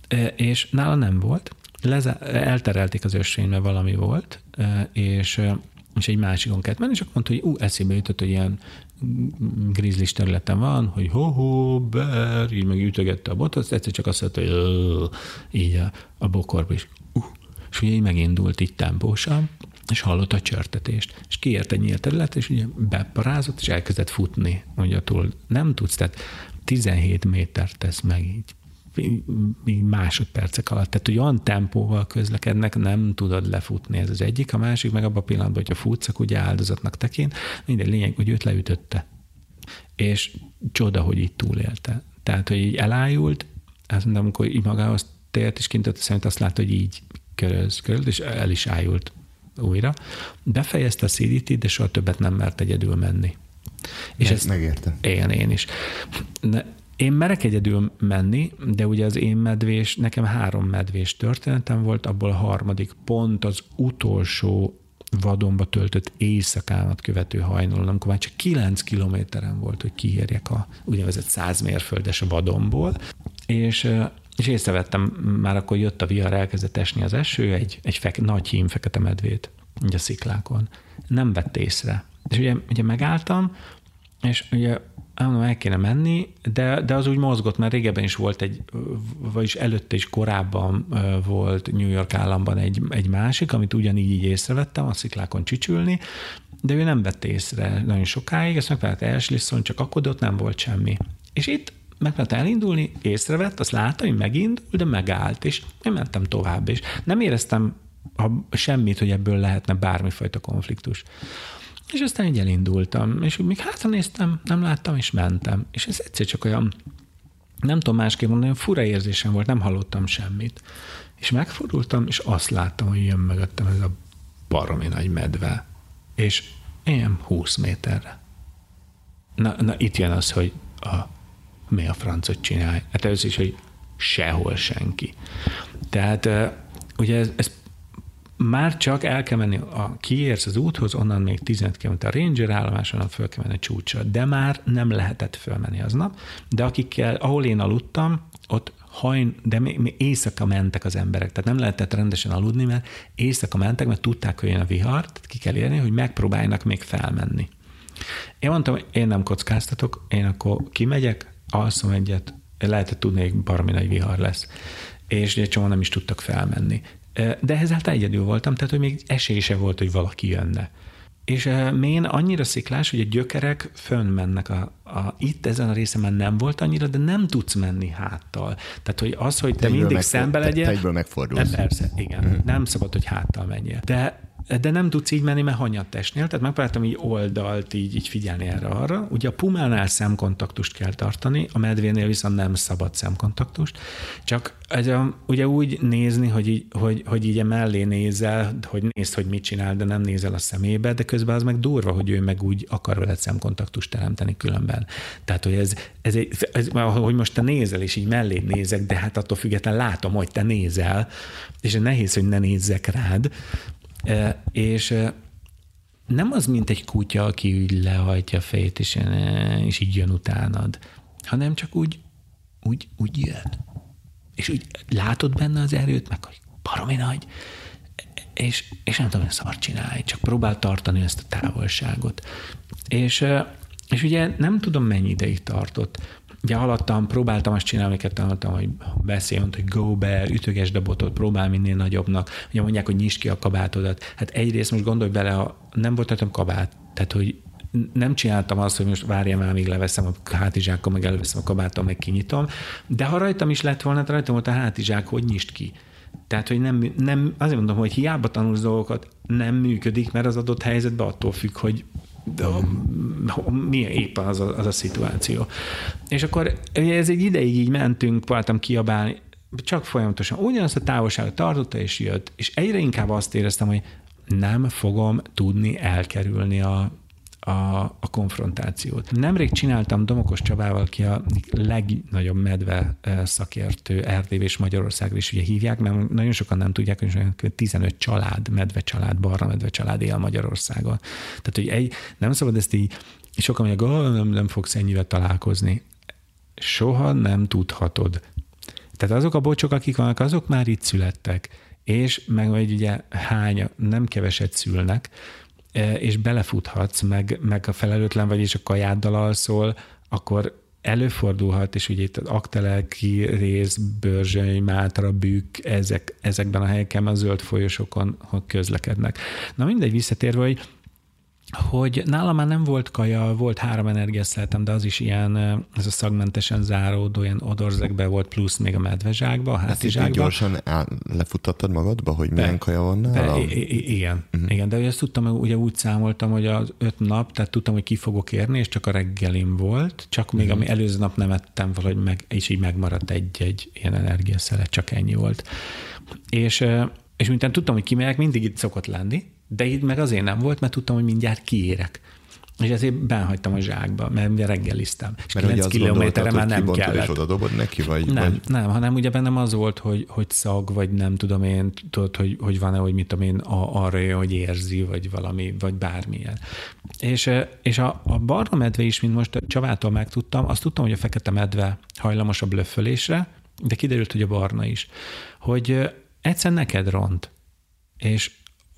És nála nem volt. Leze, elterelték az ösvényt, mert valami volt, és, és egy másikon kellett menni, és akkor mondta, hogy ú, eszébe jutott, hogy ilyen grizzlis területen van, hogy ho-ho, bear, így meg ütögette a botot, egyszer csak azt mondta, hogy így a, a bokorba is. Uh, és ugye így megindult így tempósan, és hallott a csörtetést. És kiért egy nyílt terület, és ugye beparázott, és elkezdett futni. Ugye túl nem tudsz, tehát tizenhét métert tesz meg így, így másodpercek alatt. Tehát, hogy olyan tempóval közlekednek, nem tudod lefutni. Ez az egyik, a másik, meg abban a pillanatban, hogyha futsz, akkor ugye áldozatnak tekint. Minden lényeg, hogy őt leütötte. És csoda, hogy így túlélte. Tehát, hogy így elájult, azt mondom, amikor így magához tért, és kintett a szemét, azt látta, hogy így köröz, köröz, és el is ájult újra. Befejezte a cé dé té, de soha többet nem mert egyedül menni. És ezt megértem. Igen, én is. De én merek egyedül menni, de ugye az én medvés, nekem három medvés történetem volt, abból a harmadik pont az utolsó vadonba töltött éjszakámat követő hajnalon, amikor már csak kilenc kilométeren volt, hogy kiérjek a úgynevezett száz mérföldes vadonból, és, és észrevettem, már akkor jött a vihar, elkezdett esni az eső, egy, egy fek, nagy hím fekete medvét, ugye a sziklákon. Nem vett észre. És ugye, ugye megálltam, és ugye mondom, el kéne menni, de, de az úgy mozgott, mert régebben is volt egy, vagyis előtte is korábban volt New York államban egy, egy másik, amit ugyanígy így észrevettem, a sziklákon csücsülni, de ő nem vett észre nagyon sokáig, ezt megpróbált elslisszolni, csak akkor, de ott nem volt semmi. És itt megpróbált elindulni, észrevett, azt látta, hogy megindul, de megállt, és én mentem tovább, és nem éreztem semmit, hogy ebből lehetne bármifajta konfliktus. És aztán így elindultam, és úgy még hátra néztem, nem láttam, és mentem. És ez egyszer csak olyan, nem tudom másképp mondani, olyan fura érzésem volt, nem hallottam semmit. És megfordultam, és azt láttam, hogy jön mögöttem ez a baromi nagy medve. És ilyen húsz méterre. Na, na itt jön az, hogy a, mi a francot csinálj. Hát először is, hogy sehol senki. Tehát ugye ez, ez már csak el kell menni, a, kiérsz az úthoz, onnan még tizenöt kilométer a Ranger állomás, onnan föl kell menni a csúcsra, de már nem lehetett fölmenni aznap, de akikkel, ahol én aludtam, ott hajn, de még, még éjszaka mentek az emberek, tehát nem lehetett rendesen aludni, mert éjszaka mentek, mert tudták, hogy jön a vihar, tehát ki kell érni, hogy megpróbáljanak még felmenni. Én mondtam, én nem kockáztatok, én akkor kimegyek, alszom egyet, lehetett tudni, hogy baromi nagy vihar lesz, és egy csomó nem is tudtak felmenni. De ehhez által egyedül voltam, tehát hogy még esély se volt, hogy valaki jönne. És Maine annyira sziklás, hogy a gyökerek fönn mennek. A, a, itt ezen a részen már nem volt annyira, de nem tudsz menni háttal. Tehát, hogy az, hogy te, te mindig megfordul, szembe legyél... Te egyből megfordulsz. Persze, igen. Mm. Nem szabad, hogy háttal menjél. De de nem tudsz így menni, mert hanyattestnél, tehát megpróbáltam így oldalt így, így figyelni erre-arra. Ugye a pumánál szemkontaktust kell tartani, a medvénél viszont nem szabad szemkontaktust, csak ez a, ugye úgy nézni, hogy így, hogy, hogy így mellé nézel, hogy nézd, hogy mit csinál, de nem nézel a szemébe, de közben az meg durva, hogy ő meg úgy akar veled szemkontaktust teremteni különben. Tehát, hogy ez, ez, egy, ez, hogy most te nézel, és így mellé nézek, de hát attól függetlenül látom, hogy te nézel, és nehéz, hogy ne nézzek rád. E, és e, nem az, mint egy kutya, aki úgy lehajtja a fejét, és, e, és így jön utánad, hanem csak úgy, úgy, úgy jön. És úgy látod benne az erőt, meg hogy baromi nagy, és, és nem tudom, hogy szart csinálj, csak próbál tartani ezt a távolságot. És, e, és ugye nem tudom, mennyi ideig tartott. Ugye haladtam, próbáltam azt csinálni, amiket tanultam, hogy beszélj, hogy go be, ütögesd a botot, próbál minél nagyobbnak. Ugye mondják, hogy nyisd ki a kabátodat. Hát egyrészt most gondolj bele, ha nem voltatom kabát, tehát hogy nem csináltam azt, hogy most várjam el, míg leveszem a hátizsákkal, meg előveszem a kabátom, meg kinyitom, de ha rajtam is lett volna, rajtam volt a hátizsák, hogy nyisd ki. Tehát, hogy nem, nem, azért mondom, hogy hiába tanulsz dolgokat, nem működik, mert az adott helyzetben attól függ, hogy de milyen éppen az a, az a szituáció. És akkor ez egy ideig így mentünk, próbáltam kiabálni, csak folyamatosan ugyanazt a távolságot tartotta, és jött. És egyre inkább azt éreztem, hogy nem fogom tudni elkerülni a, a, a konfrontációt. Nemrég csináltam Domokos Csabával, ki a legnagyobb medve szakértő Erdélyben Magyarországra is ugye hívják, mert nagyon sokan nem tudják, hogy tizenöt család, medve család, barna medve család él Magyarországon. Tehát, hogy egy, nem szabad ezt így, sokan mondják, oh, nem, nem fogsz ennyivel találkozni. Soha nem tudhatod. Tehát azok a bocsok, akik vannak, azok már itt születtek, és meg hogy ugye hány, nem keveset szülnek, és belefuthatsz, meg, meg a felelőtlen vagy, és a kajáddal alszol, akkor előfordulhat, és ugye itt az Akteleki rész, Börzsöny, Mátra, Bükk, ezek, ezekben a helyeken a zöld folyosókon közlekednek. Na mindegy, visszatérve, hogy hogy nálam már nem volt kaja, volt három energiaszeletem, de az is ilyen, ez a szagmentesen záródó, ilyen odorzekbe volt, plusz még a medvezsákba, a hátizsákba. Ezt gyorsan áll, lefuttattad magadba, hogy milyen be, kaja van nálam? Be, igen, uh-huh. igen, de ezt tudtam, ugye úgy számoltam, hogy az öt nap, tehát tudtam, hogy ki fogok érni, és csak a reggelim volt, csak még uh-huh. ami előző nap nem ettem valahogy meg, és így megmaradt egy-egy ilyen energiaszelet, csak ennyi volt. És, és miután tudtam, hogy kimegyek, mindig itt szokott lenni, de itt meg azért nem volt, mert tudtam, hogy mindjárt kiérek. És ezért benhagytam a zsákba, mert reggeliztem. És kilenc kilométerre már nem kellett. És oda dobod neki, vagy? Nem, vagy? nem, hanem ugye bennem az volt, hogy, hogy szag, vagy nem tudom én, tudod, hogy, hogy van-e, hogy mit tudom én, a, arra jön, hogy érzi, vagy valami, vagy bármilyen. És, és a, a barna medve is, mint most Csabától megtudtam, azt tudtam, hogy a fekete medve hajlamos a blöffölésre, de kiderült, hogy a barna is. Hogy egyszer neked ront. És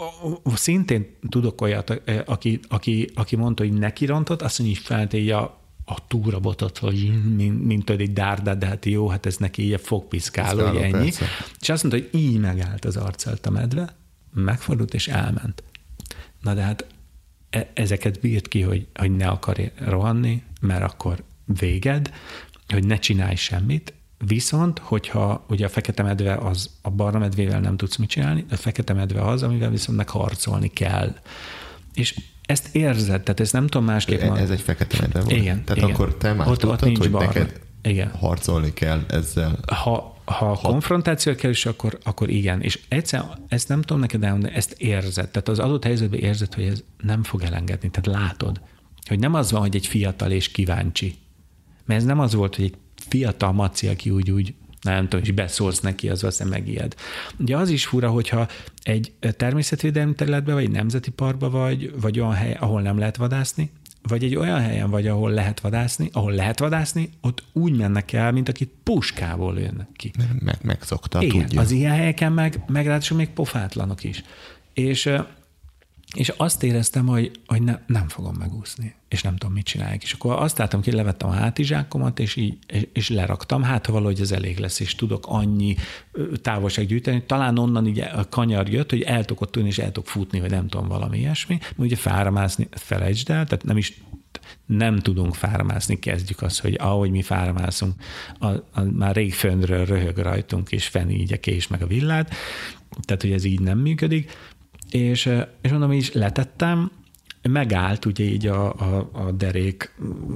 szintén tudok olyat, aki, aki, aki mondta, hogy neki rontott, azt mondja, hogy feltétje a, a túrabotot, hogy mint, mint egy dárda, de hát jó, hát ez neki így fogpiszkáló, hogy ennyi. Persze. És azt mondta, hogy így megállt az arcelt a medve, megfordult és elment. Na de hát ezeket bírt ki, hogy, hogy ne akar rohanni, mert akkor véged, hogy ne csinálj semmit. Viszont, hogyha ugye a fekete medve az, a barna medvével nem tudsz mit csinálni, a fekete medve az, amivel viszont megharcolni kell. És ezt érzed, tehát ezt nem tudom másképp mondani. Ez egy fekete medve volt? Igen. Tehát igen. akkor te már ott, tudtad, ott nincs hogy barna. neked igen. harcolni kell ezzel? Ha, ha konfrontáció kell is, akkor, akkor igen. És egyszer, ezt nem tudom neked elmondani, ezt érzed. Tehát az adott helyzetben érzed, hogy ez nem fog elengedni. Tehát látod, hogy nem az van, hogy egy fiatal és kíváncsi. Mert ez nem az volt, hogy egy fiatal maci, aki úgy, úgy nem tudom, és beszólsz neki, az valószínűleg megijed. Ugye az is fura, hogyha egy természetvédelmi területben, vagy egy nemzeti parkban vagy, vagy olyan hely, ahol nem lehet vadászni, vagy egy olyan helyen vagy, ahol lehet vadászni, ahol lehet vadászni, ott úgy mennek el, mint akit puskából lőnek ki. Meg, megszokta, igen, tudja. Az ilyen helyeken meg, meg ráadásul még pofátlanok is. És, és azt éreztem, hogy, hogy ne, nem fogom megúszni, és nem tudom, mit csinálják. És akkor azt láttam ki, levettem a hátizsákomat, és, így, és, és leraktam, hát ha valahogy ez elég lesz, és tudok annyi távolság gyűjteni, talán onnan így a kanyar jött, hogy el tudok ott ülni, és el tudok futni, vagy nem tudom, valami ilyesmi. Mert ugye fára mászni, felejtsd el, tehát nem is nem tudunk fármászni, kezdjük azt, hogy ahogy mi fármászunk, a, a, már rég fönnről röhög rajtunk, és fenn így a kés meg a villát, tehát hogy ez így nem működik. És, és mondom, így letettem, megállt ugye így a, a, a derék,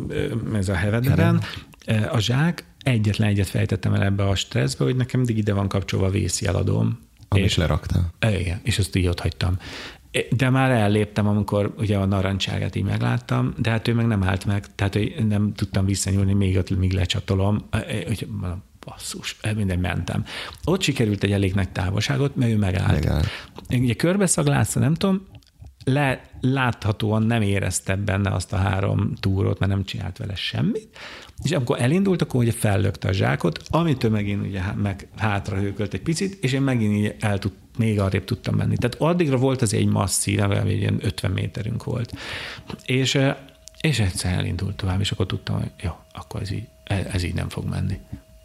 ez a hevederen, a zsák, egyetlen egyet fejtettem el ebbe a stresszbe, hogy nekem mindig ide van kapcsolva a vészjeladóm. Amit és leraktál. Igen, és azt így ott hagytam. De már elléptem, amikor ugye a narancsárgát így megláttam, de hát ő meg nem állt meg, tehát hogy nem tudtam visszanyúlni, még ott még lecsatolom, hogy basszus, minden mentem. Ott sikerült egy elég nagy távolságot, mert ő megállt. Megállt. Ugye körbeszaglázta, nem tudom, le, láthatóan nem érezte benne azt a három túrót, mert nem csinált vele semmit, és amikor elindult, akkor ugye fellökte a zsákot, amitől megint ugye meg hátra hőkölt egy picit, és én megint így el tud, még arrébb tudtam menni. Tehát addigra volt az egy masszív, legalább egy ilyen ötven méterünk volt. És, és egyszer elindult tovább, és akkor tudtam, hogy jó, akkor ez így, ez így nem fog menni.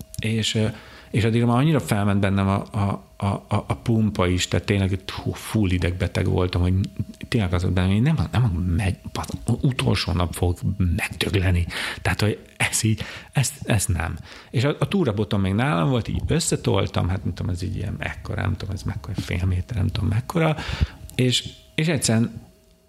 És, és addigra már annyira felment bennem a, a, a, a pumpa is, tehát tényleg hú, full idegbeteg voltam, hogy tényleg az bennem, hogy nem, nem megy, utolsó nap fog megdögleni. Tehát, hogy ez így, ezt, ezt nem. És a, a túraboton még nálam volt, így összetoltam, hát nem tudom, ez így ilyen ekkora, nem tudom, ez mekkora, fél méter, nem tudom mekkora, és, és egyszerűen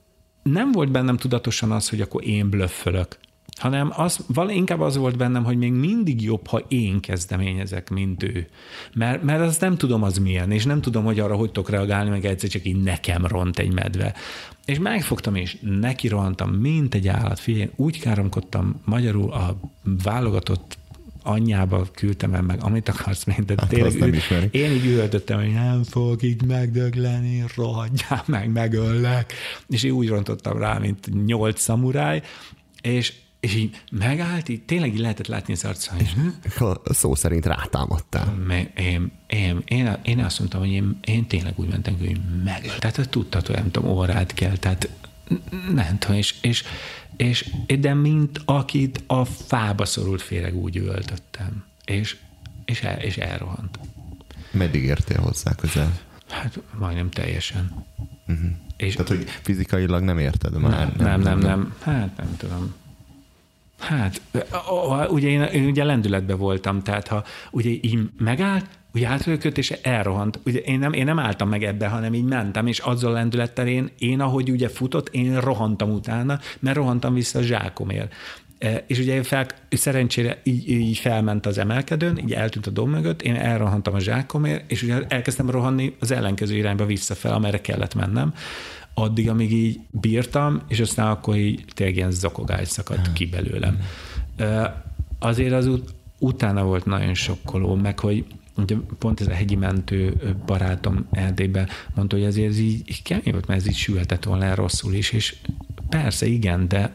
nem volt bennem tudatosan az, hogy akkor én blöffölök, hanem az, val, inkább az volt bennem, hogy még mindig jobb, ha én kezdeményezek, mint ő. Mert, mert azt nem tudom, az milyen, és nem tudom, hogy arra hogy tudok reagálni, meg egyszer csak így nekem ront egy medve. És megfogtam, és neki rohantam, mint egy állat. Figyelj, úgy káromkodtam, magyarul a válogatott anyjába küldtem el meg, amit akarsz, mint de hát tényleg én így üvöltöttem, hogy nem fog így megdögleni, rohadjál meg, megöllek. És én úgy rontottam rá, mint nyolc szamuráj, és és így megállt, így tényleg így lehetett látni az arcán. Szó szerint rátámadtál. Én, én, én, én azt mondtam, hogy én, én tényleg úgy mentem, hogy megölt. Tehát hogy tudtad, hogy nem tudom, órát kell, tehát nem tudom, és, és, és de mint akit a fába szorult féreg úgy üvöltöttem. És, és, el, és elrohant. Meddig értél hozzá közel? Hát majdnem teljesen. Uh-huh. És tehát, hogy fizikailag nem érted már? Nem, nem, nem, nem, nem. Hát nem tudom. Hát, ugye én, én ugye lendületben voltam, tehát ha ugye így megállt, ugye átrökölt, és elrohant. Ugye én nem, én nem álltam meg ebbe, hanem így mentem, és azzal lendülettel én, én, ahogy ugye futott, én rohantam utána, mert rohantam vissza a zsákomért. És ugye fel, szerencsére így, így felment az emelkedőn, így eltűnt a domb mögött, én elrohantam a zsákomért, és ugye elkezdtem rohanni az ellenkező irányba visszafel, amerre kellett mennem, addig, amíg így bírtam, és aztán akkor így tényleg ilyen zokogás szakadt ki belőlem. Azért az ut- utána volt nagyon sokkoló, meg hogy ugye pont ez a hegyi mentő barátom Erdélyben mondta, hogy ezért ez így, így kemény volt, mert ez így sülhetett volna el rosszul is, és persze igen, de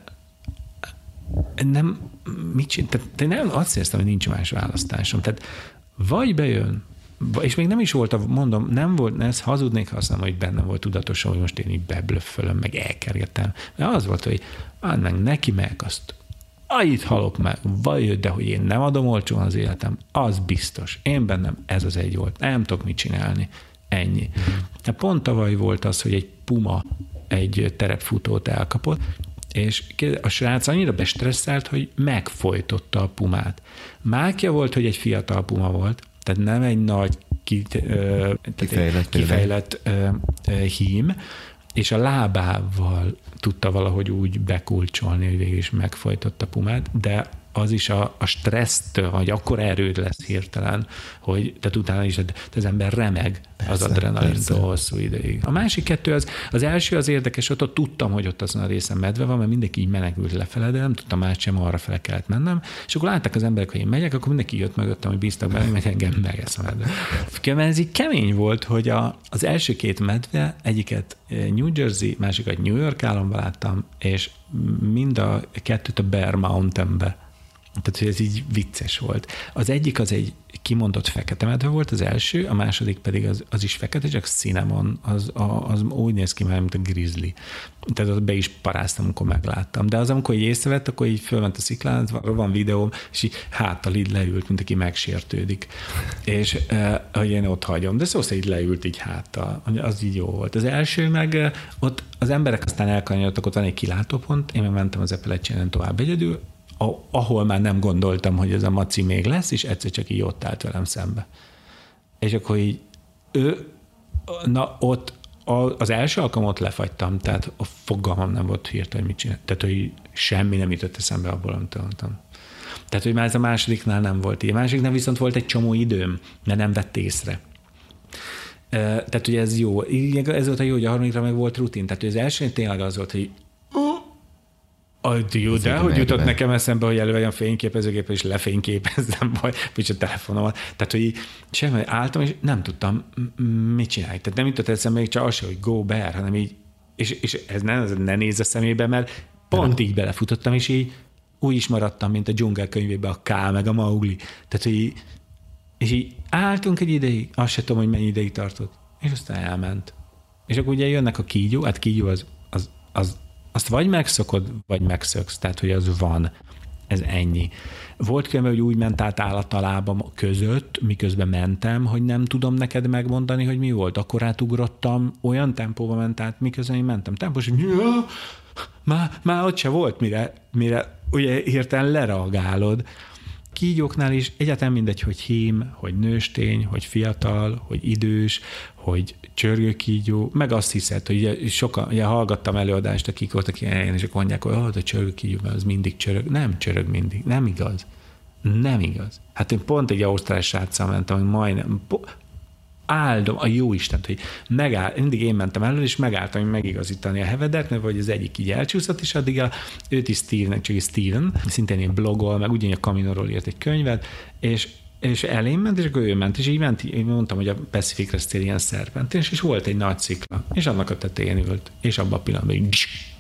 nem, mit csinál, tehát nem azt éreztem, hogy nincs más választásom. Tehát vagy bejön, és még nem is volt, mondom, nem volt, ezt hazudnék, ha azt nem, hogy bennem volt tudatosan, hogy most én így beblöffölöm, meg elkergetem. Mert az volt, hogy áll meg neki meg azt, annyit halok meg, vagy de hogy én nem adom olcsóan az életem, az biztos. Én bennem ez az egy volt. Nem tudok mit csinálni. Ennyi. De pont tavaly volt az, hogy egy puma egy terepfutót elkapott, és a srác annyira bestresszelt, hogy megfojtotta a pumát. Mákja volt, hogy egy fiatal puma volt, tehát nem egy nagy ki, ö, kifejlett, kifejlett ö, ö, hím, és a lábával tudta valahogy úgy bekulcsolni, hogy végül is megfojtott a pumát, de az is a, a stressztől, hogy akkor erőd lesz hirtelen, hogy tehát utána is az ember remeg persze, az adrenalintól hosszú ideig. A másik kettő, az, az első az érdekes, ott, ott tudtam, hogy ott azon a részen medve van, mert mindenki így menekült lefele, de nem tudtam más sem, arra fel kellett mennem, és akkor látták az emberek, hogy én megyek, akkor mindenki jött mögöttem, hogy bíztak benne, hogy engem megesz a medve. Ez így kemény volt, hogy a, az első két medve, egyiket New Jersey, másikat New York államban láttam, és mind a kettőt a Bear Mountainbe. Tehát, hogy ez így vicces volt. Az egyik az egy kimondott fekete medve volt, az első, a második pedig az, az is fekete, csak cinnamon, az, az úgy néz ki már, mint a grizzly. Tehát ott be is paráztam, amikor megláttam. De az, amikor így észrevett, akkor így fölment a sziklán, van videóm, és így háttal így leült, mint aki megsértődik. És eh, hogy én ott hagyom. De szóval így leült így háttal. Az így jó volt. Az első meg eh, ott az emberek aztán elkanyarodtak, ott van egy kilátópont, én meg mentem az Appalachianen tovább egyedül, ahol már nem gondoltam, hogy ez a maci még lesz, és egyszer csak így ott állt velem szembe. És akkor így ő, na ott az első alkalomot lefagytam, tehát a fogalmam nem volt hirtelen, hogy mit csinál. Tehát, hogy semmi nem jutott eszembe abból, amit mondtam. Tehát, hogy már ez a másodiknál nem volt így. A másodiknál viszont volt egy csomó időm, mert nem vett észre. Tehát, hogy ez jó. Ez volt a jó, hogy a harmadikra meg volt rutin. Tehát, hogy az első tényleg az volt, hogy jó, de hogy jutott meg. Nekem eszembe, hogy elővegyem fényképezőgépet, és lefényképezzem, vagy, vagy a telefonomat. Tehát, hogy semmi, álltam, és nem tudtam, mit csinálni. Tehát nem jutott eszembe még csak az se, hogy go bear, hanem így, és, és ez ne, ne nézz a szemébe, mert pont így belefutottam, és így úgy is maradtam, mint a dzsungel könyvében a K, meg a Maugli. Tehát, hogy így, és így álltunk egy ideig, azt se tudom, hogy mennyi ideig tartott, és aztán elment. És akkor ugye jönnek a kígyó, hát kígyó az, az, az azt vagy megszokod, vagy megszöksz, tehát, hogy az van. Ez ennyi. Volt különben, hogy úgy ment át állat a lábam között, miközben mentem, hogy nem tudom neked megmondani, hogy mi volt. Akkor átugrottam, olyan tempóba ment át, miközben én mentem. Tempós, hogy már, már ott se volt, mire, mire ugye hirtelen lereagálod. Kígyóknál is egyáltalán mindegy, hogy hím, hogy nőstény, hogy fiatal, hogy idős, hogy csörgőkígyó, meg azt hiszed, hogy ugye sokan, ugye hallgattam előadást, akik voltak ilyen, és akkor mondják, hogy oh, a csörgőkígyó, mert az mindig csörög. Nem csörög mindig, nem igaz. Nem igaz. Hát én pont egy ausztrál sráccal mentem, hogy majdnem, áldom a jó Istent, hogy megáll, mindig én mentem elő, és megálltam, hogy megigazítani a hevedet, mert vagy az egyik így elcsúszott, és addig a, őt is Stevennek, csak is Steven, szintén ilyen blogol, meg ugyanúgy a Caminoról írt egy könyvet, és és elém ment, és akkor ő ment, és így ment, én mondtam, hogy a Pacific Crest Trail ilyen szerpentés, és volt egy nagy szikla, és annak a tetején ült, és abban a pillanatban így,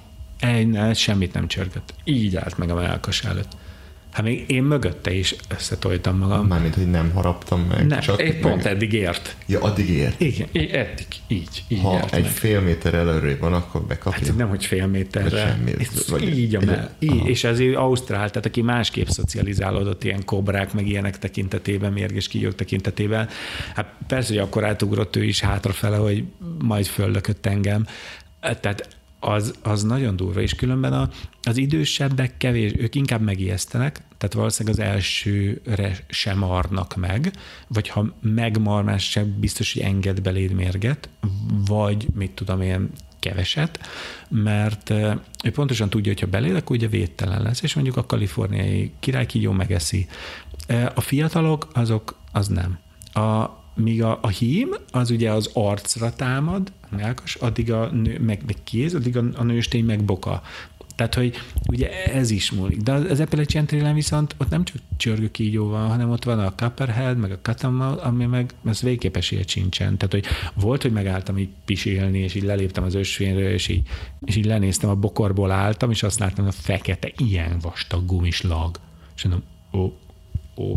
egy, semmit nem csörgött. Így állt meg a mellkas előtt. Hát még én mögötte is összetoltam magam. Mármint, hogy nem haraptam meg. Nem, csak egy pont meg... eddig ért. Ja, addig ért? Igen, eddig, így, így ha ért egy meg. fél méter előre van, akkor bekapja. Hát nem, hogy fél méterre. Semmi, vagy így, a mell- így és ezért Ausztrál, tehát aki másképp szocializálódott ilyen kobrák, meg ilyenek tekintetében, mérges kígyók tekintetében. Hát persze, hogy akkor átugrott ő is hátrafele, hogy majd föllökött engem. Tehát Az, az nagyon durva, és különben a, az idősebbek kevés, ők inkább megijesztenek, tehát valószínűleg az elsőre sem marnak meg, vagy ha megmarmás sem biztos, hogy enged beléd mérget, vagy mit tudom én, keveset, mert ő pontosan tudja, hogy ha beléd, akkor ugye védtelen lesz, és mondjuk a kaliforniai királykígyó megeszi. A fiatalok, azok, az nem. A míg a, a hím, az ugye az arcra támad, melkas, addig a nő, meg, meg kéz, addig a, a nőstény meg boka. Tehát, hogy ugye ez is múlik. De az Appalachian Trail-en viszont ott nem csak csörgőkígyó van, hanem ott van a Copperhead, meg a Cottonmouth, ami meg az végképp esélye sincsen. Tehát, hogy volt, hogy megálltam így pisilni, és így leléptem az ösvényről, és így, és így lenéztem, a bokorból álltam, és azt láttam, a fekete, ilyen vastag gumislag. És mondom, ó, ó,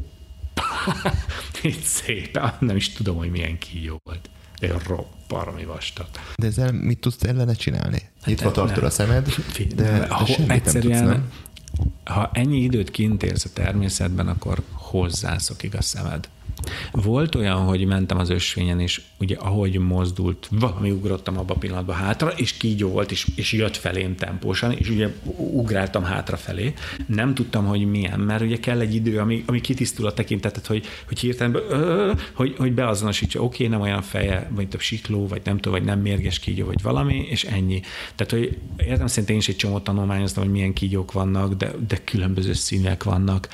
így szépen, nem is tudom, hogy milyen kígyó volt. De ropparomi vastag. De ezzel mit tudsz ellene csinálni? Nyitva tartod a szemed, de, de semmit egyszerűen, nem tudsz, nem? Ha ennyi időt kint érsz a természetben, akkor hozzászokik a szemed. Volt olyan, hogy mentem az ösvényen, és ugye ahogy mozdult, valami ugrottam abba a pillanatban hátra, és kígyó volt, és, és jött felém tempósan, és ugye ugráltam hátrafelé. Nem tudtam, hogy milyen, mert ugye kell egy idő, ami, ami kitisztul a tekintetet, hogy, hogy hirtelen, ö, hogy, hogy beazonosítsa, oké, okay, nem olyan feje, vagy több sikló, vagy nem tudom, vagy nem mérges kígyó, vagy valami, és ennyi. Tehát, hogy értem szerint én is egy csomót tanulmányoztam, hogy milyen kígyók vannak, de, de különböző színek vannak.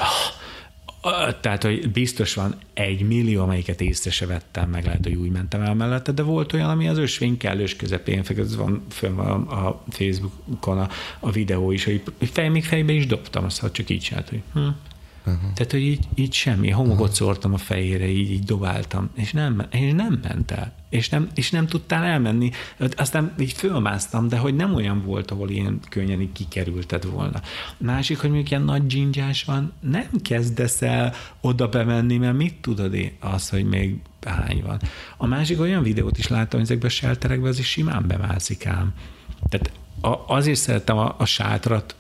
Tehát, hogy biztos van egy millió, amelyiket észre se vettem, meg lehet, hogy úgy mentem el mellette, de volt olyan, ami az ösvény kellős közepén, ez van, fönn van a Facebookon a, a videó is, hogy fej, még fejbe is dobtam, azt ha csak így csinált, hogy hm. Uh-huh. Tehát, hogy így, így semmi, homokot uh-huh. szórtam a fejére, így, így dobáltam, és nem, és nem ment el, és nem, és nem tudtál elmenni. Aztán így fölmásztam, de hogy nem olyan volt, ahol ilyen könnyen így kikerülted volna. Másik, hogy mondjuk ilyen nagy dzsindzsás van, nem kezdesz el oda bemenni, mert mit tudod én az, hogy még hány van. A másik olyan videót is láttam, hogy ezekben a shelterekben az is simán bemászik ám. Tehát a, azért szerettem a, a sátrat,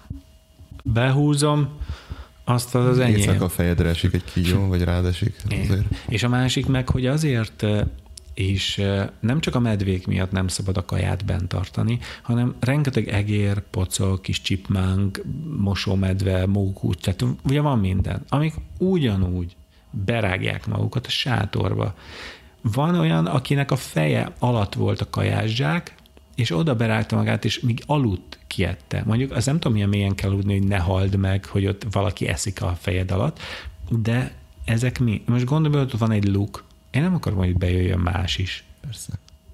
behúzom, azt az az enyém. Éjszaka fejedre esik egy kígyó, vagy rád esik. És a másik meg, hogy azért és nem csak a medvék miatt nem szabad a kaját bent tartani, hanem rengeteg egér, pocok, kis csipmánk, mosómedve, mókút, tehát ugye van minden, amik ugyanúgy berágják magukat a sátorba. Van olyan, akinek a feje alatt volt a kajászsák, és oda berágta magát, és még aludt kiette. Mondjuk az nem tudom, milyen mélyen kell aludni, hogy ne halld meg, hogy ott valaki eszik a fejed alatt, de ezek mi? Most gondolj, hogy ott van egy luk. Én nem akarom, hogy bejöjjön más is. Persze.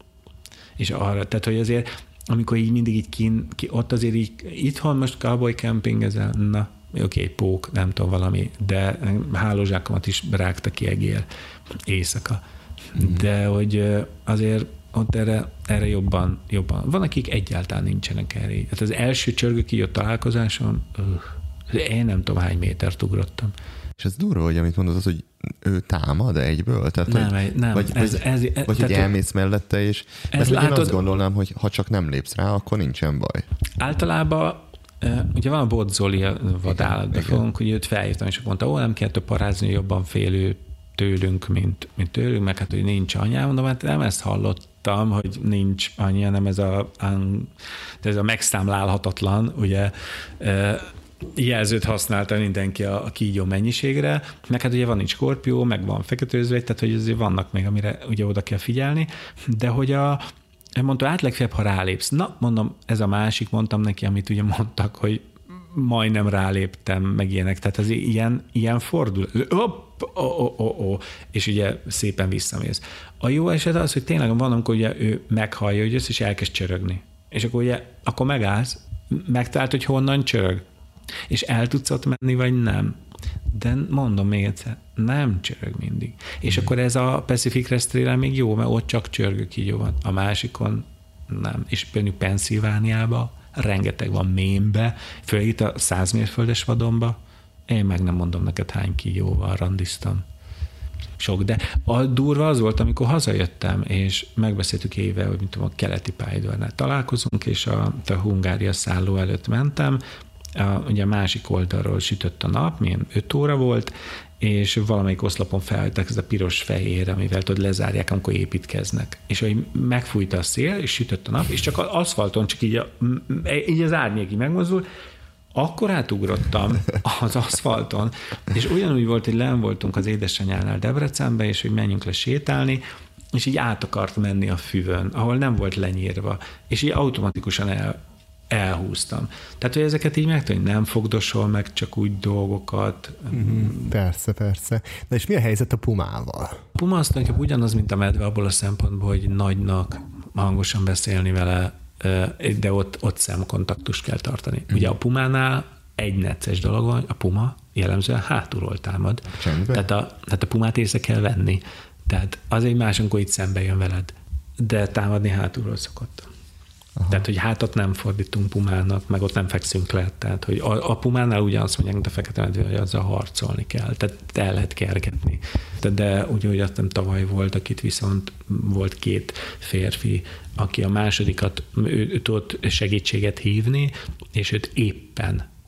És arra, tehát, hogy azért, amikor így mindig így kín, ki, ott azért így, itthon most cowboy camping ezen, na, oké, okay, pók, nem tudom valami, de hálózsákomat is rágta ki egér éjszaka. Mm. De hogy azért ott erre, erre jobban, jobban. Van, akik egyáltalán nincsenek erre. Hát az első csörgő kijött találkozáson, uh, én nem tudom, hány métert ugrottam. És ez durva, hogy amit mondod, az, hogy ő támad egyből? Tehát, nem, hogy, nem. Vagy, ez, vagy, ez, ez, vagy hogy elmész mellette, és mert látod, én azt gondolnám, hogy ha csak nem lépsz rá, akkor nincsen baj. Általában ugye van a Bot Zoli a vadállatban fogunk, hogy őt felhívtam, és mondta, ó, nem kell több parázni, jobban félő tőlünk, mint, mint tőlünk, meg hát, hogy nincs anyja. Mondom, hát nem ezt hallottam, hogy nincs anyja, nem ez a, ez a megszámlálhatatlan, ugye, jelzőt használta mindenki a, a kígyó mennyiségre, meg hát ugye van egy skorpió, meg van fekete özvegy, tehát hogy azért vannak még, amire ugye oda kell figyelni, de hogy a mondta, hát legfeljebb, ha rálépsz. Na, mondom, ez a másik, mondtam neki, amit ugye mondtak, hogy majdnem ráléptem, meg ilyenek, tehát az ilyen, ilyen fordul. Hopp, oh, oh, oh, oh, és ugye szépen visszamész. A jó eset az, hogy tényleg van, amikor ugye ő meghallja, hogy össze, és elkezd csörögni. És akkor ugye, akkor megállsz, megtalált, hogy honnan csörög. És el tudsz ott menni, vagy nem. De mondom még egyszer, nem csörög mindig. És mm. akkor ez a Pacific Crest Trail még jó, mert ott csak csörgő kígyó van. A másikon nem. És például Pennsylvániában rengeteg van Maine-be, főleg itt a száz mérföldes vadonba. Én meg nem mondom neked, hány kígyóval randiztam. Sok, de a durva az volt, amikor hazajöttem, és megbeszéltük éve, hogy mint tudom, a keleti pályaudvarnál találkozunk, és a, a Hungária szálló előtt mentem, a, ugye a másik oldalról sütött a nap, milyen öt óra volt, és valamelyik oszlopon feltek ez a piros-fehér, amivel tudod lezárják, amikor építkeznek. És hogy megfújt a szél, és sütött a nap, és csak az aszfalton, csak így, a, így az árnyék így megmozdul, akkor átugrottam az aszfalton, és ugyanúgy volt, hogy lenn voltunk az édesanyánál Debrecenbe, és hogy menjünk le sétálni, és így át akart menni a füvön, ahol nem volt lenyírva, és így automatikusan el elhúztam. Tehát, hogy ezeket így megtudni, nem fogdosol meg csak úgy dolgokat. Mm, persze, persze. Na és mi a helyzet a pumával? A puma azt mondjuk ugyanaz, mint a medve abból a szempontból, hogy nagynak hangosan beszélni vele, de ott, ott szemkontaktust kell tartani. Mm. Ugye a pumánál egy necces dolog van, a puma jellemzően hátulról támad. Tehát a, tehát a pumát észre kell venni. Tehát az egy más, amikor itt szembe jön veled. De támadni hátulról szokott. Aha. Tehát, hogy hátat nem fordítunk pumának, meg ott nem fekszünk le. Tehát, hogy a, a pumánál ugyanazt mondják, mint a fekete medve, hogy azzal harcolni kell. Tehát el lehet kergetni. De úgy, hogy azt nem tavaly volt, akit viszont volt két férfi, aki a másodikat, ő, ő tudott segítséget hívni, és őt éppen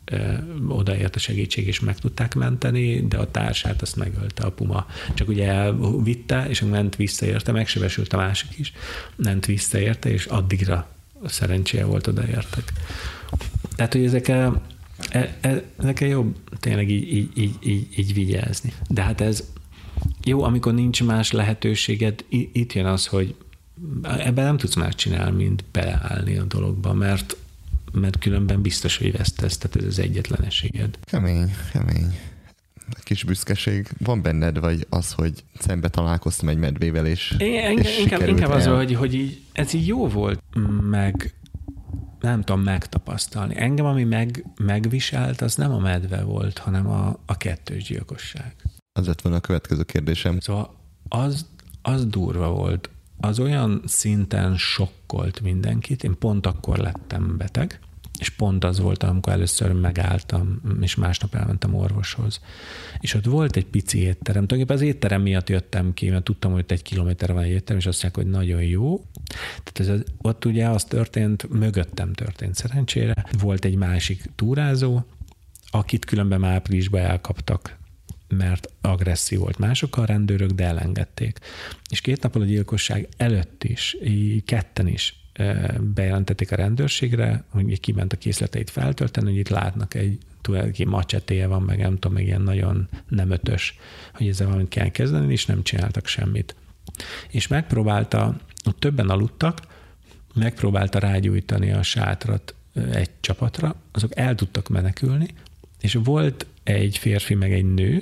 odaért a segítség, és meg tudták menteni, de a társát azt megölte a puma. Csak ugye elvitte, és ment visszaérte, megsebesült a másik is, ment visszaérte, és addigra szerencséje volt, odaértek. Tehát, hogy ezekkel, ezekkel jobb tényleg így, így, így, így, így vigyázni. De hát ez jó, amikor nincs más lehetőséged, itt jön az, hogy ebben nem tudsz más csinálni, mint beleállni a dologba, mert mert különben biztos, hogy vesztesz, tehát ez az egyetlen esélyed. Kemény, kemény. Kis büszkeség van benned, vagy az, hogy szembe találkoztam egy medvével, és, Én, és inkább, inkább az, hogy, hogy így, ez így jó volt, meg nem tudom megtapasztalni. Engem, ami meg, megviselt, az nem a medve volt, hanem a, a kettős gyilkosság. Az lett volna a következő kérdésem. Szóval az, az durva volt. Az olyan szinten sokkolt mindenkit, én pont akkor lettem beteg, és pont az volt, amikor először megálltam, és másnap elmentem orvoshoz. És ott volt egy pici étterem. Tulajdonképpen az étterem miatt jöttem ki, mert tudtam, hogy egy kilométerre van egy étterem, és azt mondják, hogy nagyon jó. Tehát ez, ott ugye az történt, mögöttem történt szerencsére. Volt egy másik túrázó, akit különben már áprilisban elkaptak, mert agresszió volt másokkal, a rendőrök, de elengedték. És két nappal a gyilkosság előtt is, így ketten is bejelentették a rendőrségre, hogy kiment a készleteit feltölteni, hogy itt látnak egy tulajdonképpen macsetéje van, meg nem tudom, meg ilyen nagyon nem ötös, hogy ezzel valamit kell kezdeni, és nem csináltak semmit. És megpróbálta, többen aludtak, megpróbálta rágyújtani a sátrat egy csapatra, azok el tudtak menekülni, és volt egy férfi, meg egy nő,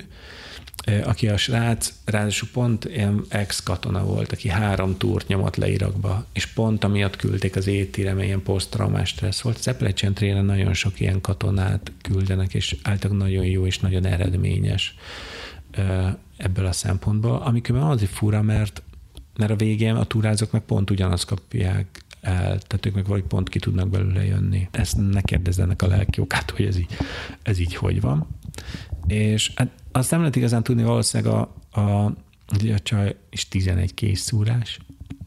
aki a srác, ráadásul pont ilyen ex-katona volt, aki három túrt nyomott le Irakba, és pont amiatt küldték az étire, mert ilyen posztraumás stressz volt. Az Appalachian Trail-en nagyon sok ilyen katonát küldenek, és általában nagyon jó és nagyon eredményes ebből a szempontból, amikben azért fura, mert, mert a végén a túrázók meg pont ugyanazt kapják el, tehát ők meg valahogy pont ki tudnak belőle jönni. Ezt ne kérdezzenek a lelkiokát, hogy ez így, ez így hogy van. És hát azt nem lehet igazán tudni, valószínűleg a, a, a csaj is tizenegy készszúrás,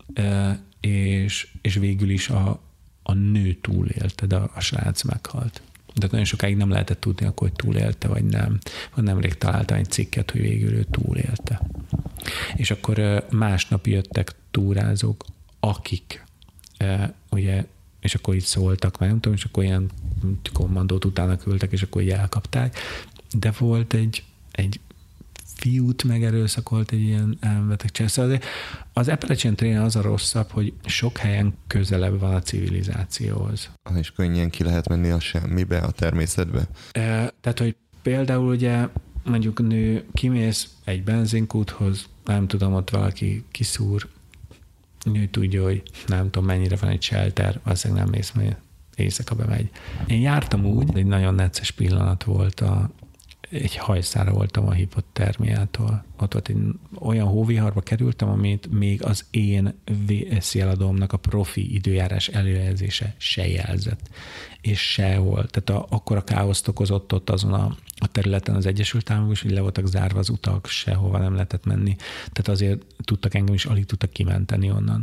és, és végül is a, a nő túlélte, de a, a srác meghalt. De nagyon sokáig nem lehetett tudni, akkor, hogy túlélte, vagy nem. Nemrég találtam egy cikket, hogy végül ő túlélte. És akkor másnap jöttek túrázók, akik ugye, és akkor így szóltak, meg nem tudom, és akkor ilyen kommandót utána küldtek, és akkor így elkapták. De volt egy, egy fiút megerőszakolt egy ilyen elmebeteg cseh. Szóval az Appalachian Trail az a rosszabb, hogy sok helyen közelebb van a civilizációhoz. És könnyen ki lehet menni a semmibe, a természetbe? E, tehát, hogy például ugye mondjuk nő, kimész egy benzinkúthoz, nem tudom, ott valaki kiszúr, nő tudja, hogy nem tudom, mennyire van egy shelter, valószínűleg nem mész, mert éjszaka bemegy. Én jártam úgy, egy nagyon necces pillanat volt, a, egy hajszára voltam a hipotermiától. Ott volt egy olyan hóviharba kerültem, amit még az én vé es jeladómnak a profi időjárás előjelzése se jelzett. És sehol. Tehát a, akkora káoszt okozott ott azon a, a területen az Egyesült Államok is, hogy le voltak zárva az utak, sehova nem lehetett menni. Tehát azért tudtak engem is, alig tudtak kimenteni onnan.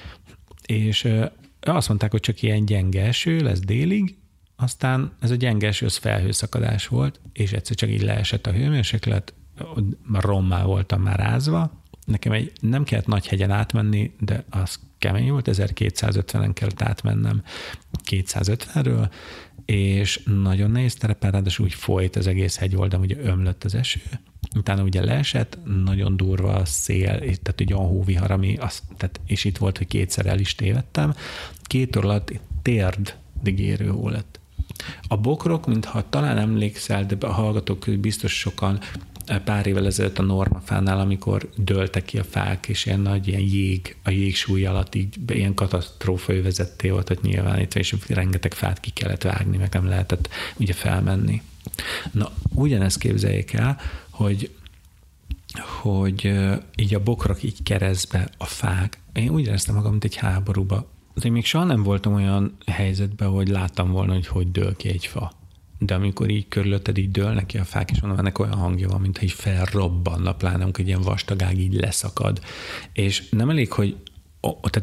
És azt mondták, hogy csak ilyen gyenge eső lesz délig, aztán ez a gyenge eső, az felhőszakadás volt, és egyszer csak így leesett a hőmérséklet, rommá voltam már rázva. Nekem egy, nem kellett nagy hegyen átmenni, de az kemény volt, ezerkétszázötvenen kellett átmennem kétszázötvenről, és nagyon nehéz terepen, ráadásul úgy folyt az egész hegyoldalom, ugye ömlött az eső, utána ugye leesett, nagyon durva a szél, tehát egy olyan hóvihar, ami az, tehát, és itt volt, hogy kétszer el is tévedtem. Két óra alatt térdig érő hó lett. A bokrok, mintha talán emlékszel, de a hallgatók biztos sokan pár évvel ezelőtt a Normafánál, amikor dőltek ki a fák, és ilyen nagy ilyen jég, a jégsúly alatt így ilyen katasztrófa övezetté volt ott nyilvánítva, és rengeteg fát ki kellett vágni, meg nem lehetett ugye felmenni. Na, ugyanezt képzeljék el, hogy hogy így a bokrok így keresztbe a fák. Én úgy éreztem magam, mint egy háborúba. De még soha nem voltam olyan helyzetben, hogy láttam volna, hogy hogy dől ki egy fa. De amikor így körülötted így dőlnek ki a fák, és mondom, ennek olyan hangja van, mintha így felrobbanna, pláne, amikor egy ilyen vastagág így leszakad. És nem elég, hogy ó, tehát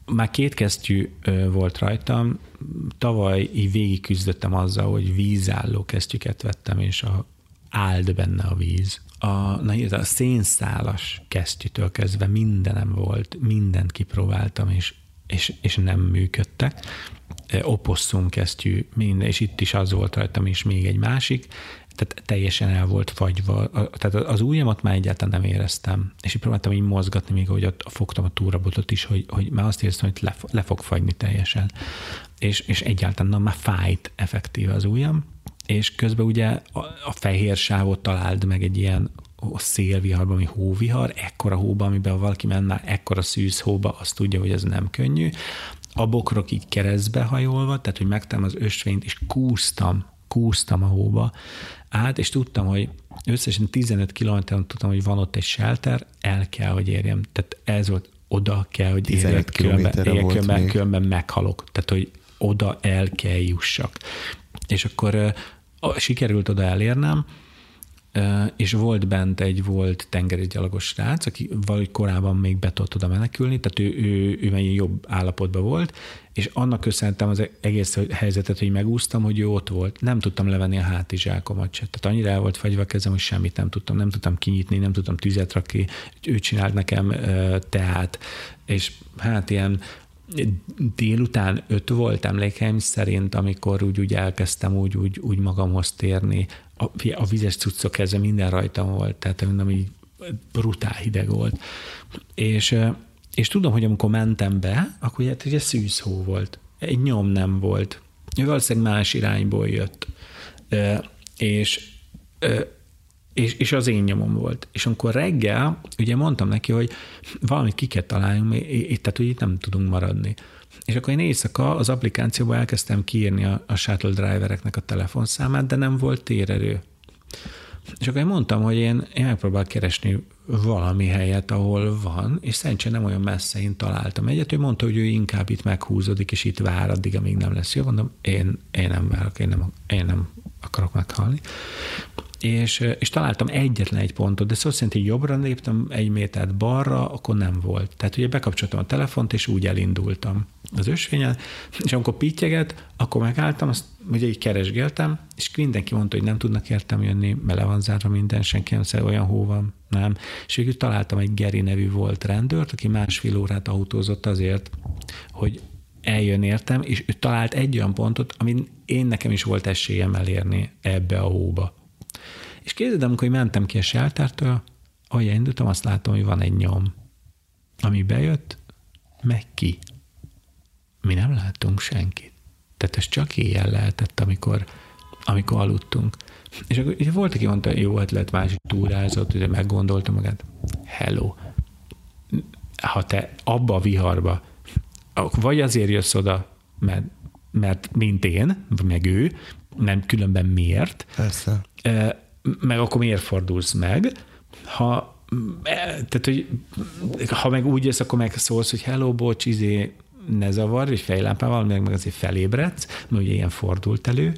már két kesztyű volt rajtam, tavaly így végig küzdöttem azzal, hogy vízálló kesztyüket vettem, és a, állt benne a víz. A, na, a szénszálas kesztyűtől kezdve mindenem volt, mindent kipróbáltam, és, és, és nem működtek. Opossum kesztyű, minden, és itt is az volt rajtam, és még egy másik, tehát teljesen el volt fagyva, tehát az ujjamat már egyáltalán nem éreztem, és így próbáltam így mozgatni, még ahogy ott fogtam a túrabotot is, hogy, hogy már azt éreztem, hogy le, le fog fagyni teljesen, és, és egyáltalán na, már fájt effektíve az ujjam, és közben ugye a, a fehér sávot találd meg egy ilyen szélviharban, ami hóvihar, ekkora hóba, amiben valaki menne, ekkora szűz hóba, azt tudja, hogy ez nem könnyű. A bokrok így keresztbe hajolva, tehát hogy megtem az ösvényt, és kúsztam, kúsztam a hóba át, és tudtam, hogy összesen tizenöt kilométeren tudtam, hogy van ott egy shelter, el kell, hogy érjem. Tehát ez volt, oda kell, hogy érjem, különben, különben, különben meghalok. Tehát, hogy oda el kell jussak. És akkor uh, sikerült oda elérnem, uh, és volt bent egy volt tengerészgyalogos srác, aki valahogy korábban még be tudott oda menekülni, tehát ő, ő, ő mennyi jobb állapotban volt, és annak köszöntem az egész helyzetet, hogy megúsztam, hogy ő ott volt. Nem tudtam levenni a hátizsákomat se. Tehát annyira el volt fagyva a kezem, hogy semmit nem tudtam. Nem tudtam kinyitni, nem tudtam tüzet rakni. Ő csinált nekem uh, teát, és hát ilyen délután öt volt emlékeim szerint, amikor úgy, úgy elkezdtem úgy, úgy, úgy magamhoz térni. A, a vizes cuccok kezdve minden rajtam volt, tehát mondom, így brutál hideg volt. És, és tudom, hogy amikor mentem be, akkor ugye, ugye szűz hó volt. Egy nyom nem volt. Ő valószínűleg más irányból jött. És És, és az én nyomom volt. És amikor reggel, ugye mondtam neki, hogy valamit ki kell találjunk, tehát hogy itt nem tudunk maradni. És akkor én éjszaka az applikációban elkezdtem kiírni a, a shuttle drivereknek a telefonszámát, de nem volt térerő. És akkor én mondtam, hogy én, én megpróbálok keresni valami helyet, ahol van, és szerencsére nem olyan messze én találtam egyet. Ő mondta, hogy ő inkább itt meghúzódik, és itt vár addig, amíg nem lesz jó. Mondom, én, én nem várok, én nem, én nem akarok meghalni. És, és találtam egyetlen egy pontot, de szó szerint, hogy jobbra léptem egy métert balra, akkor nem volt. Tehát ugye bekapcsoltam a telefont, és úgy elindultam az ösvényen, és amikor pittyeget, akkor megálltam, azt ugye így keresgéltem, és mindenki mondta, hogy nem tudnak értem jönni, mert le van zárva minden, senki nem szerint, olyan hó van, nem. És végül találtam egy Geri nevű volt rendőrt, aki másfél órát autózott azért, hogy eljön értem, és ő talált egy olyan pontot, amin én nekem is volt esélyem elérni ebbe a hóba. És képzeld, amikor mentem ki a sheltertől, ahogy indultam, azt látom, hogy van egy nyom, ami bejött, meg ki. Mi nem láttunk senkit. Tehát ez csak éjjel lehetett, amikor, amikor aludtunk. És akkor ugye volt, aki mondta, jó, hát lehet másik túrázott, ugye meggondolta magát. Hello. Ha te abba a viharba, vagy azért jössz oda, mert, mert mint én, meg ő, nem különben miért. Persze. Meg akkor miért fordulsz meg? Ha, tehát, hogy, ha meg úgy jössz, akkor meg szólsz, hogy hello, bocs, izé, ne zavarj, vagy fejlámpával, meg, meg azért felébredsz, mert ugye ilyen fordult elő.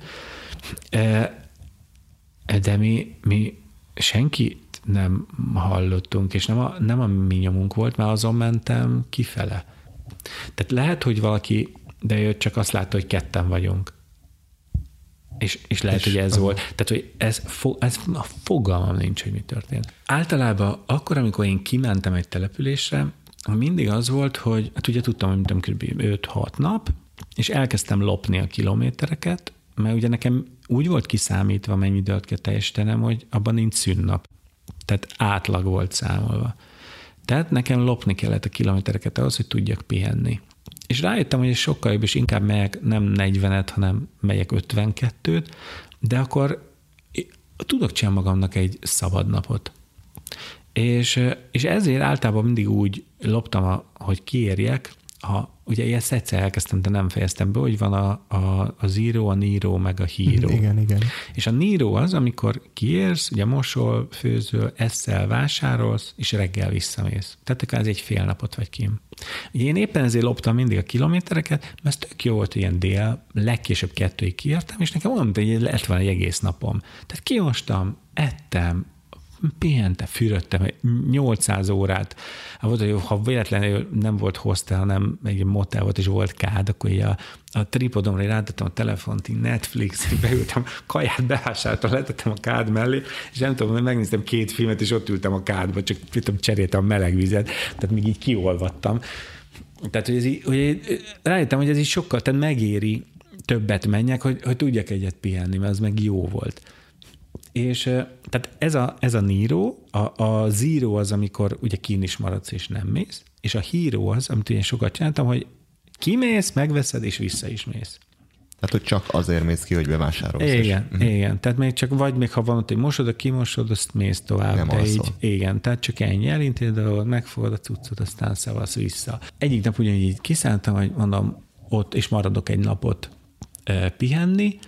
De mi, mi senkit nem hallottunk, és nem a, nem a mi nyomunk volt, mert azon mentem kifele. Tehát lehet, hogy valaki bejött, csak azt látta, hogy ketten vagyunk. És, és lehet, és hogy ez a... volt. Tehát, hogy ez, ez a fogalmam nincs, hogy mi történt. Általában akkor, amikor én kimentem egy településre, mindig az volt, hogy hát ugye tudtam, hogy mondtam, kb. öt-hat nap, és elkezdtem lopni a kilométereket, mert ugye nekem úgy volt kiszámítva, mennyi időt kell teljesítenem, hogy abban nincs szünnap. Tehát átlag volt számolva. Tehát nekem lopni kellett a kilométereket ahhoz, hogy tudjak pihenni. És rájöttem, hogy ez sokkal jobb, és inkább megyek nem negyvenet, hanem megyek ötvenkettőt, de akkor tudok csinálni magamnak egy szabad napot. És, és ezért általában mindig úgy loptam, hogy kiérjek, ha ugye ilyen egyszer elkezdtem, de nem fejeztem be, hogy van a, a, a zero, a Niro, meg a hero. Igen, igen. És a Niro az, amikor kiérsz, ugye mosol, főzöl, eszel, vásárolsz, és reggel visszamész. Tehát akkor ez egy fél napot vagy kim. Ugye én éppen ezért loptam mindig a kilométereket, mert ez tök jó volt, hogy ilyen dél, legkésőbb kettőig kiértem, és nekem mondom, hogy lett van egy egész napom. Tehát kimostam, ettem, pihentem, fürödtem nyolcszáz órát. Hát, ha véletlenül nem volt hostel, hanem egy motel volt, és volt kád, akkor így a, a tripodomra rátettem a telefont, így Netflix, így beültem, kaját bevásároltam, letettem a kád mellé, és nem tudom, megnéztem két filmet, és ott ültem a kádba, csak tudom, cseréltem a meleg vizet, tehát még így kiolvattam. Tehát, hogy, ez így, hogy rájöttem, hogy ez így sokkal, tehát megéri többet menjek, hogy, hogy tudjak egyet pihenni, mert az meg jó volt. És tehát ez a, ez a Niro, a, a Zero az, amikor ugye kín is maradsz és nem mész, és a Hero az, amit én sokat csináltam, hogy kimész, megveszed és vissza is mész. Tehát, hogy csak azért mész ki, hogy bevásárolsz. Igen, és... igen. Tehát még csak vagy még ha van ott egy mosod, kimosod, azt mész tovább. Nem de alszol. így, igen, tehát csak ennyi elintézed a dolgot, megfogod a cuccot, aztán szavasz vissza. Egyik nap ugyanígy így kiszálltam, hogy mondom, ott és maradok egy napot e, pihenni,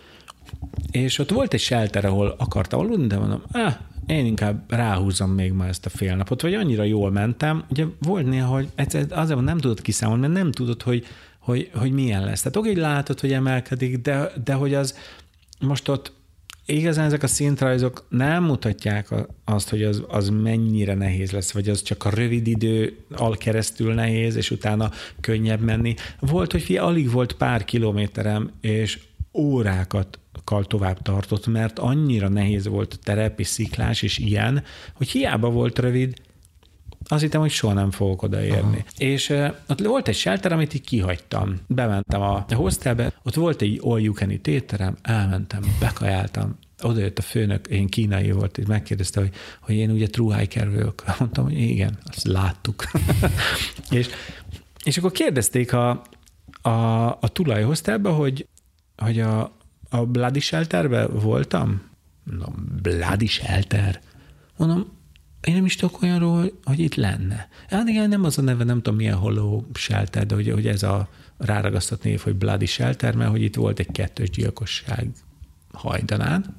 és ott volt egy shelter, ahol akartam aludni, de mondom, ah, én inkább ráhúzom még ma ezt a fél napot, vagy annyira jól mentem. Ugye volt néha, hogy azért nem tudod kiszámolni, mert nem tudod, hogy, hogy, hogy milyen lesz. Tehát oké, hogy látod, hogy emelkedik, de, de hogy az most ott igazán ezek a szintrajzok nem mutatják azt, hogy az, az mennyire nehéz lesz, vagy az csak a rövid idő al keresztül nehéz, és utána könnyebb menni. Volt, hogy fia, alig volt pár kilométerem, és órákat tovább tartott, mert annyira nehéz volt terep és sziklás és ilyen, hogy hiába volt rövid, azt hittem, hogy soha nem fogok odaérni. Aha. És uh, ott volt egy shelter, amit így kihagytam. Bementem a hostelbe, ott volt egy all you can eat étterem, elmentem, bekajáltam, oda jött a főnök, én kínai volt, és megkérdezte, hogy, hogy én ugye true hiker vagyok. Mondtam, hogy igen, azt láttuk. és, és akkor kérdezték a, a, a tulaj hostelbe, hogy, hogy a A Bloody Shelterben voltam? No, Bloody Shelter. Mondom, én nem is tudok olyanról, hogy itt lenne. Hát igen, nem az a neve, nem tudom milyen Hollow Shelter, de hogy, hogy ez a ráragasztott név, hogy Bloody Shelter, mert hogy itt volt egy kettős gyilkosság hajdanán.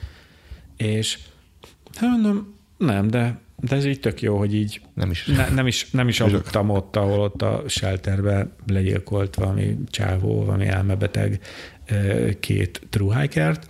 És hát mondom, nem, de, de ez így tök jó, hogy így nem is, ne, nem is, nem is aludtam ott, ahol ott a shelterbe legyilkolt valami csávó, valami elmebeteg két true hikert.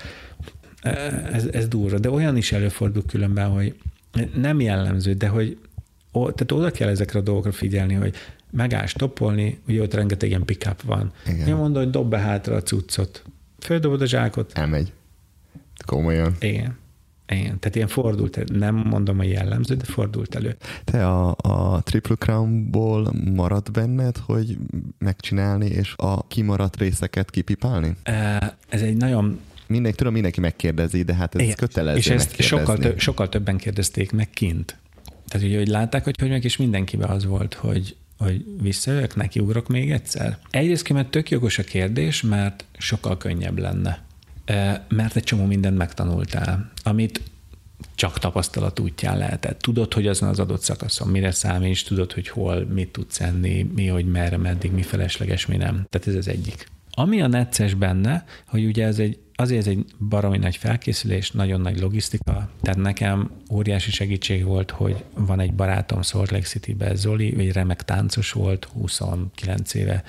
Ez, ez durva, de olyan is előfordul különben, hogy nem jellemző, de hogy tehát oda kell ezekre a dolgokra figyelni, hogy megáll stoppolni, ugye ott rengeteg ilyen pick-up van. Igen. Én mondom, hogy dob be hátra a cuccot. Földobod a zsákot. Elmegy. Komolyan. Igen. Igen. Tehát ilyen fordult elő. Nem mondom, hogy jellemző, de fordult elő. Te a, a Triple Crown-ból maradt benned, hogy megcsinálni, és a kimaradt részeket kipipálni? Ez egy nagyon... Mindenki, tudom, mindenki megkérdezi, de hát ez igen. kötelező és ezt sokkal, több, sokkal többen kérdezték meg kint. Tehát ugye, hogy látták, hogy hogy meg, és mindenkiben az volt, hogy, hogy visszajövök, nekiugrok még egyszer. Egyrészt, mert tök jogos a kérdés, mert sokkal könnyebb lenne. Mert egy csomó mindent megtanultál, amit csak tapasztalat útján lehetett. Tudod, hogy azon az adott szakaszon mire számíts, tudod, hogy hol mit tudsz enni, mi, hogy merre, meddig, mi felesleges, mi nem. Tehát ez az egyik. Ami a necces benne, hogy ugye ez egy, azért ez egy baromi nagy felkészülés, nagyon nagy logisztika, tehát nekem óriási segítség volt, hogy van egy barátom Salt Lake City-ben, Zoli, ő egy remek táncos volt, huszonkilenc éve,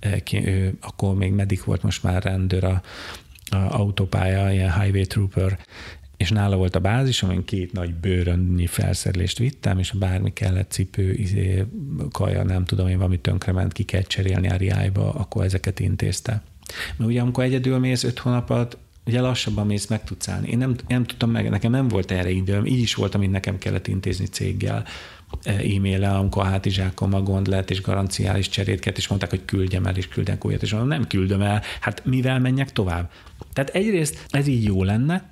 ő akkor még medik volt, most már rendőr a, a autópálya, ilyen highway trooper, és nála volt a bázis, amin két nagy bőrönnyi felszerelést vittem, és bármi kellett, cipő, izé, kaja, nem tudom én, valami tönkrement, ki kell cserélni a riájba, akkor ezeket intézte. Mert ugye amikor egyedül mész öt hónapot, ugye lassabban mész, meg tudsz állni. Én nem, nem tudtam meg, nekem nem volt erre időm, így is volt, amit nekem kellett intézni céggel, e-mail-el, amikor a hátizsákommal gond lett, és garanciális cserét kellett, és mondták, hogy küldjem el, és küldnek újat, és mondom, nem küldöm el, hát mivel menjek tovább? Tehát egyrészt ez így jó lenne,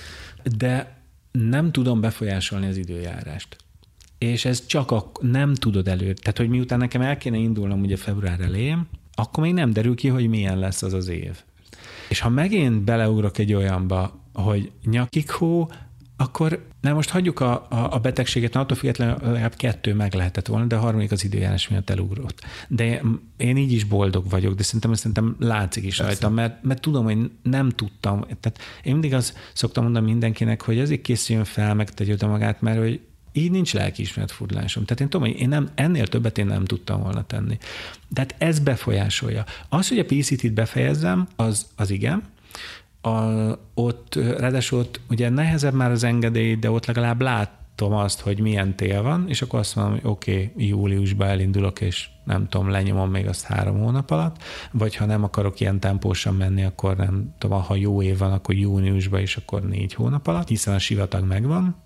de nem tudom befolyásolni az időjárást. És ez csak a, nem tudod elő. Tehát, hogy miután nekem el kéne indulnom ugye február elején, akkor még nem derül ki, hogy milyen lesz az az év. És ha megint beleugrok egy olyanba, hogy nyakig hó, akkor nem most hagyjuk a, a, a betegséget, mert attól függetlenül legalább kettő meg lehetett volna, de a harmadik az időjárás miatt elugrott. De én így is boldog vagyok, de szerintem, szerintem látszik is rajtam, mert, mert tudom, hogy nem tudtam. Tehát én mindig azt szoktam mondani mindenkinek, hogy azért készüljön fel, megtegye oda magát, mert hogy így nincs lelkiismeret furdalásom. Tehát én tudom, hogy én nem, ennél többet én nem tudtam volna tenni. Tehát ez befolyásolja. Az, hogy a pé cé té-t befejezzem, az, az igen. A, ott, ráadásul ott ugye nehezebb már az engedély, de ott legalább lát, azt, hogy milyen tél van, és akkor azt mondom, hogy oké, okay, júliusban elindulok, és nem tudom, lenyomom még azt három hónap alatt, vagy ha nem akarok ilyen tempósan menni, akkor nem tudom, ha jó év van, akkor júniusban, és akkor négy hónap alatt, hiszen a sivatag megvan.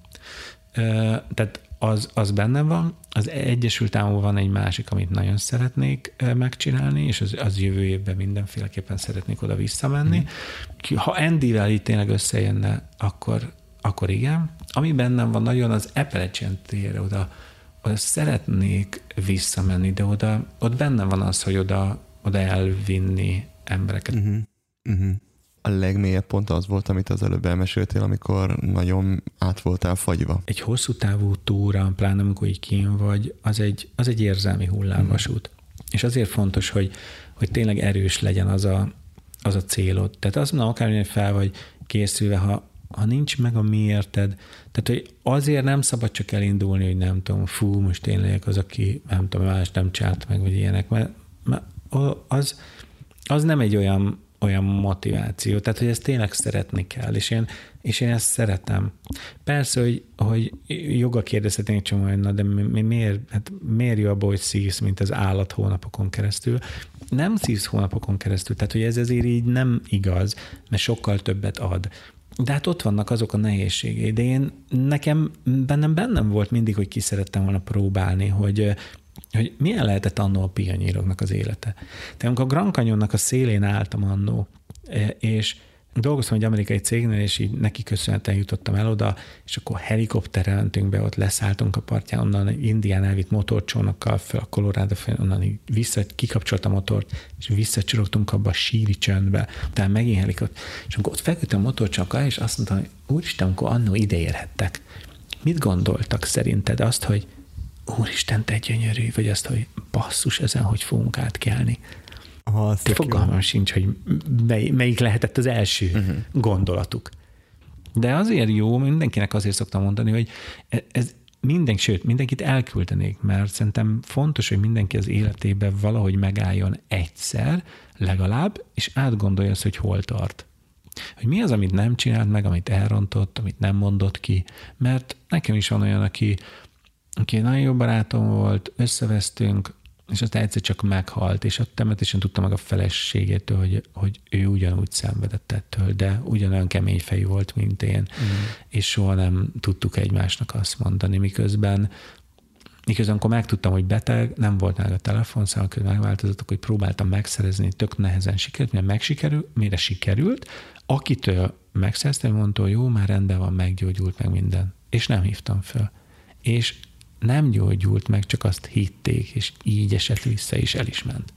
Tehát az, az bennem van. Az Egyesült Államokban van egy másik, amit nagyon szeretnék megcsinálni, és az, az jövő évben mindenféleképpen szeretnék oda visszamenni. Mm. Ha Andyvel itt tényleg összejönne, akkor, akkor igen. Ami bennem van nagyon, az Appalachian térre oda, oda szeretnék visszamenni, de oda, ott bennem van az, hogy oda, oda elvinni embereket. Uh-huh. Uh-huh. A legmélyebb pont az volt, amit az előbb elmeséltél, amikor nagyon át voltál fagyva. Egy hosszú távú túra, pláne amikor így kín vagy, az egy, az egy érzelmi hullámvasút. Mm. És azért fontos, hogy, hogy tényleg erős legyen az a, az a célod. Tehát azt mondom, akármilyen fel vagy készülve, ha, ha nincs meg a miérted, tehát hogy azért nem szabad csak elindulni, hogy nem tudom, fú, most tényleg az, aki nem tudom, más nem csinált meg, vagy ilyenek, mert, mert az, az nem egy olyan olyan motiváció, tehát hogy ezt tényleg szeretni kell, és én, és én ezt szeretem. Persze, hogy, hogy joga kérdezhetnénk csomó, na de mi, miért, hát miért jó abban, hogy szívsz, mint az állat hónapokon keresztül? Nem szívsz hónapokon keresztül, tehát hogy ez azért így nem igaz, mert sokkal többet ad. De hát ott vannak azok a nehézségei, de én nekem bennem bennem volt mindig, hogy ki szerettem volna próbálni, hogy hogy milyen lehetett annó a pioníroknak az élete. Tehát amikor a Grand Canyonnak a szélén álltam annó, és dolgoztam egy amerikai cégnél, és így neki köszönhetően jutottam el oda, és akkor helikopterrel mentünk be, ott leszálltunk a partján, onnan Indián elvitt motorcsónakkal fel a Colorado fel, onnan vissza, kikapcsolt a motort, és visszacsorogtunk abba a síri csöndbe, utána megint helikopter. És amikor ott feküdtem a motorcsónakkal, és azt mondtam, hogy úristen, amikor annó ide érhettek. Mit gondoltak szerinted azt, hogy úristen, te gyönyörű, vagy azt, hogy basszus, ezen hogy fogunk átkelni. Aha, fogalmam sincs, hogy mely, melyik lehetett az első uh-huh. gondolatuk. De azért jó, mindenkinek azért szoktam mondani, hogy ez mindenki, sőt, mindenkit elküldenék, mert szerintem fontos, hogy mindenki az életében valahogy megálljon egyszer, legalább, és átgondolja azt, hogy hol tart. Hogy mi az, amit nem csinált meg, amit elrontott, amit nem mondott ki, mert nekem is van olyan, aki aki nagyon jó barátom volt, összevesztünk, és aztán egyszer csak meghalt, és a temetésen tudta meg a feleségétől, hogy, hogy ő ugyanúgy szenvedett ettől, de ugyanolyan kemény fejű volt, mint én, mm. és soha nem tudtuk egymásnak azt mondani, miközben miközben amikor megtudtam, hogy beteg, nem volt meg a telefonszám, akkor megváltozottak, hogy próbáltam megszerezni, tök nehezen sikerült, mire megsikerült, mire sikerült, akitől megszereztem, mondta, hogy jó, már rendben van, meggyógyult meg minden, és nem hívtam föl. És nem gyógyult meg, csak azt hitték, és így esett vissza, és el is ment.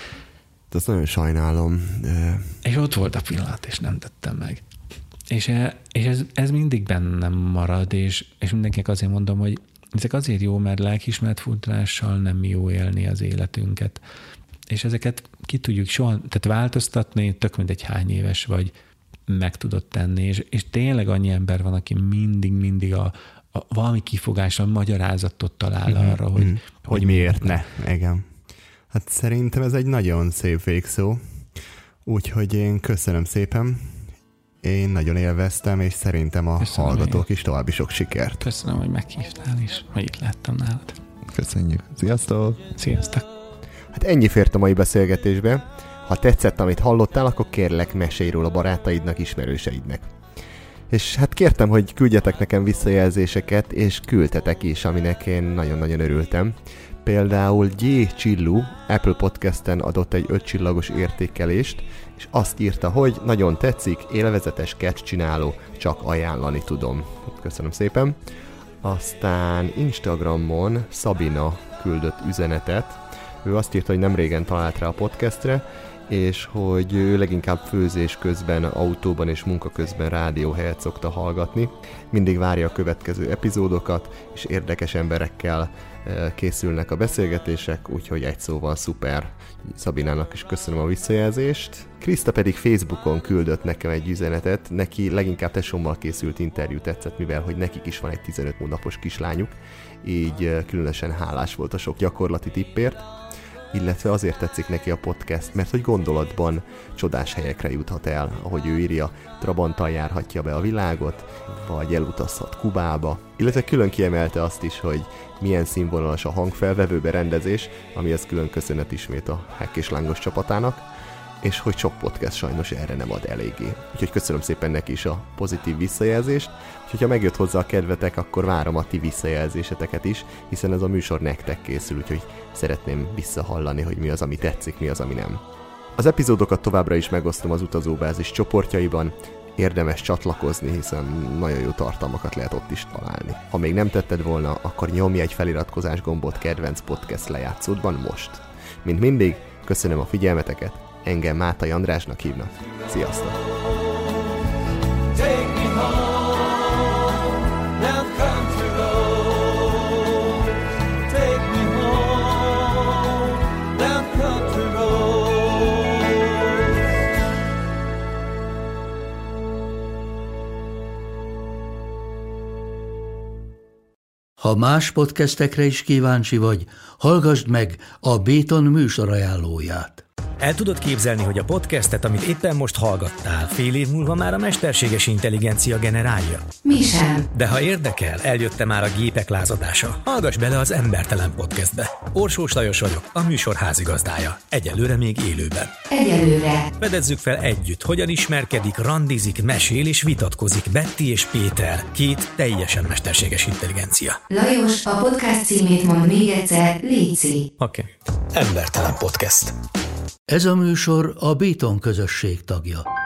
Ezt nagyon sajnálom. És ott volt a pillanat, és nem tettem meg. És, és ez, ez mindig bennem marad, és, és mindenkinek azért mondom, hogy ezek azért jó, mert lelkiismeretfurdalással nem jó élni az életünket. És ezeket ki tudjuk soha, tehát változtatni, tök mindegy hány éves vagy, meg tudod tenni, és, és tényleg annyi ember van, aki mindig-mindig a A, valami kifogásra, magyarázatot talál mm-hmm. arra, hogy, mm-hmm. hogy, hogy miért ne. Igen. Hát szerintem ez egy nagyon szép végszó, úgyhogy én köszönöm szépen, én nagyon élveztem, és szerintem a köszönöm hallgatók én. is további sok sikert. Köszönöm, hogy meghívtál is, hogy itt láttam nálad. Köszönjük. Sziasztok! Sziasztok! Hát ennyi fért a mai beszélgetésbe. Ha tetszett, amit hallottál, akkor kérlek, mesélj róla barátaidnak, ismerőseidnek. És hát kértem, hogy küldjetek nekem visszajelzéseket, és küldtetek is, aminek én nagyon-nagyon örültem. Például G. Csillu Apple Podcasten adott egy öt csillagos értékelést, és azt írta, hogy nagyon tetszik, élvezetes sketch csináló, csak ajánlani tudom. Köszönöm szépen. Aztán Instagramon Szabina küldött üzenetet. Ő azt írta, hogy nem régen talált rá a podcastre, és hogy ő leginkább főzés közben, autóban és munka közben rádióhelyet szokta hallgatni. Mindig várja a következő epizódokat, és érdekes emberekkel készülnek a beszélgetések, úgyhogy egy szóval szuper. Szabinának is köszönöm a visszajelzést. Kriszta pedig Facebookon küldött nekem egy üzenetet, neki leginkább tesómmal készült interjú tetszett, mivel hogy nekik is van egy tizenöt hónapos kislányuk, így különösen hálás volt a sok gyakorlati tippért. illetve azért tetszik neki a podcast, mert hogy gondolatban csodás helyekre juthat el, ahogy ő írja, Trabanttal járhatja be a világot, vagy elutazhat Kubába, illetve külön kiemelte azt is, hogy milyen színvonalas a hangfelvevő berendezés, amihez külön köszönet ismét a Hack és Lángos csapatának, és hogy sok podcast sajnos erre nem ad eléggé. Úgyhogy köszönöm szépen neki is a pozitív visszajelzést, és hogyha megjött hozzá a kedvetek, akkor várom a ti visszajelzéseteket is, hiszen ez a műsor nektek készül, úgyhogy szeretném visszahallani, hogy mi az, ami tetszik, mi az, ami nem. Az epizódokat továbbra is megosztom az utazóbázis csoportjaimban, érdemes csatlakozni, hiszen nagyon jó tartalmakat lehet ott is találni. Ha még nem tetted volna, akkor nyomj egy feliratkozás gombot kedvenc podcast lejátszódban most. Mint mindig, köszönöm a figyelmeteket, engem Mátai Andrásnak hívnak. Sziasztok! Ha más podcastekre is kíváncsi vagy, hallgassd meg a Béton műsor ajánlóját. El tudod képzelni, hogy a podcastet, amit éppen most hallgattál, fél év múlva már a mesterséges intelligencia generálja? Mi sem. De ha érdekel, eljött már a gépek lázadása. Hallgass bele az Embertelen Podcastbe. Orsós Lajos vagyok, a műsor házigazdája. Egyelőre még élőben. Egyelőre. Fedezzük fel együtt, hogyan ismerkedik, randizik, mesél és vitatkozik Betty és Péter, két teljesen mesterséges intelligencia. Lajos, a podcast címét mond még egyszer, léci. Oké. Okay. Embertelen Podcast. Ez a műsor a Béton közösség tagja.